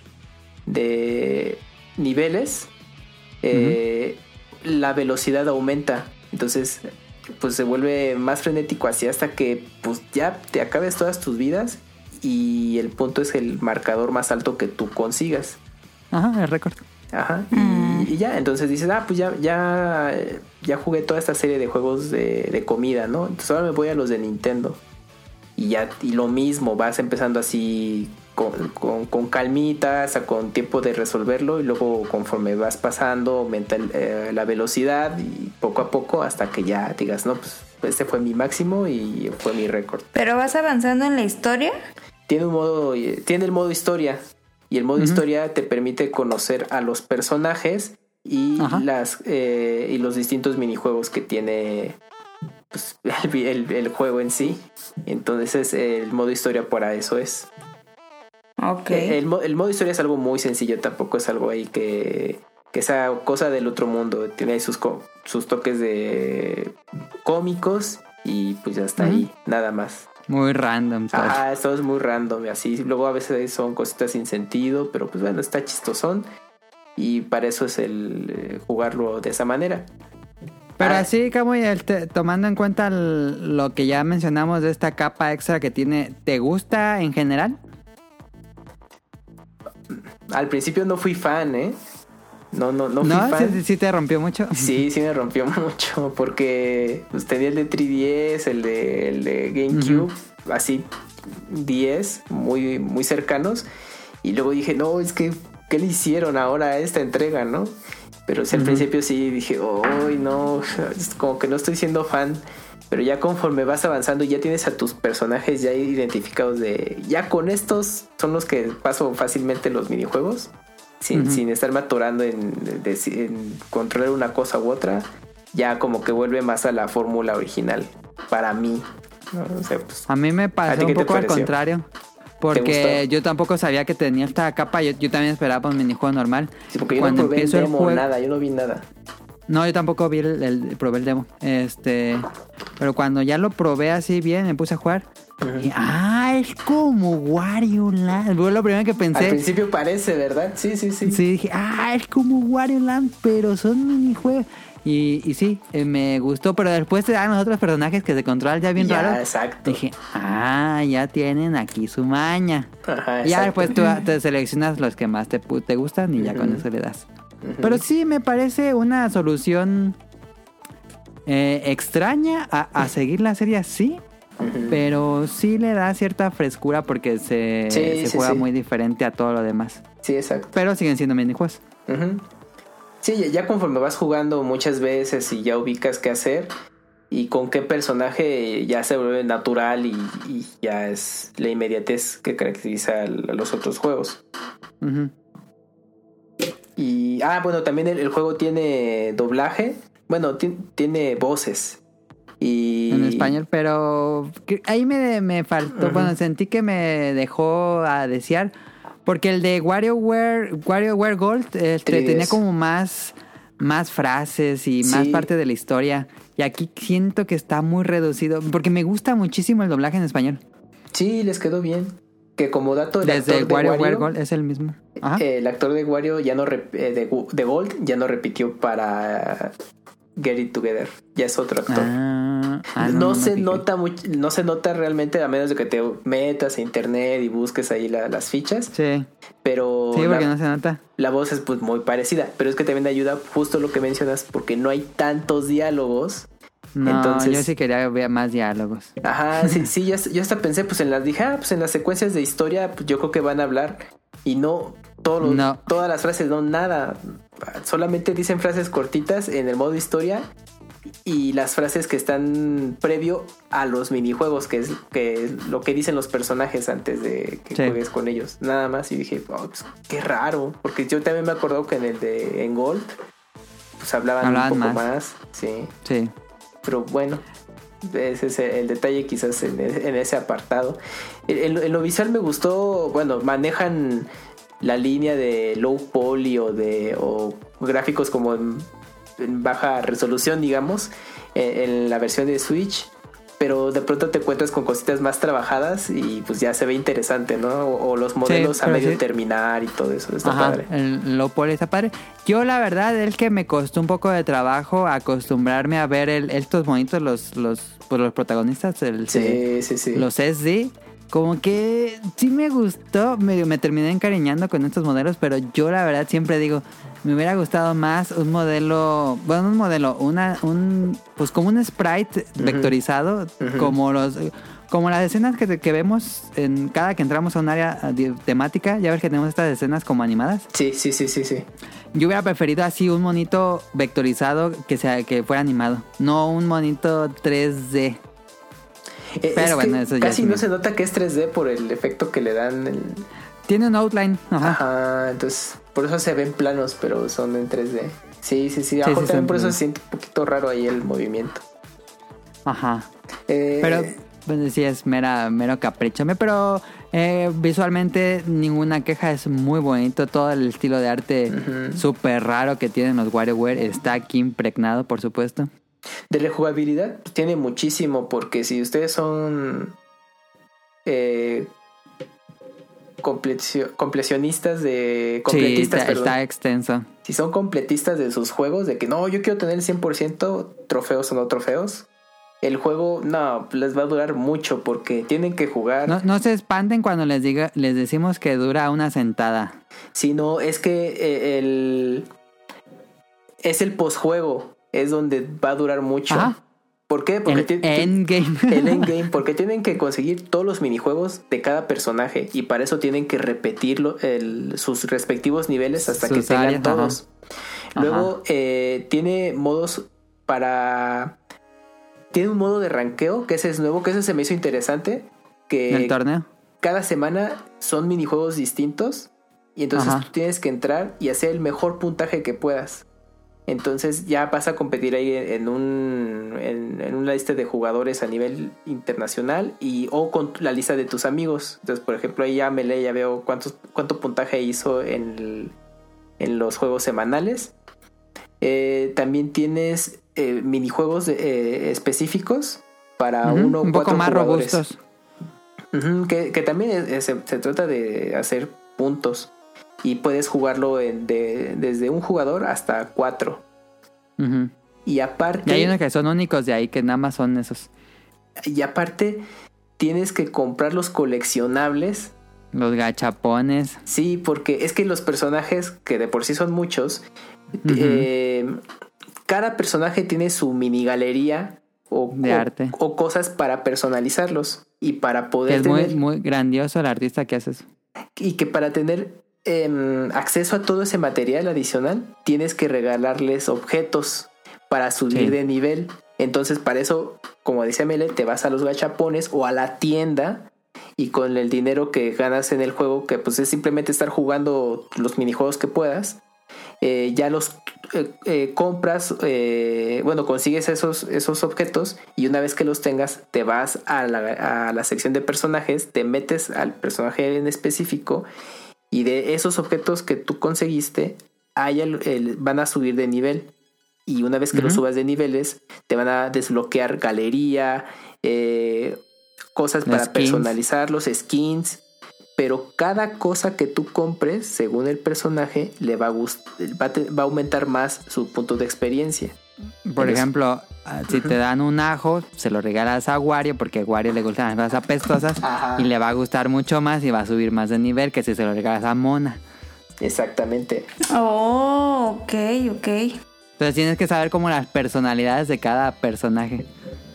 S4: de niveles, eh, la velocidad aumenta. Entonces, pues se vuelve más frenético así hasta que pues ya te acabes todas tus vidas y el punto es el marcador más alto que tú consigas.
S3: Ajá, el récord.
S4: Ajá, y, y ya, entonces dices, ah, pues ya, ya, ya jugué toda esta serie de juegos de, de comida, ¿no? Entonces ahora me voy a los de Nintendo. Y ya, y lo mismo, vas empezando así con, con, con calmita, hasta con tiempo de resolverlo, y luego conforme vas pasando, aumenta el, eh, la velocidad, y poco a poco hasta que ya digas, no, pues este fue mi máximo y fue mi récord.
S1: ¿Pero vas avanzando en la historia?
S4: Tiene un modo, tiene el modo historia. Y el modo uh-huh. historia te permite conocer a los personajes y las eh, y los distintos minijuegos que tiene pues, el, el, el juego en sí. Entonces el modo historia para eso es.
S1: Okay.
S4: El, el, el modo historia es algo muy sencillo, tampoco es algo ahí que, que sea cosa del otro mundo. Tiene ahí sus, sus toques de cómicos y pues ya está uh-huh. ahí, nada más.
S3: Muy random.
S4: Ah, esto es muy random, así. Luego a veces son cositas sin sentido, pero pues bueno, está chistosón. Y para eso es el eh, jugarlo de esa manera.
S3: Pero
S4: ah,
S3: así, como el te, tomando en cuenta el, lo que ya mencionamos de esta capa extra que tiene, ¿te gusta en general?
S4: Al principio no fui fan, ¿eh? No, no, no fui
S3: ¿No?
S4: fan.
S3: ¿Sí, sí te rompió mucho?
S4: Sí, sí me rompió mucho porque pues, tenía el de tres D S, el de, el de GameCube, uh-huh. así diez, muy, muy cercanos. Y luego dije, no, es que, ¿qué le hicieron ahora a esta entrega, no? Pero sí, al uh-huh. principio sí dije, ¡ay, no! Es como que no estoy siendo fan. Pero ya conforme vas avanzando, ya tienes a tus personajes ya identificados de... Ya con estos son los que paso fácilmente los minijuegos. Sin, uh-huh. sin estarme atorando en, de, en controlar una cosa u otra, ya como que vuelve más a la fórmula original para mí, ¿no? O sea, pues,
S3: a mí me pasó un poco al contrario, porque yo tampoco sabía que tenía esta capa. Yo, yo también esperaba un minijuego normal.
S4: Sí, porque yo
S3: Cuando
S4: no probé el
S3: empiezo
S4: demo,
S3: el juego,
S4: nada, yo no vi nada.
S3: No, yo tampoco vi el, el probé el demo. Este, pero cuando ya lo probé así bien, me puse a jugar. Uh-huh. Y, ah, es como Wario Land. Fue lo primero que pensé.
S4: Al principio parece, ¿verdad? Sí, sí, sí.
S3: Sí, dije, ah, es como Wario Land, pero son minijuegos. Y, y sí, eh, me gustó, pero después te dan los otros personajes que se controlan ya bien
S4: ya,
S3: raros.
S4: Exacto.
S3: Dije, ah, ya tienen aquí su maña.
S4: Ajá,
S3: y ya
S4: exacto.
S3: después tú te seleccionas los que más te, te gustan y uh-huh. ya con eso le das. Uh-huh. Pero sí me parece una solución eh, extraña a, a seguir la serie así. Uh-huh. Pero sí le da cierta frescura porque se,
S4: sí,
S3: se
S4: sí,
S3: juega
S4: sí.
S3: muy diferente a todo lo demás.
S4: Sí, exacto.
S3: Pero siguen siendo minijuegos.
S4: Uh-huh. Sí, ya, ya conforme vas jugando muchas veces y ya ubicas qué hacer y con qué personaje, ya se vuelve natural y, y ya es la inmediatez que caracteriza a los otros juegos.
S3: Uh-huh.
S4: Y, ah, bueno, también el, el juego tiene doblaje. Bueno, t- tiene voces. Y...
S3: En español, pero ahí me, me faltó, uh-huh. bueno, sentí que me dejó a desear, porque el de WarioWare, WarioWare Gold este, tenía como más, más frases y más
S4: sí.
S3: parte de la historia, y aquí siento que está muy reducido, porque me gusta muchísimo el doblaje en español.
S4: Sí, les quedó bien. Que como dato, el
S3: desde
S4: actor de
S3: WarioWare
S4: Wario,
S3: Gold es el mismo. Ajá.
S4: Eh, el actor de Wario ya no rep- eh, de, de Gold ya no repitió para Get It Together, ya es otro actor.
S3: Ah, ah,
S4: no,
S3: no, no
S4: se
S3: me
S4: nota much- no se nota realmente, a menos de que te metas a internet y busques ahí la, las fichas.
S3: Sí.
S4: Pero
S3: sí, porque
S4: la,
S3: no se nota.
S4: La voz es pues muy parecida, pero es que también ayuda justo lo que mencionas, porque no hay tantos diálogos.
S3: No,
S4: entonces,
S3: yo sí quería ver más diálogos.
S4: Ajá, sí, sí, yo, yo hasta pensé, pues en las dije, ah, pues en las secuencias de historia, pues yo creo que van a hablar y no, todos los,
S3: no.
S4: todas las frases, no, nada, solamente dicen frases cortitas en el modo historia y las frases que están previo a los minijuegos, que es, que es lo que dicen los personajes antes de que sí. juegues con ellos, nada más. Y dije, oh, pues, qué raro, porque yo también me acuerdo que en el de en Gold pues hablaban, hablaban un poco más. más, sí.
S3: Sí.
S4: Pero bueno, ese es el detalle quizás en, en ese apartado. En, en lo visual me gustó, bueno, manejan la línea de low poly o de o gráficos como en, en baja resolución, digamos, en, en la versión de Switch, pero de pronto te encuentras con cositas más trabajadas y pues ya se ve interesante, ¿no? O, o los modelos sí, a medio sí. terminar y todo eso, está
S3: Ajá,
S4: padre.
S3: El low poly está padre. Yo la verdad es que me costó un poco de trabajo acostumbrarme a ver el, estos monitos, los, los, pues los protagonistas, el,
S4: sí, sí, sí.
S3: los S D. como que sí me gustó, me, me terminé encariñando con estos modelos, pero yo la verdad siempre digo, me hubiera gustado más un modelo, bueno, un modelo, una, un, pues como un sprite uh-huh. vectorizado, uh-huh. como los, como las escenas que, que vemos en cada que entramos a un área temática, ya ves que tenemos estas escenas como animadas.
S4: Sí, sí, sí, sí, sí.
S3: Yo hubiera preferido así un monito vectorizado que sea, que fuera animado, no un monito tres D.
S4: Eh, Pero bueno, eso ya casi no me... se nota que es tres D por el efecto que le dan. El...
S3: Tiene un outline. Ajá.
S4: Ajá, entonces por eso se ven planos, pero son en tres D. Sí, sí, sí. A lo mejor también por eso se siente un poquito raro ahí el movimiento.
S3: Ajá. Eh... Pero bueno, sí es mera, mero capricho. Pero eh, visualmente ninguna queja, es muy bonito. Todo el estilo de arte uh-huh. súper raro que tienen los WarioWare está aquí impregnado, por supuesto.
S4: De rejugabilidad pues, tiene muchísimo, porque si ustedes son eh, completio, completionistas de completistas,
S3: sí, está, está extenso.
S4: Si son completistas de sus juegos, de que no, yo quiero tener el cien por ciento trofeos o no trofeos, el juego no les va a durar mucho, porque tienen que jugar.
S3: No, no se espanten cuando les diga, les decimos que dura una sentada.
S4: Sí, no, es que eh, el es el posjuego. Es donde va a durar mucho.
S3: Ajá.
S4: ¿Por qué? Porque
S3: el
S4: t-
S3: endgame.
S4: El endgame. Porque tienen que conseguir todos los minijuegos de cada personaje. Y para eso tienen que repetirlo el, sus respectivos niveles hasta sus que tengan áreas, todos. Ajá. Luego eh, tiene modos para... Tiene un modo de ranqueo, que ese es nuevo, que ese se me hizo interesante. Que
S3: ¿el torneo?
S4: Cada semana son minijuegos distintos. Y entonces Ajá. tú tienes que entrar y hacer el mejor puntaje que puedas. Entonces ya vas a competir ahí en un en, en una lista de jugadores a nivel internacional y o con la lista de tus amigos. Entonces, por ejemplo, ahí ya me le ya veo cuántos cuánto puntaje hizo en el, en los juegos semanales. Eh, también tienes eh, minijuegos de, eh, específicos para uh-huh, uno o
S3: un
S4: cuatro
S3: poco más
S4: jugadores.
S3: robustos.
S4: Uh-huh, que, que también es, es, se, se trata de hacer puntos. Y puedes jugarlo en de, desde un jugador hasta cuatro.
S3: Uh-huh.
S4: Y aparte...
S3: Y hay unos que son únicos de ahí, que nada más son esos.
S4: Y aparte, tienes que comprar los coleccionables.
S3: Los gachapones.
S4: Sí, porque es que los personajes, que de por sí son muchos, uh-huh. eh, cada personaje tiene su mini galería o,
S3: de
S4: o,
S3: arte.
S4: O cosas para personalizarlos. Y para poder
S3: que es
S4: tener...
S3: muy, muy grandioso el artista que hace eso.
S4: Y que para tener... Eh, acceso a todo ese material adicional, tienes que regalarles objetos para subir sí. de nivel. Entonces, para eso, como dice Mele, te vas a los gachapones o a la tienda y con el dinero que ganas en el juego, que pues es simplemente estar jugando los minijuegos que puedas, eh, ya los eh, eh, compras, eh, bueno, consigues esos, esos objetos y una vez que los tengas, te vas a la, a la sección de personajes, te metes al personaje en específico. Y de esos objetos que tú conseguiste, hay el, el, van a subir de nivel. Y una vez que uh-huh. los subas de niveles, te van a desbloquear galería, eh, cosas para skins. Personalizarlos, skins. Pero cada cosa que tú compres, según el personaje, le va a, gust- va a, te- va a aumentar más su punto de experiencia.
S3: Por
S4: Entonces,
S3: ejemplo, si uh-huh. te dan un ajo, se lo regalas a Wario porque a Wario le gustan las cosas apestosas. Ajá. Y le va a gustar mucho más y va a subir más de nivel que si se lo regalas a Mona.
S4: Exactamente.
S1: Oh, ok, ok.
S3: Entonces tienes que saber como las personalidades de cada personaje.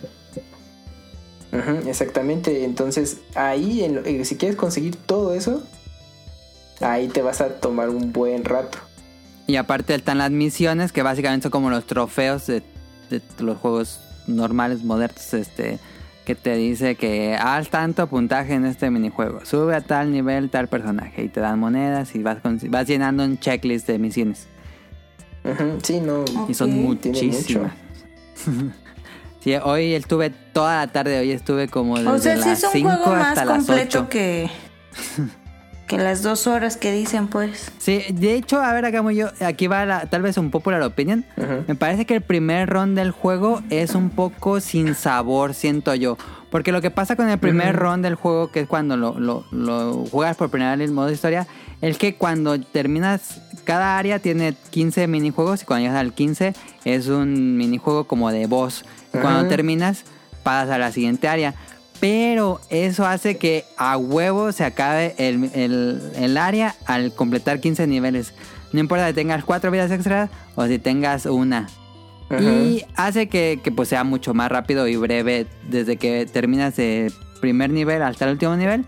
S4: Uh-huh, exactamente. Entonces ahí, en lo, eh, si quieres conseguir todo eso, ahí te vas a tomar un buen rato.
S3: Y aparte están las misiones, que básicamente son como los trofeos de, de los juegos normales, modernos, este, que te dice que haz tanto puntaje en este minijuego, sube a tal nivel tal personaje, y te dan monedas y vas, con, vas llenando un checklist de misiones.
S4: Uh-huh, sí, no.
S3: Y son okay. muchísimas. Sí, hoy estuve toda la tarde, hoy estuve como desde
S1: o sea,
S3: las
S1: sí es un
S3: cinco
S1: juego
S3: hasta
S1: más
S3: las ocho.
S1: completo que... Que las dos horas que dicen, pues.
S3: Sí, de hecho, a ver, hagamos yo. Aquí va la, tal vez un popular opinion. Uh-huh. Me parece que el primer run del juego es un poco sin sabor, siento yo. Porque lo que pasa con el primer uh-huh. run del juego, que es cuando lo, lo, lo juegas por primera vez en modo historia, es que cuando terminas, cada área tiene quince minijuegos y cuando llegas al quince es un minijuego como de boss. Y uh-huh. cuando terminas, pasas a la siguiente área. pero eso hace que a huevo se acabe el, el, el área al completar quince niveles. No importa si tengas cuatro vidas extras o si tengas una.
S4: Ajá.
S3: Y hace que, que pues sea mucho más rápido y breve desde que terminas el primer nivel hasta el último nivel.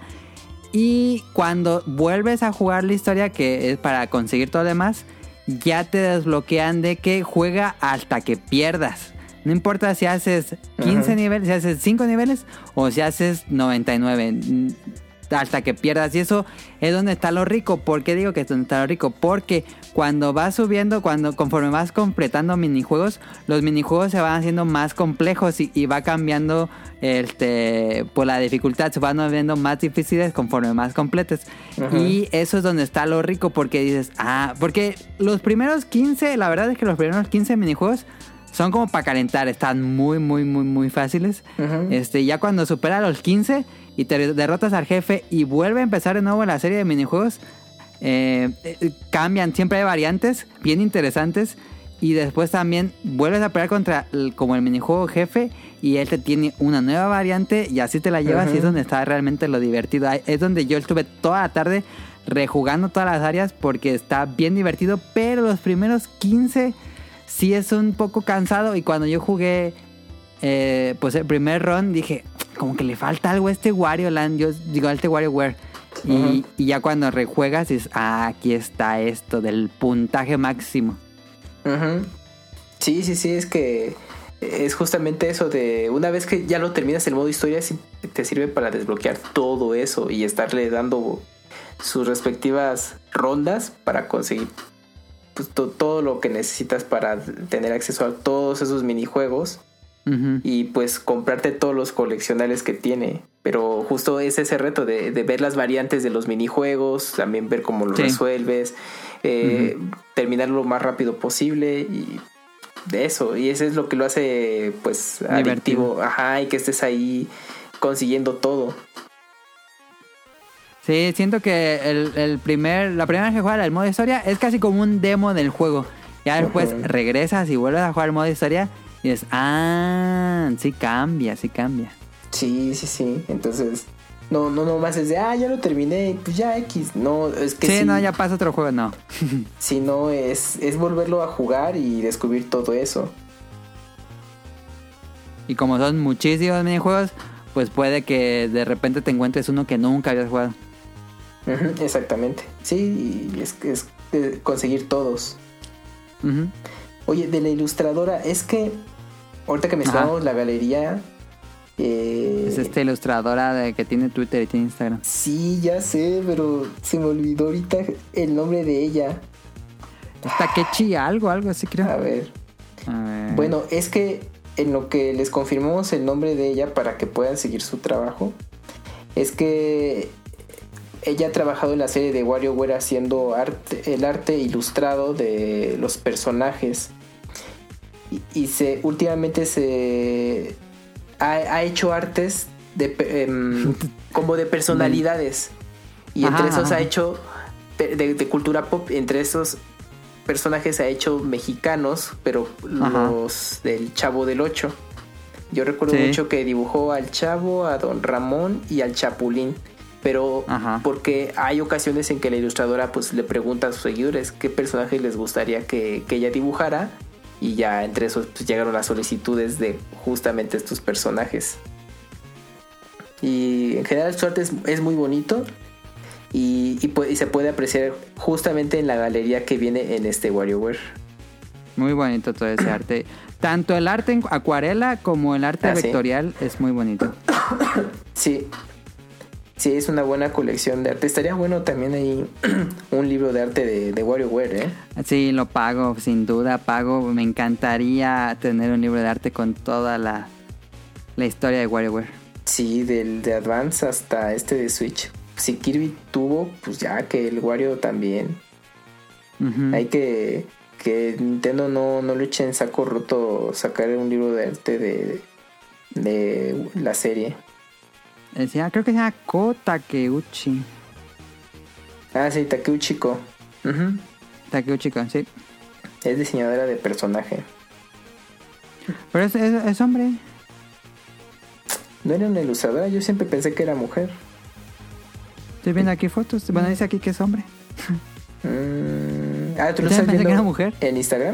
S3: Y cuando vuelves a jugar la historia, que es para conseguir todo lo demás, ya te desbloquean de que juega hasta que pierdas. No importa si haces quince
S4: Ajá.
S3: niveles, si haces cinco niveles o si haces noventa y nueve. Hasta que pierdas. Y eso es donde está lo rico. ¿Por qué digo que es donde está lo rico? Porque cuando vas subiendo, cuando conforme vas completando minijuegos, los minijuegos se van haciendo más complejos y, y va cambiando este, por la dificultad. Se van volviendo más difíciles conforme más completes.
S4: Ajá.
S3: Y eso es donde está lo rico, porque dices, ah, porque los primeros quince, la verdad es que los primeros quince minijuegos son como para calentar. Están muy, muy, muy, muy fáciles.
S4: Ajá.
S3: Este, ya cuando supera los quince y te derrotas al jefe y vuelve a empezar de nuevo la serie de minijuegos, eh, eh, cambian, siempre hay variantes bien interesantes. Y después también vuelves a pelear contra el, como el minijuego jefe, y él te tiene una nueva variante y así te la llevas.
S4: Ajá.
S3: Y es donde está realmente lo divertido. Ahí es donde yo estuve toda la tarde rejugando todas las áreas porque está bien divertido, pero los primeros quince sí es un poco cansado. Y cuando yo jugué eh, pues el primer run, dije, como que le falta algo a este Wario Land. Yo digo, a este WarioWare. Y,
S4: Ujú.
S3: y ya cuando rejuegas dices, ah, aquí está esto del puntaje máximo.
S4: Ujú. Sí, sí, sí, es que es justamente eso de una vez que ya lo terminas el modo historia, sí te sirve para desbloquear todo eso y estarle dando sus respectivas rondas para conseguir pues, to- todo lo que necesitas para tener acceso a todos esos minijuegos.
S3: Ujú.
S4: Y pues comprarte todos los coleccionables que tiene. Pero justo es ese reto de, de ver las variantes de los minijuegos, también ver cómo lo
S3: Sí.
S4: resuelves, eh, terminarlo lo más rápido posible y de eso. Y eso es lo que lo hace pues
S3: Divertido.
S4: adictivo. Ajá, y que estés ahí consiguiendo todo.
S3: Sí, siento que el, el primer, la primera vez que juegas el modo historia es casi como un demo del juego. Ya después
S4: Ujú.
S3: regresas y vuelves a jugar el modo historia y dices, ah, sí cambia, sí cambia.
S4: Sí, sí, sí. Entonces, no, no, no más es de, ah, ya lo terminé, pues ya X. No, es que
S3: Sí,
S4: sí,
S3: no, ya pasa otro juego, no.
S4: si no es, es volverlo a jugar y descubrir todo eso.
S3: Y como son muchísimos minijuegos, pues puede que de repente te encuentres uno que nunca habías jugado.
S4: Ujú, exactamente. Sí, y es, es de conseguir todos.
S3: Ujú.
S4: Oye, de la ilustradora, es que ahorita que mencionamos la galería, eh,
S3: Es esta ilustradora de que tiene Twitter y tiene Instagram.
S4: sí, ya sé, pero se me olvidó ahorita el nombre de ella.
S3: Takechi algo, algo así creo.
S4: A ver.
S3: A ver.
S4: Bueno, es que en lo que les confirmamos el nombre de ella para que puedan seguir su trabajo, es que ella ha trabajado en la serie de WarioWare haciendo arte, el arte ilustrado de los personajes. Y, y se últimamente se ha, ha hecho artes de pe- em, como de personalidades. Y entre
S3: Ajá,
S4: esos
S3: ajá.
S4: ha hecho de, de- de cultura pop. Entre esos personajes ha hecho mexicanos, pero
S3: Ajá.
S4: los del Chavo del Ocho. Yo recuerdo
S3: Sí.
S4: mucho que dibujó al Chavo, a Don Ramón y al Chapulín. Pero
S3: Ajá.
S4: porque hay ocasiones en que la ilustradora pues le pregunta a sus seguidores qué personaje les gustaría que, que ella dibujara. Y ya entre esos pues, llegaron las solicitudes de justamente estos personajes. Y en general su arte es, es muy bonito. Y, y, pu- y se puede apreciar justamente en la galería que viene en este WarioWare.
S3: Muy bonito todo ese arte. Tanto el arte en acuarela como el arte
S4: Ah, sí.
S3: vectorial es muy bonito.
S4: Sí. Sí, es una buena colección de arte. Estaría bueno también ahí un libro de arte de, de WarioWare, ¿eh?
S3: Sí, lo pago, sin duda pago. Me encantaría tener un libro de arte con toda la, la historia de WarioWare.
S4: Sí, del de Advance hasta este de Switch. Si Kirby tuvo, pues ya que el Wario también.
S3: Ujú.
S4: Hay que que Nintendo no, no lo eche en saco roto sacar un libro de arte de, de la serie.
S3: Decía, creo que se llama Ko Takeuchi.
S4: Ah, sí, Takeuchiko. Ujú.
S3: Takeuchi, sí.
S4: Es diseñadora de personaje.
S3: Pero es, es, es hombre.
S4: No era una ilustradora, yo siempre pensé que era mujer.
S3: Estoy viendo aquí fotos. Bueno, dice aquí que es hombre.
S4: Mm, ah, ¿tú
S3: Yo
S4: lo estás
S3: también pensé
S4: viendo
S3: que era mujer.
S4: en Instagram?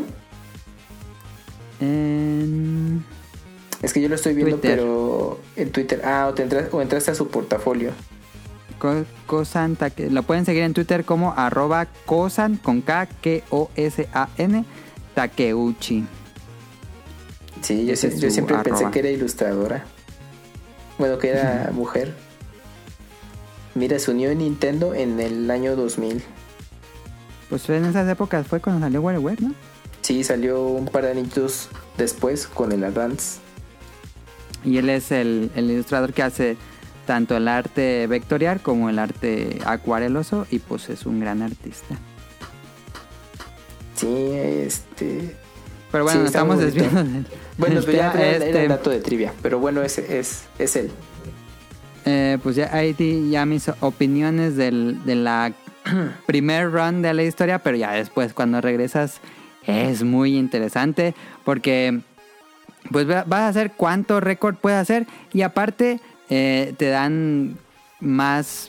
S3: En...
S4: Es que yo lo estoy viendo,
S3: Twitter.
S4: pero en Twitter. Ah, o, te entras- o entraste a su portafolio.
S3: Co- Kosan Take- lo pueden seguir en Twitter como arroba Kosan con K, K O S A N Takeuchi.
S4: Sí, yo,
S3: Ese
S4: sie-
S3: es
S4: yo
S3: su
S4: siempre pensé
S3: arroba.
S4: que era ilustradora. Bueno, que era mujer. Mira, se unió en Nintendo en el año dos mil.
S3: Pues en esas épocas fue cuando salió WarioWare, ¿no?
S4: Sí, salió un par de añitos después con el Advance.
S3: Y él es el, el ilustrador que hace tanto el arte vectorial como el arte acuareloso, y pues es un gran artista.
S4: Sí, este...
S3: Pero bueno,
S4: Sí,
S3: nos
S4: está
S3: estamos
S4: muy bonito.
S3: desviando del,
S4: Bueno,
S3: del
S4: pues ya
S3: tema.
S4: era, era
S3: Este,
S4: un dato de trivia, pero bueno, es, es, es él.
S3: eh, pues ya ahí di ya mis opiniones del, de la primer run de la historia, pero ya después cuando regresas es muy interesante porque pues va- vas a hacer cuánto récord puedes hacer, y aparte eh, te dan más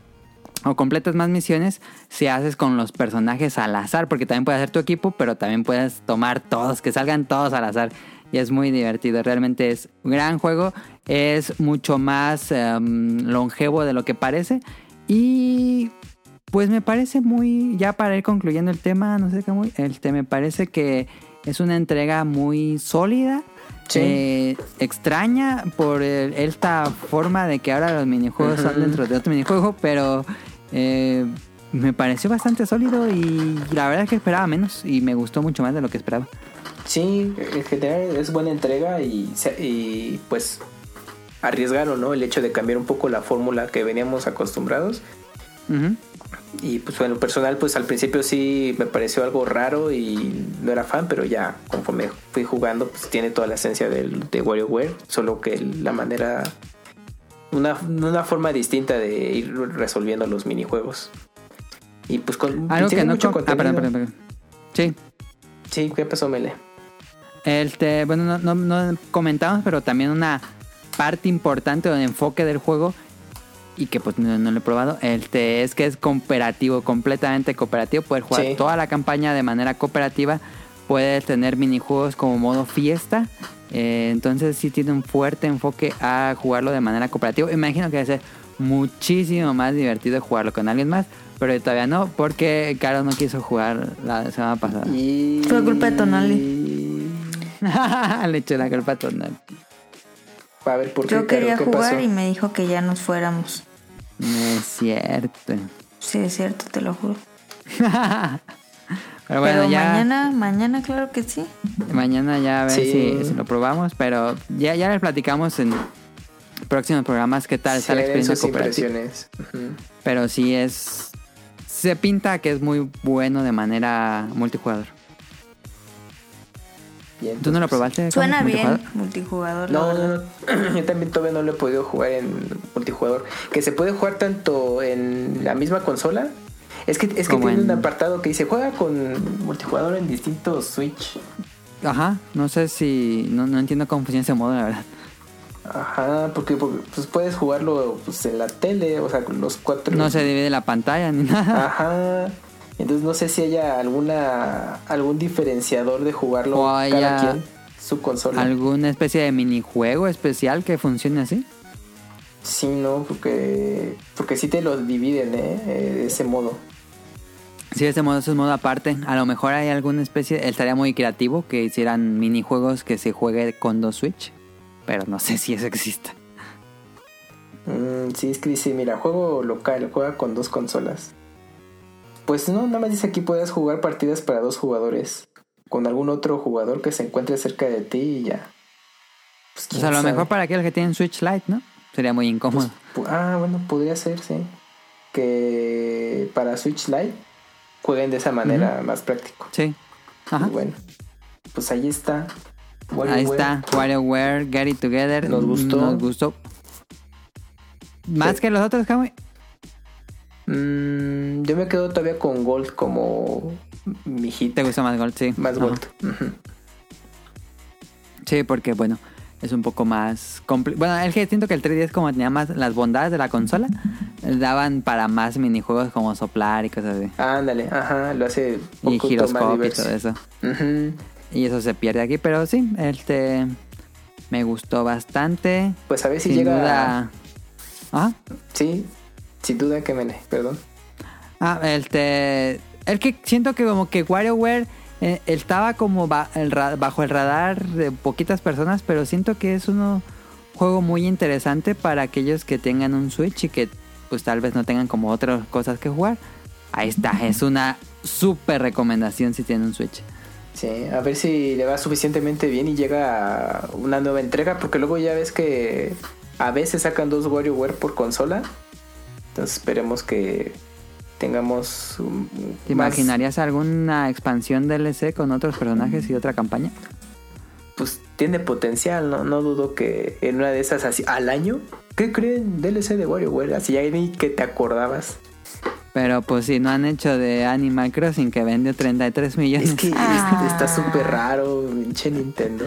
S3: o completas más misiones si haces con los personajes al azar, porque también puedes hacer tu equipo, pero también puedes tomar todos, que salgan todos al azar, y es muy divertido. Realmente es un gran juego, es mucho más um, longevo de lo que parece, y pues me parece muy, ya para ir concluyendo el tema, no sé qué muy, este, me parece que es una entrega muy sólida.
S4: Sí.
S3: Eh, extraña por el- esta forma de que ahora los minijuegos
S4: Ujú.
S3: son dentro de otro minijuego, pero eh, me pareció bastante sólido y la verdad es que esperaba menos y me gustó mucho más de lo que esperaba.
S4: Sí, en general es buena entrega y, se- y pues arriesgaron, ¿no? El hecho de cambiar un poco la fórmula que veníamos acostumbrados.
S3: Ujú.
S4: Y pues en lo personal, pues al principio sí me pareció algo raro y no era fan, pero ya conforme fui jugando, pues tiene toda la esencia del, de WarioWare, solo que la manera, una, una forma distinta de ir resolviendo los minijuegos. Y pues con
S3: Algo
S4: tiene
S3: que no...
S4: mucho
S3: com- ah,
S4: contenido.
S3: perdón, perdón, perdón. Sí.
S4: Sí, ¿qué pasó, Mele?
S3: Este, bueno, no, no, no comentamos, pero también una parte importante o enfoque del juego, y que pues no, no lo he probado, este, es que es cooperativo, completamente cooperativo. Puedes jugar
S4: Sí.
S3: toda la campaña de manera cooperativa. Puedes tener minijuegos como modo fiesta. Eh, entonces sí tiene un fuerte enfoque a jugarlo de manera cooperativa. Imagino que va a ser muchísimo más divertido jugarlo con alguien más, pero todavía no, porque Caro no quiso jugar la semana pasada.
S4: Y...
S1: Fue culpa de Tonali.
S3: Le eché la culpa a Tonali.
S4: A ver, ¿por qué,
S1: Yo quería
S4: Caro? ¿Qué
S1: jugar
S4: pasó?
S1: y me dijo que ya nos fuéramos.
S3: No es cierto.
S1: Sí, es cierto, te lo juro.
S3: Pero bueno,
S1: Pero
S3: ya
S1: mañana, mañana claro que sí.
S3: mañana ya a ver
S4: Sí.
S3: si, si lo probamos, pero ya, ya les platicamos en próximos programas qué tal
S4: Sí,
S3: está la
S4: haré
S3: experiencia
S4: sus
S3: cooperativa.
S4: impresiones. Ujú.
S3: Pero sí es... Se pinta que es muy bueno de manera multijugador.
S4: Bien,
S3: ¿Tú no lo
S4: pues,
S3: probaste?
S1: Suena
S3: como
S1: bien,
S3: multijugador?
S1: multijugador. la
S4: No,
S1: verdad.
S4: no, no. Yo también todavía no lo he podido jugar en multijugador. Que se puede jugar tanto en la misma consola. Es que, es que
S3: Como
S4: tiene
S3: en-
S4: un apartado que dice juega con multijugador en distintos Switch.
S3: Ajá, no sé si... No, no entiendo cómo funciona ese modo, la verdad.
S4: Ajá, porque, porque, pues puedes jugarlo pues, en la tele, o sea, con los cuatro.
S3: No se divide la pantalla ni nada.
S4: Ajá. Entonces no sé si haya alguna algún diferenciador de jugarlo
S3: O
S4: cada
S3: haya
S4: quien su consola.
S3: ¿Alguna especie de minijuego especial que funcione así?
S4: Sí, no, porque porque sí te lo dividen, eh, eh, de ese modo.
S3: Sí, ese modo, ese es modo aparte. A lo mejor hay alguna especie... Estaría muy creativo que hicieran minijuegos que se juegue con dos Switch. Pero no sé si eso existe.
S4: Mm, sí, es que dice, mira, juego local, juega con dos consolas. Pues no, nada más dice aquí puedes jugar partidas para dos jugadores. Con algún otro jugador que se encuentre cerca de ti y ya. Pues,
S3: O
S4: quién
S3: sea, a lo
S4: sabe.
S3: mejor para aquellos que tienen Switch Lite, ¿no? Sería muy incómodo.
S4: Pu- Ah, bueno, podría ser, sí. Que para Switch Lite jueguen de esa manera más práctico.
S3: Sí. Ajá.
S4: Y bueno, pues ahí está.
S3: Ahí
S4: WarioWare.
S3: está. WarioWare, Get It Together.
S4: Nos gustó.
S3: Nos gustó. Más
S4: Sí.
S3: que los otros, Kamui.
S4: Mm, yo me quedo todavía con Gold como mi hit.
S3: ¿Te gusta más Gold? Sí.
S4: Más
S3: Ajá.
S4: Gold. Ujú.
S3: Sí, porque bueno, es un poco más compli- bueno, el que siento que el tres D S como tenía más las bondades de la consola, daban para más minijuegos como soplar y cosas así.
S4: Ándale, ajá, lo hace un
S3: Y
S4: poquito más
S3: giroscopio y
S4: diverso.
S3: todo eso.
S4: Ujú.
S3: Y eso se pierde aquí, pero sí, este me gustó bastante.
S4: Pues a ver si
S3: Sin
S4: llega...
S3: duda. ¿Ah?
S4: Sí, sin duda que me... Perdón.
S3: Ah, este... El que siento que como que WarioWare eh, estaba como ba- el ra- bajo el radar de poquitas personas, pero siento que es un juego muy interesante para aquellos que tengan un Switch y que pues tal vez no tengan como otras cosas que jugar. Ahí está, es una súper recomendación si tienen un Switch.
S4: Sí, a ver si le va suficientemente bien y llega a una nueva entrega, porque luego ya ves que a veces sacan dos WarioWare por consola. Entonces esperemos que tengamos um,
S3: ¿Te
S4: más-
S3: imaginarías alguna expansión D L C con otros personajes y otra campaña?
S4: Pues tiene potencial, ¿no? No dudo que en una de esas así al año. ¿Qué creen? D L C de WarioWare, así ya ni que te acordabas.
S3: Pero pues si no han hecho de Animal Crossing que vendió treinta y tres millones.
S4: Es que es-
S1: Ah.
S4: está súper raro, pinche Nintendo.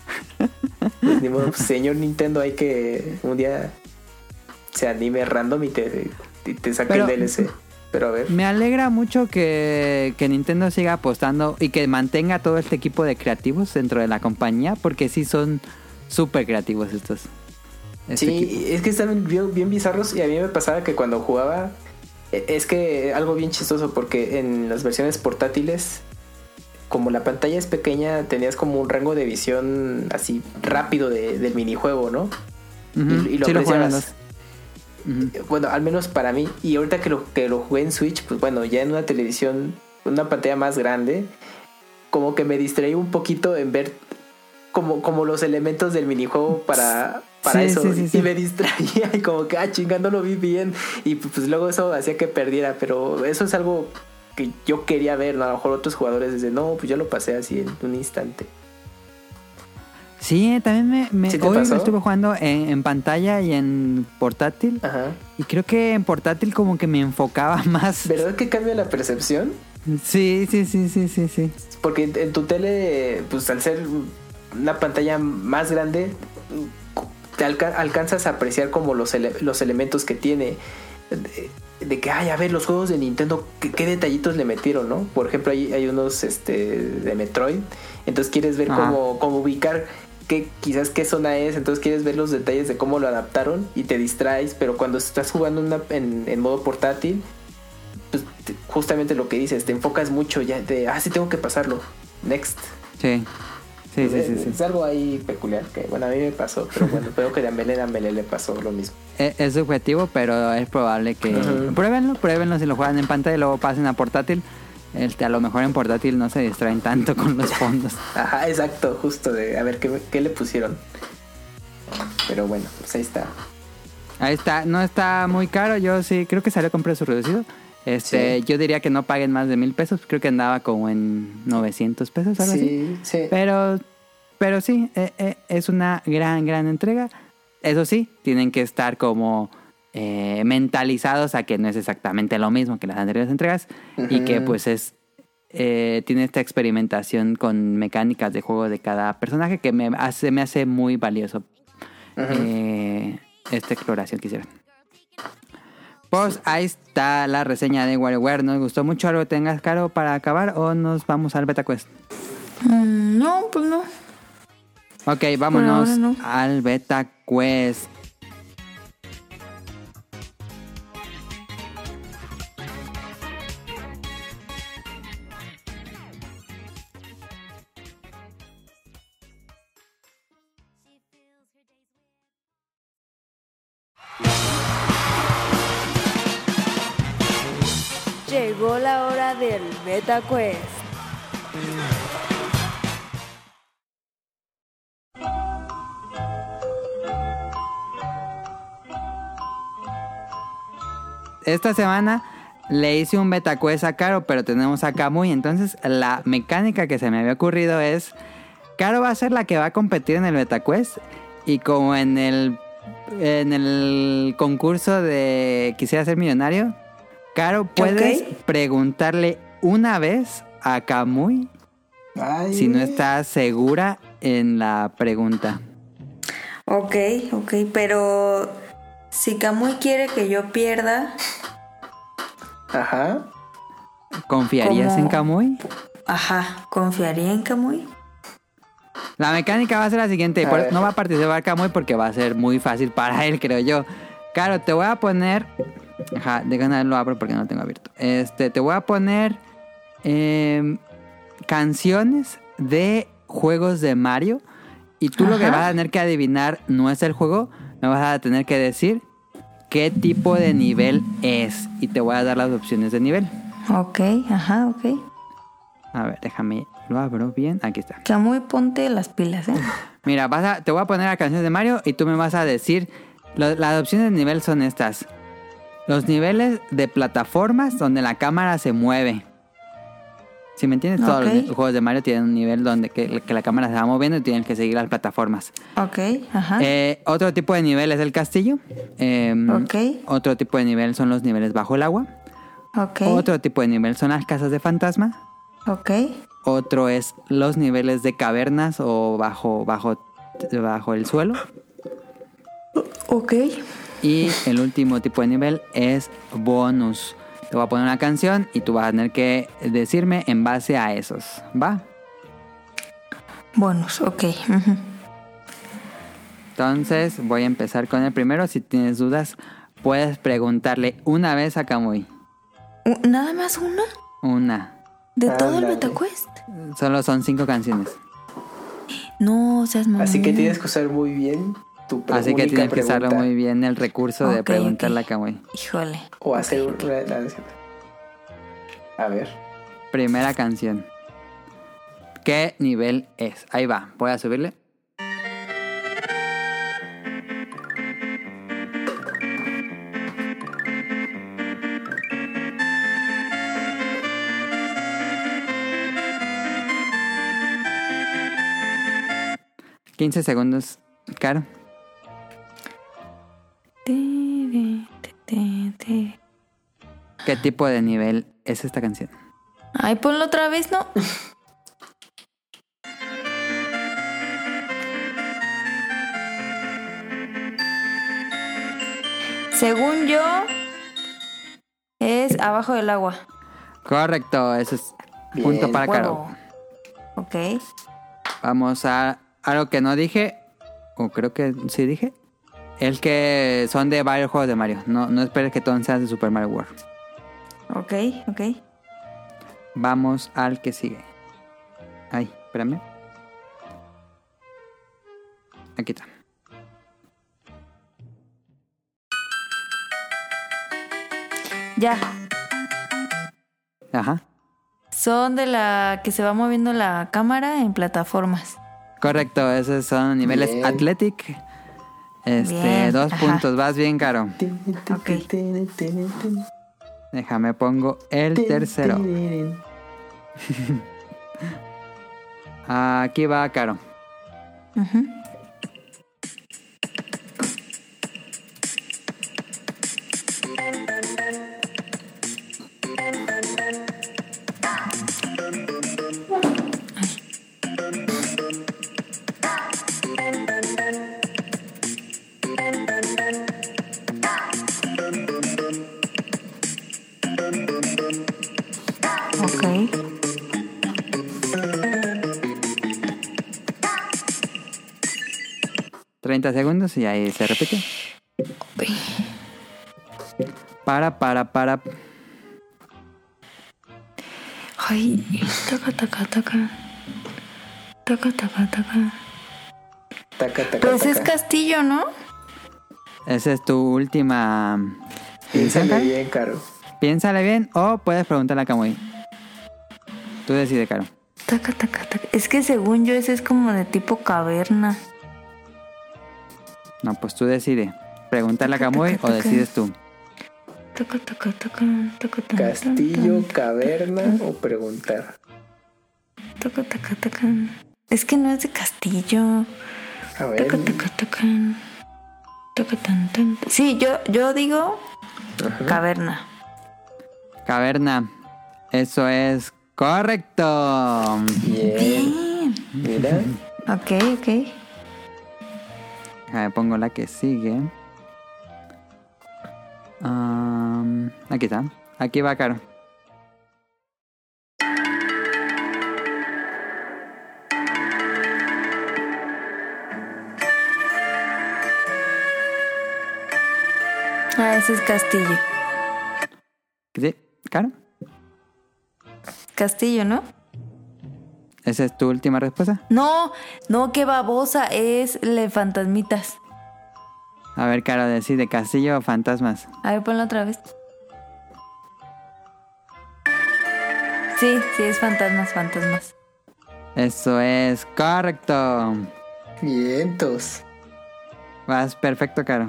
S4: Pues, ni modo, señor Nintendo, hay que un día se anime random y te, y te saque
S3: Pero-
S4: el D L C. Pero a ver.
S3: Me alegra mucho que, que Nintendo siga apostando y que mantenga todo este equipo de creativos dentro de la compañía, porque sí son súper creativos estos. Este
S4: Sí,
S3: equipo.
S4: es que están bien, bien bizarros y a mí me pasaba que cuando jugaba, eh, es que algo bien chistoso porque en las versiones portátiles, como la pantalla es pequeña, tenías como un rango de visión así rápido de- del minijuego, ¿no?
S3: Ujú,
S4: y- y lo
S3: sí lo juegan
S4: apreciabas.
S3: los- Ujú.
S4: Bueno, al menos para mí. Y ahorita que lo, que lo jugué en Switch, pues bueno, ya en una televisión, una pantalla más grande, como que me distraí un poquito en ver como, como los elementos del minijuego para, para
S3: Sí,
S4: eso.
S3: sí, sí,
S4: y
S3: sí.
S4: me distraía y como que, ah, chinga, no lo vi bien. Y pues luego eso hacía que perdiera. Pero eso es algo que yo quería ver, ¿no? A lo mejor otros jugadores dicen, no, pues yo lo pasé así en un instante.
S3: Sí, también me, me-
S4: ¿Sí te
S3: hoy
S4: pasó?
S3: lo estuve jugando en, en pantalla y en portátil.
S4: Ajá.
S3: Y creo que en portátil como que me enfocaba más.
S4: ¿Verdad que cambia la percepción?
S3: Sí, sí, sí, sí, sí, sí.
S4: Porque en, en tu tele, pues al ser una pantalla más grande, te alca- alcanzas a apreciar como los, ele- los elementos que tiene. De, de que, ay, a ver, los juegos de Nintendo, ¿qué, qué detallitos le metieron, no? Por ejemplo, hay, hay unos este, de Metroid. Entonces quieres ver
S3: Ajá.
S4: cómo, cómo ubicar qué, quizás qué zona es. Entonces quieres ver los detalles de cómo lo adaptaron y te distraes. Pero cuando estás jugando una, en, en modo portátil, pues te- justamente lo que dices, te enfocas mucho ya de, ah, sí, tengo que pasarlo. Next.
S3: Sí, sí, sí,
S4: es,
S3: sí, sí.
S4: es algo ahí peculiar que, bueno, a mí me pasó, pero bueno, creo que a Mele, a Mele le pasó lo mismo.
S3: Es, es subjetivo, pero es probable que...
S4: Ujú.
S3: Pruébenlo, pruébenlo si lo juegan en pantalla y luego pasen a portátil. Este, a lo mejor en portátil no se distraen tanto con los fondos.
S4: Ajá, exacto, justo de a ver qué, qué le pusieron. Pero bueno, pues ahí está.
S3: Ahí está, no está muy caro. Yo sí, creo que salió con precio reducido. Este,
S4: Sí.
S3: yo diría que no paguen más de mil pesos. Creo que andaba como en novecientos pesos, algo así.
S4: Sí, sí.
S3: Pero, pero sí, eh, eh, es una gran, gran entrega. Eso sí, tienen que estar como eh, mentalizados a que no es exactamente lo mismo que las anteriores entregas. Y que
S4: Ujú.
S3: pues es eh, tiene esta experimentación con mecánicas de juego de cada personaje que me hace, me hace muy valioso
S4: Ujú.
S3: eh, esta exploración que hicieron. Pues ahí está la reseña de WarioWare. ¿Nos gustó mucho? ¿Algo tengas, Caro, para acabar o nos vamos al Beta Quest?
S1: Mm, no, pues no.
S3: Ok, vámonos
S1: ahora no.
S3: al Beta Quest.
S1: Llegó la hora del Beta Quest.
S3: Esta semana le hice un Beta Quest a Caro, pero tenemos a Kamui. Entonces la mecánica que se me había ocurrido es... Caro va a ser la que va a competir en el Beta Quest. Y como en el, en el concurso de Quisiera Ser Millonario, Caro, puedes
S1: Ok.
S3: preguntarle una vez a Kamui
S4: Ay,
S3: si no estás segura en la pregunta.
S1: Ok, ok, pero si Kamui quiere que yo pierda,
S4: Ajá.
S3: ¿Confiarías
S1: ¿Cómo?
S3: en Kamui?
S1: ajá, ¿confiaría en Kamui?
S3: La mecánica va a ser la siguiente.
S4: A
S3: por-
S4: ver.
S3: no va a participar Kamui porque va a ser muy fácil para él, creo yo. Claro, te voy a poner... Ajá, de ganar lo abro porque no lo tengo abierto. Este, te voy a poner eh, canciones de juegos de Mario. Y tú lo que
S1: Ajá.
S3: vas a tener que adivinar no es el juego. Me vas a tener que decir qué tipo de nivel es. Y te voy a dar las opciones de nivel.
S1: Ok, ajá, ok.
S3: A ver, déjame... Lo abro bien. Aquí está.
S1: Kamui, ponte las pilas, ¿eh?
S3: Mira, vas a, te voy a poner a canciones de Mario y tú me vas a decir... lo- las opciones de nivel son estas. Los niveles de plataformas donde la cámara se mueve. Si me entiendes, todos los
S1: Ok.
S3: ni- juegos de Mario tienen un nivel donde que, que la cámara se va moviendo y tienen que seguir las plataformas.
S1: Ok, ajá.
S3: Eh, otro tipo de nivel es el castillo. Eh,
S1: Ok.
S3: Otro tipo de nivel son los niveles bajo el agua.
S1: ok,
S3: Otro tipo de nivel son las casas de fantasma.
S1: ok,
S3: Otro es los niveles de cavernas o bajo, bajo, bajo el suelo.
S1: ok.
S3: Y el último tipo de nivel es bonus. Te voy a poner una canción y tú vas a tener que decirme en base a esos. ¿Va?
S1: Bonus, ok. ujú.
S3: Entonces voy a empezar con el primero. Si tienes dudas, puedes preguntarle una vez a Kamui.
S1: U- ¿Nada más una?
S3: Una.
S1: ¿De todo el
S4: Ándale.
S1: MetaQuest?
S3: Solo son cinco canciones.
S1: No, seas mamón.
S4: Así que tienes que usar muy bien tu pre-
S3: Así que
S4: única
S3: tienes que usarlo
S4: pregunta.
S3: muy bien el recurso de
S1: Ok,
S3: preguntarle
S1: ok.
S3: a Kamui.
S1: Híjole.
S4: O hacer un... A ver.
S3: Primera canción. ¿Qué nivel es? Ahí va. Voy a subirle. quince segundos. Caro.
S1: Te, te, te, te.
S3: ¿Qué tipo de nivel es esta canción?
S1: Ay, ponlo otra vez, ¿no? Según yo, es abajo del agua.
S3: Correcto, eso es
S4: Bien.
S3: punto para Caro.
S1: Huevo. Ok.
S3: Vamos a algo que no dije, o creo que sí dije. El que son de varios juegos de Mario. No, no esperes que todos sean de Super Mario World.
S1: Ok, ok.
S3: Vamos al que sigue. Ay, espérame. Aquí está.
S1: Ya.
S3: Ajá.
S1: Son de la que se va moviendo la cámara en plataformas.
S3: Correcto, esos son niveles
S4: Bien.
S3: Athletic. Este,
S1: Bien,
S3: dos
S1: ajá.
S3: puntos. Vas bien, Caro.
S1: Ok.
S3: Déjame pongo el tercero. Aquí va, Caro.
S1: Ujú. Ok.
S3: treinta segundos y ahí se repite. Para, para, para.
S1: Ay, taca, taca, taca. Taca, taca, taca.
S4: Taca, taca,
S1: Pues es
S4: taca.
S1: castillo, ¿no?
S3: Esa es tu última. ¿Piensan,
S4: Piénsale
S3: Caro?
S4: bien, Caro.
S3: Piénsale bien o puedes preguntarle a Kamui. Tú decides, Caro.
S1: Taca, taca, taca. Es que según yo ese es como de tipo caverna.
S3: No, pues tú decides. Pregúntale a
S1: Taca,
S3: Kamui
S1: taca,
S3: o
S1: taca.
S3: decides tú.
S1: Taca, taca, taca. Taca, taca,
S4: Castillo,
S1: taca.
S4: caverna o preguntar.
S1: Taca, taca, taca. Es que no es de castillo.
S4: A ver.
S1: Taca, taca, taca. Taca, tan, tan. Sí, yo, yo digo caverna.
S3: Caverna. Eso es correcto.
S4: Bien.
S1: Bien.
S4: Mira.
S1: Ok, ok.
S3: Déjame, pongo la que sigue. Um, aquí está. Aquí va, Caro.
S1: Ah, ese es Castillo.
S3: ¿Sí? ¿Caro?
S1: Castillo, ¿no?
S3: ¿Esa es tu última respuesta?
S1: No, no, qué babosa. Es Le Fantasmitas.
S3: A ver, Caro, decide, ¿castillo o fantasmas?
S1: A ver, ponlo otra vez. Sí, sí, es fantasmas, fantasmas.
S3: Eso es correcto.
S4: Vientos.
S3: Vas perfecto, Caro.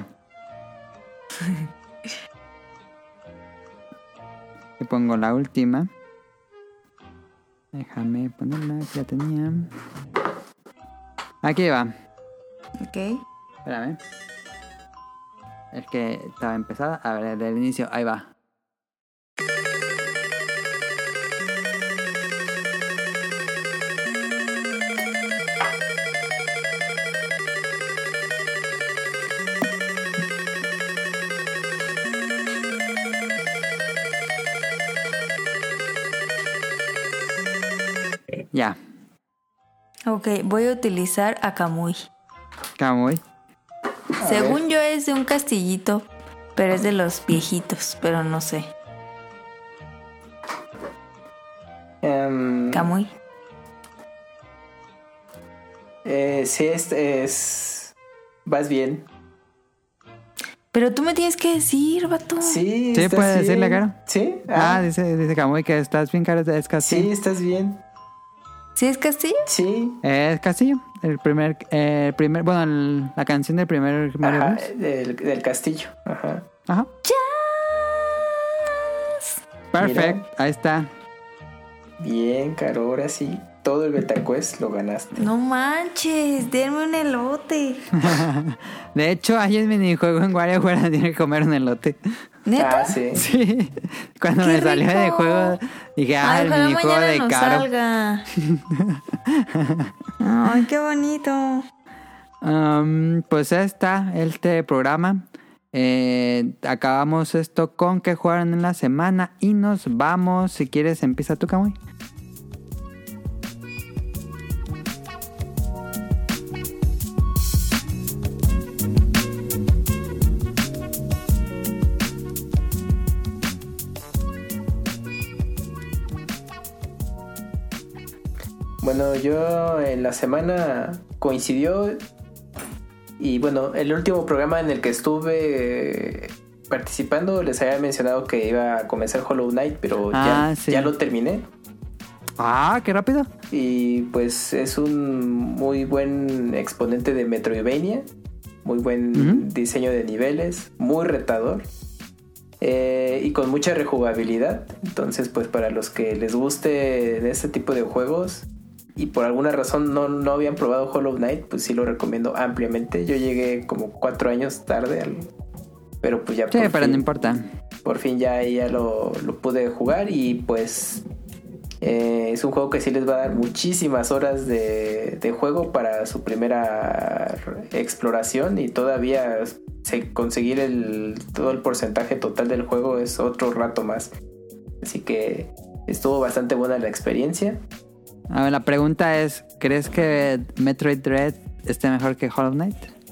S3: Y pongo la última. Déjame ponerla, que ya tenía. Aquí va.
S1: Ok.
S3: Espérame. Es que estaba empezada. A ver, desde el inicio. Ahí va. Ya.
S1: Ok, voy a utilizar a Kamui.
S3: Kamui.
S1: Según yo es de un castillito, pero es de los viejitos, pero no sé.
S4: Um,
S1: Kamui.
S4: eh, sí, es, es... Vas bien.
S1: Pero tú me tienes que decir, vato.
S4: Sí,
S3: Sí,
S4: estás
S3: puedes
S4: bien.
S3: decirle, Caro.
S4: ¿Sí?
S3: Ah, dice, dice Kamui que estás bien, Caro. Es castillo.
S4: sí, estás bien.
S1: ¿Sí es castillo?
S4: Sí.
S3: Es castillo. El primer, eh, el primer, bueno, el- la canción del primer Mario
S4: Ajá,
S3: Bros.
S4: del, del castillo. Ajá.
S3: Ajá. Perfecto.
S4: Mira.
S3: Ahí está.
S4: Bien, Caro, ahora sí. Todo el BetaQuest lo ganaste.
S1: No manches, denme un elote.
S3: De hecho, hay un minijuego en WarioWare donde tiene que comer un elote.
S1: ¿Neta?
S4: Ah, sí.
S3: Sí. Cuando
S1: ¡Qué
S3: me salió de
S1: rico!
S3: juego, dije, ah,
S1: Ay,
S3: el
S1: ojalá
S3: minijuego
S1: mañana
S3: de
S1: nos
S3: Caro.
S1: salga. Ay, qué bonito.
S3: Um, pues ya está este programa. Eh, acabamos esto con que jugaron en la semana y nos vamos. Si quieres, empieza tú, Kamui.
S4: Bueno, yo en la semana coincidió y bueno, el último programa en el que estuve eh, participando les había mencionado que iba a comenzar Hollow Knight, pero
S3: Ah,
S4: ya,
S3: sí.
S4: ya lo terminé
S3: Ah, qué rápido.
S4: y pues es un muy buen exponente de Metroidvania, muy buen
S3: Ujú.
S4: diseño de niveles, muy retador. Eh, y con mucha rejugabilidad. Entonces, pues para los que les guste de este tipo de juegos y por alguna razón no, no habían probado Hollow Knight, pues sí lo recomiendo ampliamente. Yo llegué como cuatro años tarde, al, pero pues ya
S3: Sí,
S4: por
S3: pero
S4: fin,
S3: no importa.
S4: por fin ya, ya lo, lo pude jugar y pues eh, es un juego que sí les va a dar muchísimas horas de, de juego para su primera exploración y todavía se- conseguir el, todo el porcentaje total del juego es otro rato más. Así que estuvo bastante buena la experiencia.
S3: A ver, la pregunta es, ¿crees que Metroid Dread esté mejor que Hollow Knight?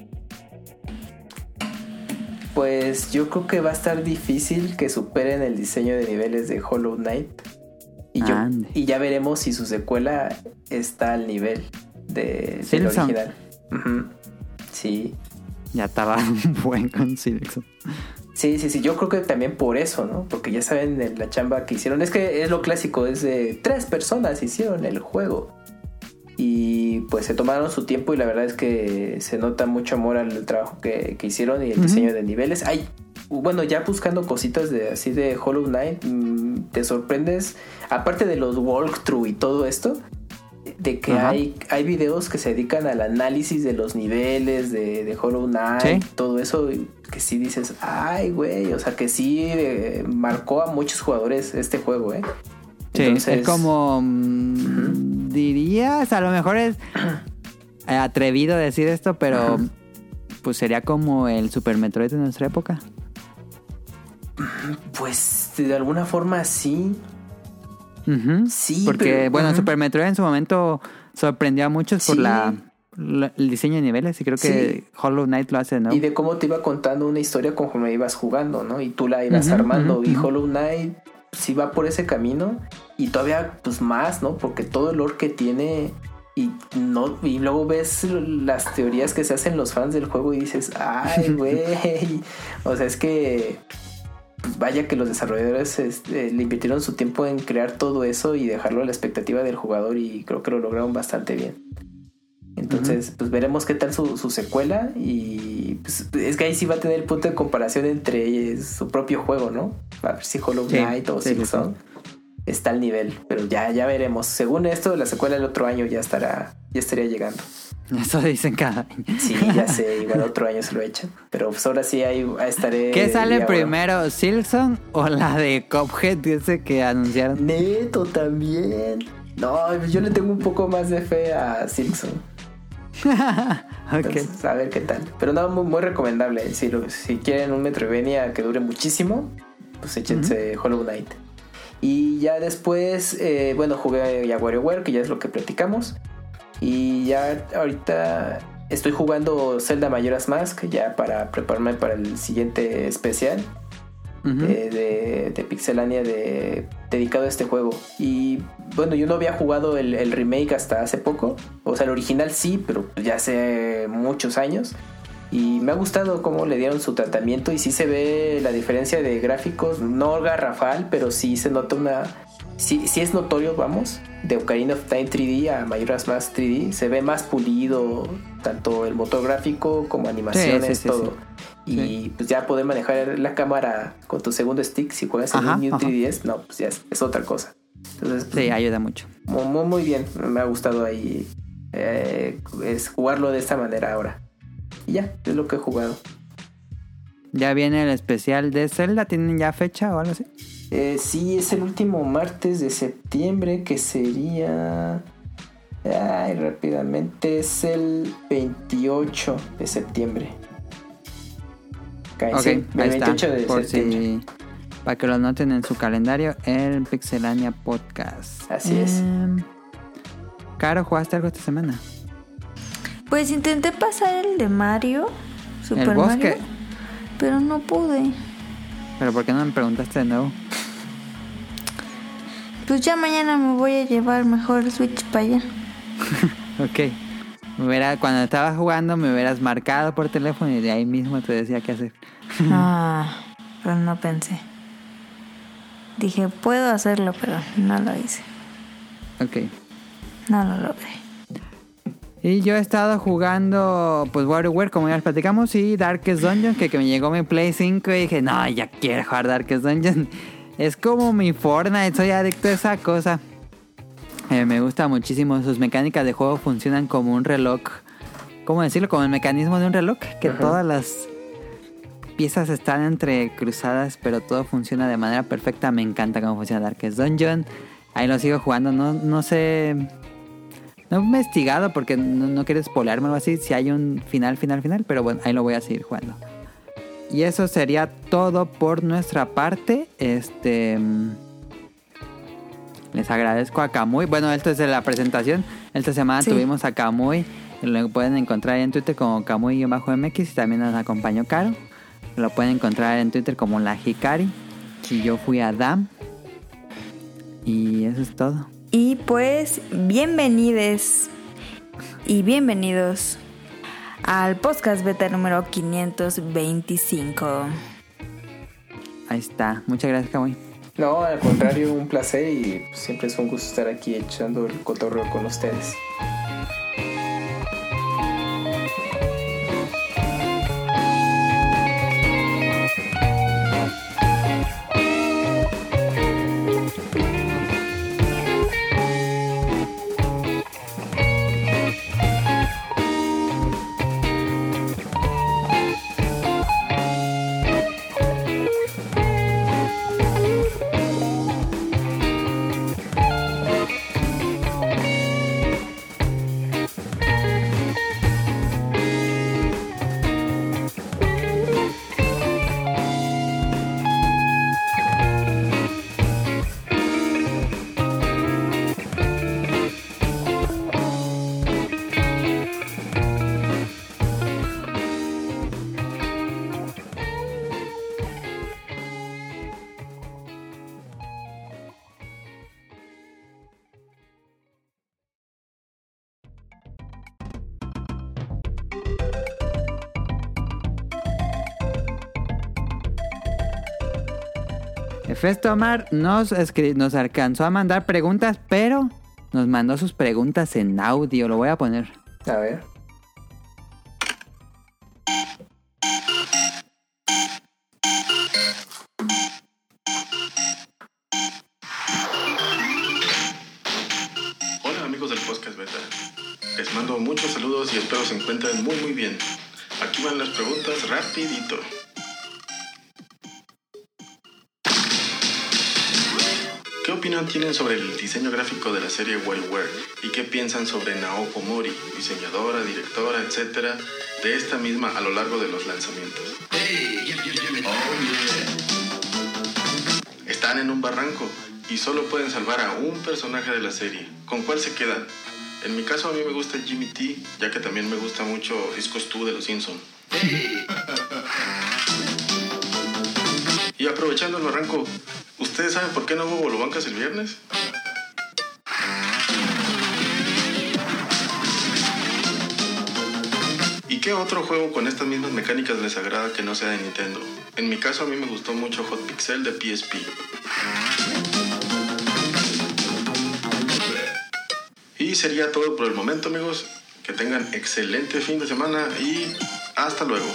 S4: Pues yo creo que va a estar difícil que superen el diseño de niveles de Hollow Knight. Y, yo,
S3: Ande.
S4: y ya veremos si su secuela está al nivel de, del
S3: Silksong.
S4: original. Ujú. Sí.
S3: Ya tardaron un buen con Silksong.
S4: Sí, sí, sí, yo creo que también por eso, ¿no? Porque ya saben de la chamba que hicieron. Es que es lo clásico, es de tres personas hicieron el juego. Y pues se tomaron su tiempo y la verdad es que se nota mucho amor al trabajo que, que hicieron y el
S3: Ujú.
S4: diseño de niveles. Hay, bueno, ya buscando cositas de así de Hollow Knight, mmm, te sorprendes, aparte de los walkthrough y todo esto, de que
S3: Ajá.
S4: hay, hay videos que se dedican al análisis de los niveles de, de Hollow Knight,
S3: Sí.
S4: todo eso, que sí dices, ay, güey, o sea, que sí eh, marcó a muchos jugadores este juego, ¿eh?
S3: Sí,
S4: Entonces,
S3: es como... mm, dirías, a lo mejor es eh, atrevido decir esto, pero pues sería como el Super Metroid de nuestra época.
S4: Pues de alguna forma sí.
S3: Uh-huh.
S4: Sí,
S3: porque
S4: pero,
S3: bueno,
S4: uh-huh.
S3: Super Metroid en su momento sorprendió a muchos por
S4: Sí.
S3: la, la- el diseño de niveles, y creo que
S4: Sí.
S3: Hollow Knight lo hace, ¿no?
S4: Y de cómo te iba contando una historia conforme ibas jugando, ¿no? Y tú la ibas
S3: Ujú,
S4: armando.
S3: ujú,
S4: Y
S3: ujú.
S4: Hollow Knight sí va por ese camino. Y todavía, pues más, ¿no? Porque todo el lore que tiene. Y no y luego ves las teorías que se hacen los fans del juego y dices, ay, güey. O sea, es que pues vaya que los desarrolladores este, le invirtieron su tiempo en crear todo eso y dejarlo a la expectativa del jugador, y creo que lo lograron bastante bien. Entonces, uh-huh. pues veremos qué tal su, su secuela, y pues es que ahí sí va a tener el punto de comparación entre su propio juego, ¿no? A ver si Hollow Knight sí, o Silksong sí, sí. está al nivel, pero ya, ya veremos. Según esto, la secuela del otro año ya estará, ya estaría llegando.
S3: Eso dicen cada año.
S4: Sí, ya sé, igual otro año se lo echan. Pero pues ahora sí ahí estaré.
S3: ¿Qué sale primero, Silksong o la de Cuphead, ese que anunciaron?
S4: Neto también. No, yo le tengo un poco más de fe a Silksong.
S3: Okay.
S4: Entonces, a ver qué tal. Pero no, muy, muy recomendable. Si, lo, si quieren un Metroidvania que dure muchísimo, pues échense uh-huh. Hollow Knight. Y ya después, eh, bueno, jugué ya WarioWare, que ya es lo que platicamos. Y ya ahorita estoy jugando Zelda Majora's Mask, ya para prepararme para el siguiente especial uh-huh. de, de, de Pixelania de, dedicado a este juego. Y bueno, yo no había jugado el, el remake hasta hace poco. O sea, el original sí, pero ya hace muchos años. Y me ha gustado cómo le dieron su tratamiento, y sí se ve la diferencia de gráficos, no garrafal, pero sí se nota una... Sí, sí es notorio, vamos, de Ocarina of Time tres D a Majora's Mask tres D. Se ve más pulido, tanto el motor gráfico como animaciones, sí, sí, sí, todo. Sí. Y sí. pues ya poder manejar la cámara con tu segundo stick si juegas en ajá, un New tres D S, no, pues ya es, es otra cosa. Entonces, pues,
S3: sí, ayuda mucho.
S4: Muy, muy bien, me ha gustado ahí eh, es jugarlo de esta manera ahora. Y ya, es lo que he jugado.
S3: ¿Ya viene el especial de Zelda? ¿Tienen ya fecha o algo así?
S4: Eh, sí, es el último martes de septiembre, que sería... Ay, rápidamente, es el veintiocho de septiembre.
S3: Ok,
S4: sí,
S3: ahí
S4: veintiocho
S3: está,
S4: de
S3: por
S4: septiembre.
S3: Si, para que lo anoten en su calendario, el Pixelania Podcast.
S4: Así
S3: eh,
S4: es.
S3: Caro, ¿jugaste algo esta semana?
S1: Pues intenté pasar el de Mario, Super
S3: ¿El bosque?
S1: Mario, pero no pude.
S3: ¿Pero por qué no me preguntaste de nuevo?
S1: Pues ya mañana me voy a llevar mejor el Switch para allá.
S3: Ok. Me hubiera, cuando estaba jugando me hubieras marcado por teléfono y de ahí mismo te decía qué hacer.
S1: Ah, pero no pensé. Dije, puedo hacerlo, pero no lo hice.
S3: Ok.
S1: No lo logré.
S3: Y yo he estado jugando, pues, WarioWare, como ya les platicamos, y Darkest Dungeon, que, que me llegó mi Play cinco y dije, no, ya quiero jugar Darkest Dungeon. Es como mi Fortnite, soy adicto a esa cosa. Eh, me gusta muchísimo, sus mecánicas de juego funcionan como un reloj. ¿Cómo decirlo? Como el mecanismo de un reloj, que uh-huh. todas las piezas están entrecruzadas, pero todo funciona de manera perfecta. Me encanta cómo funciona Darkest Dungeon. Ahí lo sigo jugando, no, no sé... No he investigado porque no, no quiero spoilearme o algo así, si hay un final, final, final, pero bueno, ahí lo voy a seguir jugando. Y eso sería todo por nuestra parte. Este... Les agradezco a Kamui. Bueno, esto es de la presentación. Esta semana sí. tuvimos a Kamui. Lo pueden encontrar en Twitter como Kamui-M X. Y también nos acompañó Caro. Lo pueden encontrar en Twitter como La Hikari. Y yo fui a Dam. Y eso es todo.
S1: Y pues, bienvenides y bienvenidos al podcast beta número quinientos veinticinco.
S3: Ahí está. Muchas gracias, Kamui.
S4: No, al contrario, un placer, y siempre es un gusto estar aquí echando el cotorreo con ustedes.
S3: Festomar nos, escri- nos alcanzó a mandar preguntas, pero nos mandó sus preguntas en audio. Lo voy a poner.
S4: A ver.
S8: Hola amigos del Podcast Beta, les mando muchos saludos y espero se encuentren muy muy bien. Aquí van las preguntas rapidito. ¿Qué opinión tienen sobre el diseño gráfico de la serie WarioWare? ¿Y qué piensan sobre Naoko Mori, diseñadora, directora, etcétera, de esta misma a lo largo de los lanzamientos? Están en un barranco y solo pueden salvar a un personaje de la serie. ¿Con cuál se quedan? En mi caso a mí me gusta Jimmy T, ya que también me gusta mucho Disco Stu de los Simpsons. Y aprovechando el barranco, ¿ustedes saben por qué no hubo Bolobancas el viernes? ¿Y qué otro juego con estas mismas mecánicas les agrada que no sea de Nintendo? En mi caso a mí me gustó mucho Hot Pixel de P S P. Y sería todo por el momento, amigos. Que tengan excelente fin de semana y hasta luego.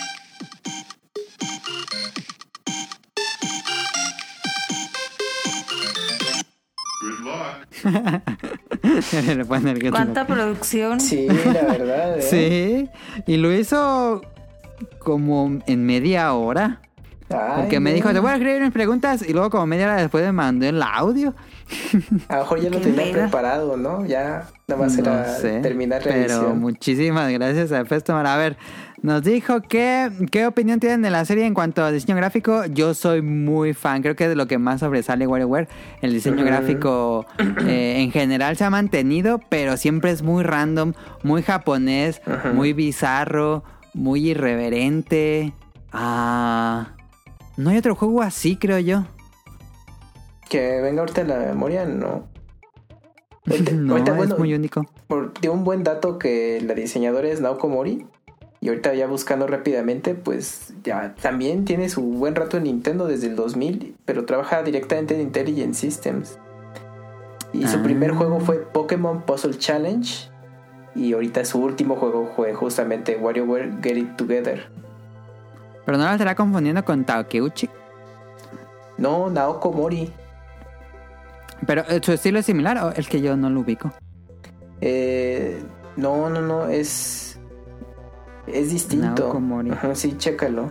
S3: Le pueden el que
S1: ¿Cuánta producción?
S4: Sí, la verdad. ¿eh?
S3: Sí, y lo hizo como en media hora.
S4: Ay,
S3: Porque me
S4: no.
S3: dijo, te voy a escribir mis preguntas. Y luego como media hora después me mandó el audio.
S4: A lo mejor ya lo
S1: Qué
S4: tenía
S1: pena.
S4: preparado, ¿no? Ya nada más
S3: No
S4: era
S3: sé,
S4: terminar la
S3: pero
S4: edición.
S3: muchísimas gracias a Festomar. A ver, nos dijo que qué opinión tienen de la serie en cuanto a diseño gráfico. Yo soy muy fan, creo que es de lo que más sobresale WarioWare. El diseño
S4: Ujú.
S3: gráfico eh, en general se ha mantenido, pero siempre es muy random, muy japonés,
S4: Ujú.
S3: muy bizarro, muy irreverente. Ah, no hay otro juego así, creo yo.
S4: Que venga ahorita en la memoria, no. Ahorita-
S3: No,
S4: ahorita,
S3: es
S4: bueno,
S3: muy único.
S4: por- de un buen dato que la diseñadora es Naoko Mori. Y ahorita ya buscando rápidamente, pues ya también tiene su buen rato en Nintendo desde el dos mil, pero trabaja directamente en Intelligent Systems. Y su
S3: Ah.
S4: primer juego fue Pokémon Puzzle Challenge. Y ahorita su último juego fue justamente WarioWare Get It Together.
S3: Pero no la estará confundiendo con Takeuchi.
S4: No, Naoko Mori.
S3: Pero eh, su estilo es similar o el que yo no lo ubico.
S4: Eh, no, no, no, es... Es distinto.
S3: Naoko Mori.
S4: Ajá, sí, chécalo.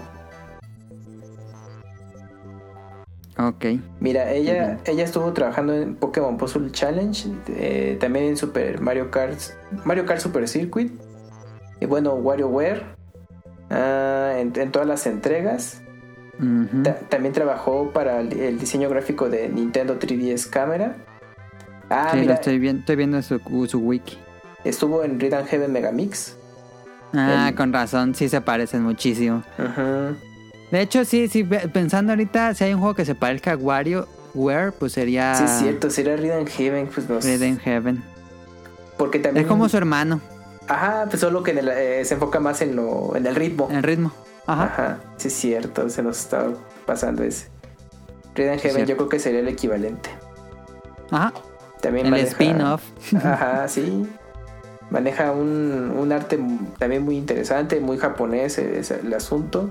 S3: Ok.
S4: Mira, ella,
S3: Ujú.
S4: ella estuvo trabajando en Pokémon Puzzle Challenge, eh, también en Super Mario Kart, Mario Kart Super Circuit, y bueno, WarioWare, ah, en, en todas las entregas.
S3: Ujú.
S4: Ta- también trabajó para el, el diseño gráfico de Nintendo tres D S Camera. Ah,
S3: Sí, lo
S4: mira,
S3: estoy viendo, estoy viendo su, su wiki.
S4: estuvo en Rhythm Heaven Megamix.
S3: Ah,
S4: El-
S3: con razón, sí se parecen muchísimo.
S4: Ajá.
S3: De hecho, sí, sí, ve- pensando ahorita, si hay un juego que se parezca a WarioWare, pues sería
S4: Sí, es cierto, si era Rhythm Heaven, pues no sé.
S3: Rhythm Heaven.
S4: Porque también...
S3: Es como su hermano,
S4: Ajá, pues solo que en el, eh, se enfoca más en, lo, en el ritmo.
S3: el ritmo. Ajá.
S4: Ajá, sí es cierto, se nos está pasando ese. Rhythm Heaven
S3: cierto.
S4: yo creo que sería el equivalente.
S3: Ajá.
S4: También
S3: El
S4: maneja-
S3: spin-off.
S4: Ajá, sí. Maneja un, un arte también muy interesante, muy japonés es el asunto.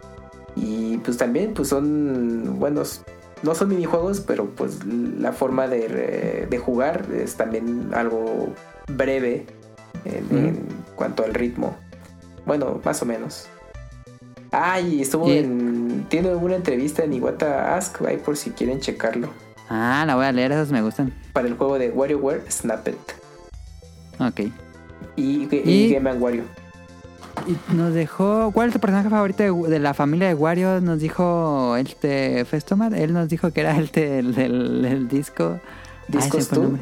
S4: Y pues también pues son buenos, no son minijuegos, pero pues la forma de, re- de jugar es también algo breve en,
S3: Ujú.
S4: en cuanto al ritmo. Bueno, más o menos. Ah, y estuvo
S3: Y-
S4: en... Tiene una entrevista en Iwata Ask, ahí por si quieren checarlo.
S3: Ah, la voy a leer, esos me gustan.
S4: Para el juego de WarioWare Snap It.
S3: Ok.
S4: Y, y,
S3: Y-
S4: Game and Wario.
S3: Y nos dejó... ¿Cuál es tu personaje favorito de, de la familia de Wario? Nos dijo este Festomar. Él nos dijo que era el del, del, del disco.
S4: ¿Discos
S3: Ay, se me fue el
S4: tú?
S3: nombre.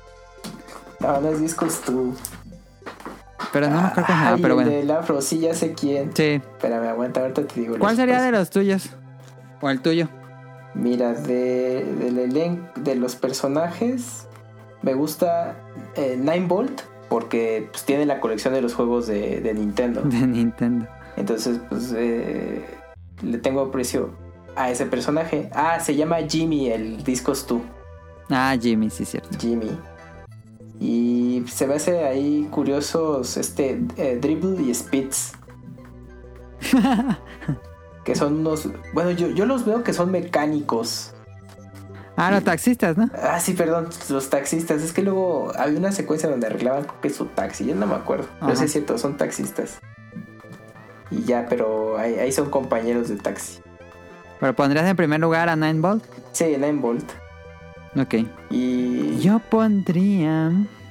S4: No, no es Discos tú.
S3: Pero no me acuerdo cómo se llama,
S4: Ay,
S3: pero
S4: el
S3: bueno.
S4: del afro, sí, ya sé quién.
S3: Sí.
S4: Espérame, aguanta, ahorita te digo.
S3: ¿Cuál
S4: los
S3: sería de
S4: pers-
S3: los tuyos? ¿O el tuyo?
S4: Mira, de, del elen- de los personajes, me gusta eh, Nine Volt, porque pues, tiene la colección de los juegos de, de Nintendo.
S3: De Nintendo.
S4: Entonces, pues, eh, le tengo aprecio. a ese personaje. Ah, se llama Jimmy, el Discos Tú.
S3: Ah, Jimmy, sí, cierto.
S4: Jimmy. Y se me hace ahí curiosos este eh, Dribble y Spitz. Que son unos... Bueno, yo, yo los veo que son mecánicos.
S3: Ah, los taxistas, ¿no?
S4: Ah, sí, perdón, los taxistas. Es que luego había una secuencia donde arreglaban creo que su taxi. Yo no me acuerdo. Pero
S3: Ajá.
S4: sí es cierto, son taxistas. Y ya, pero ahí, ahí son compañeros de taxi.
S3: Pero pondrías en primer lugar a Nine Bolt.
S4: Sí, Nine Bolt.
S3: Ok.
S4: Y...
S3: Yo pondría...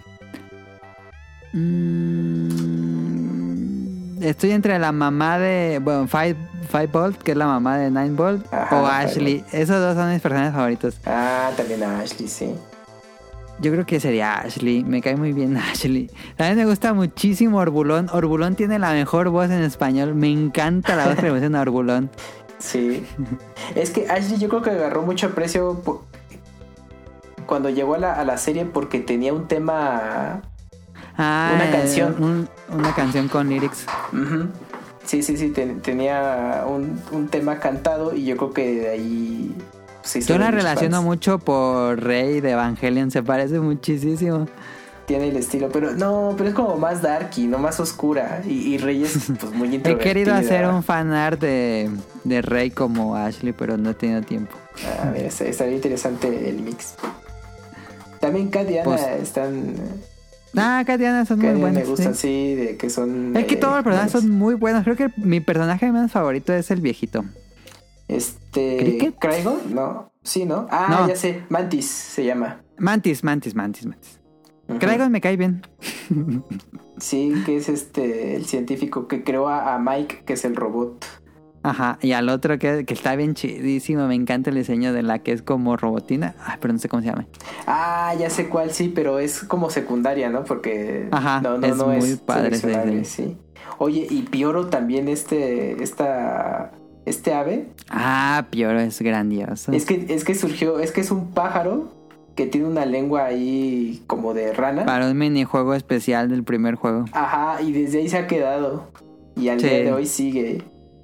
S3: Mm, estoy entre la mamá de... Bueno, Five, Five Bolt, que es la mamá de Nine Bolt.
S4: Ajá,
S3: o
S4: Five
S3: Ashley.
S4: Bolt.
S3: Esos dos son mis personajes favoritos.
S4: Ah, también a Ashley, sí.
S3: Yo creo que sería Ashley. Me cae muy bien Ashley. También me gusta muchísimo Orbulón. Orbulón tiene la mejor voz en español. Me encanta la voz que le pusieron a Orbulón.
S4: Sí. Es que Ashley yo creo que agarró mucho aprecio por... cuando llegó a la, a la serie porque tenía un tema...
S3: Ah,
S4: Una canción.
S3: un- una canción con lyrics.
S4: Ujú. Sí, sí, sí, ten- tenía un, un tema cantado y yo creo que de ahí... se hizo
S3: Yo la
S4: de mis
S3: relaciono
S4: fans.
S3: mucho por Rey de Evangelion. Se parece muchísimo.
S4: Tiene el estilo, pero no, pero es como más darky, no más oscura. Y, y Rey es pues muy
S3: He
S4: introvertida.
S3: querido hacer un fanart de, de Rey como Ashley, pero no he tenido tiempo.
S4: Ah, mira, está- estaría interesante el mix. También Kat y Ana
S3: Pues-
S4: están...
S3: Ah, Katiana son
S4: Kat
S3: muy
S4: y Ana
S3: buenos.
S4: me gustan,
S3: sí.
S4: sí, de que son...
S3: Es que
S4: eh,
S3: todos los personajes
S4: buenos.
S3: son muy buenos. Creo que mi personaje menos favorito es el viejito.
S4: Este...
S3: ¿Cricket?
S4: ¿Craigon? No. Sí, ¿no? Ah,
S3: No.
S4: ya sé. Mantis se llama.
S3: Mantis, Mantis, Mantis, Mantis.
S4: Ujú.
S3: Craigon me cae bien.
S4: Sí, que es este... el científico que creó a, a Mike, que es el robot.
S3: Ajá, y al otro que, que está bien chidísimo. Me encanta el diseño de la que es como robotina. Ay, pero no sé cómo se llama.
S4: Ah, ya sé cuál, sí, pero es como secundaria, ¿no? Porque...
S3: Ajá,
S4: no, no,
S3: es
S4: no
S3: muy
S4: es
S3: padre ese
S4: seleccionable,
S3: diseño.
S4: sí. Oye, y Pioro también, este... esta... este ave...
S3: Ah, Pioro es grandioso.
S4: Es que, es que surgió, es que es un pájaro que tiene una lengua ahí como de rana.
S3: Para un minijuego especial del primer juego.
S4: Ajá, y desde ahí se ha quedado. Y al
S3: Sí.
S4: día de hoy sigue.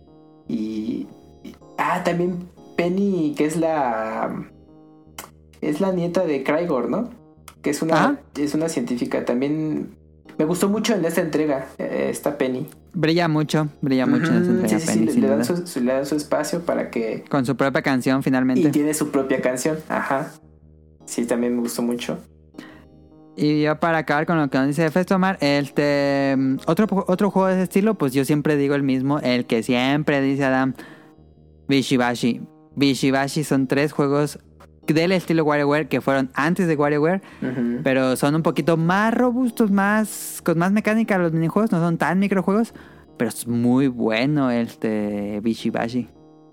S4: Y, y- Ah, también Penny, que es la... Es la nieta de Crygor, ¿no? Que es una,
S3: Ajá.
S4: es una científica. También me gustó mucho en esta entrega, eh, esta Penny.
S3: Brilla mucho, brilla mucho en esa
S4: Ujú,
S3: entrega
S4: sí, sí,
S3: Penny,
S4: sí,
S3: sin
S4: le, le dan
S3: duda.
S4: su, su- le dan su espacio para que...
S3: Con su propia canción finalmente.
S4: Y tiene su propia canción, ajá. Sí, también me gustó mucho.
S3: Y yo para acabar con lo que nos dice Festomar, este otro, otro juego de ese estilo, pues yo siempre digo el mismo, el que siempre dice Adam, Bishibashi. Bishibashi son tres juegos del estilo WarioWare que fueron antes de WarioWare,
S4: Ujú.
S3: pero son un poquito más robustos, más con más mecánica los minijuegos, no son tan microjuegos, pero es muy bueno este Bishibashi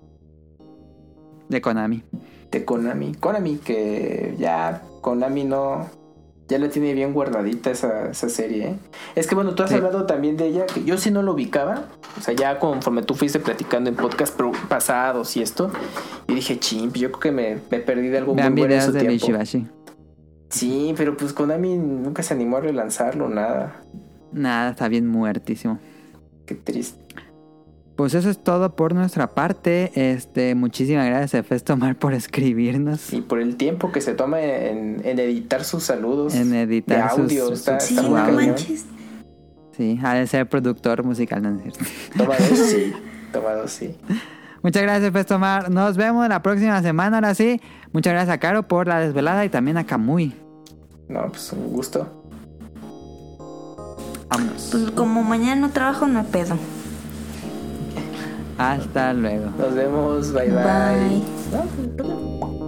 S3: de Konami.
S4: De Konami. Konami, que ya Konami no... Ya la tiene bien guardadita esa, esa serie, ¿eh? Es que bueno, tú has
S3: Sí.
S4: hablado también de ella, que yo sí no lo ubicaba. O sea, ya conforme tú fuiste platicando en podcast pro- pasados y esto, yo dije, chimp, yo creo que me, me perdí de algo
S3: Vean
S4: muy bueno en
S3: videos
S4: su
S3: de
S4: tiempo.
S3: Bishibashi.
S4: Sí, pero pues Konami nunca se animó a relanzarlo, nada.
S3: Nada, está bien muertísimo.
S4: Qué triste.
S3: Pues eso es todo por nuestra parte. Este, muchísimas gracias a Festomar por escribirnos.
S4: Y por el tiempo que se toma en, en editar sus saludos.
S3: En editar
S4: de audio,
S3: sus-
S4: está,
S3: sus-
S1: Sí,
S4: está
S3: Está
S1: no
S3: muy
S4: muy cañón.
S1: manches.
S3: Sí, ha de ser productor musical, ¿no es cierto?
S4: Toma dos, sí. Toma dos, sí.
S3: Muchas gracias, Festomar. Nos vemos la próxima semana, ahora sí. Muchas gracias a Caro por la desvelada y también a Kamui.
S4: No, pues un gusto.
S3: Vámonos.
S1: Pues como mañana no trabajo, no hay pedo.
S3: Hasta luego.
S4: Nos vemos. Bye bye.
S1: Bye.
S4: No,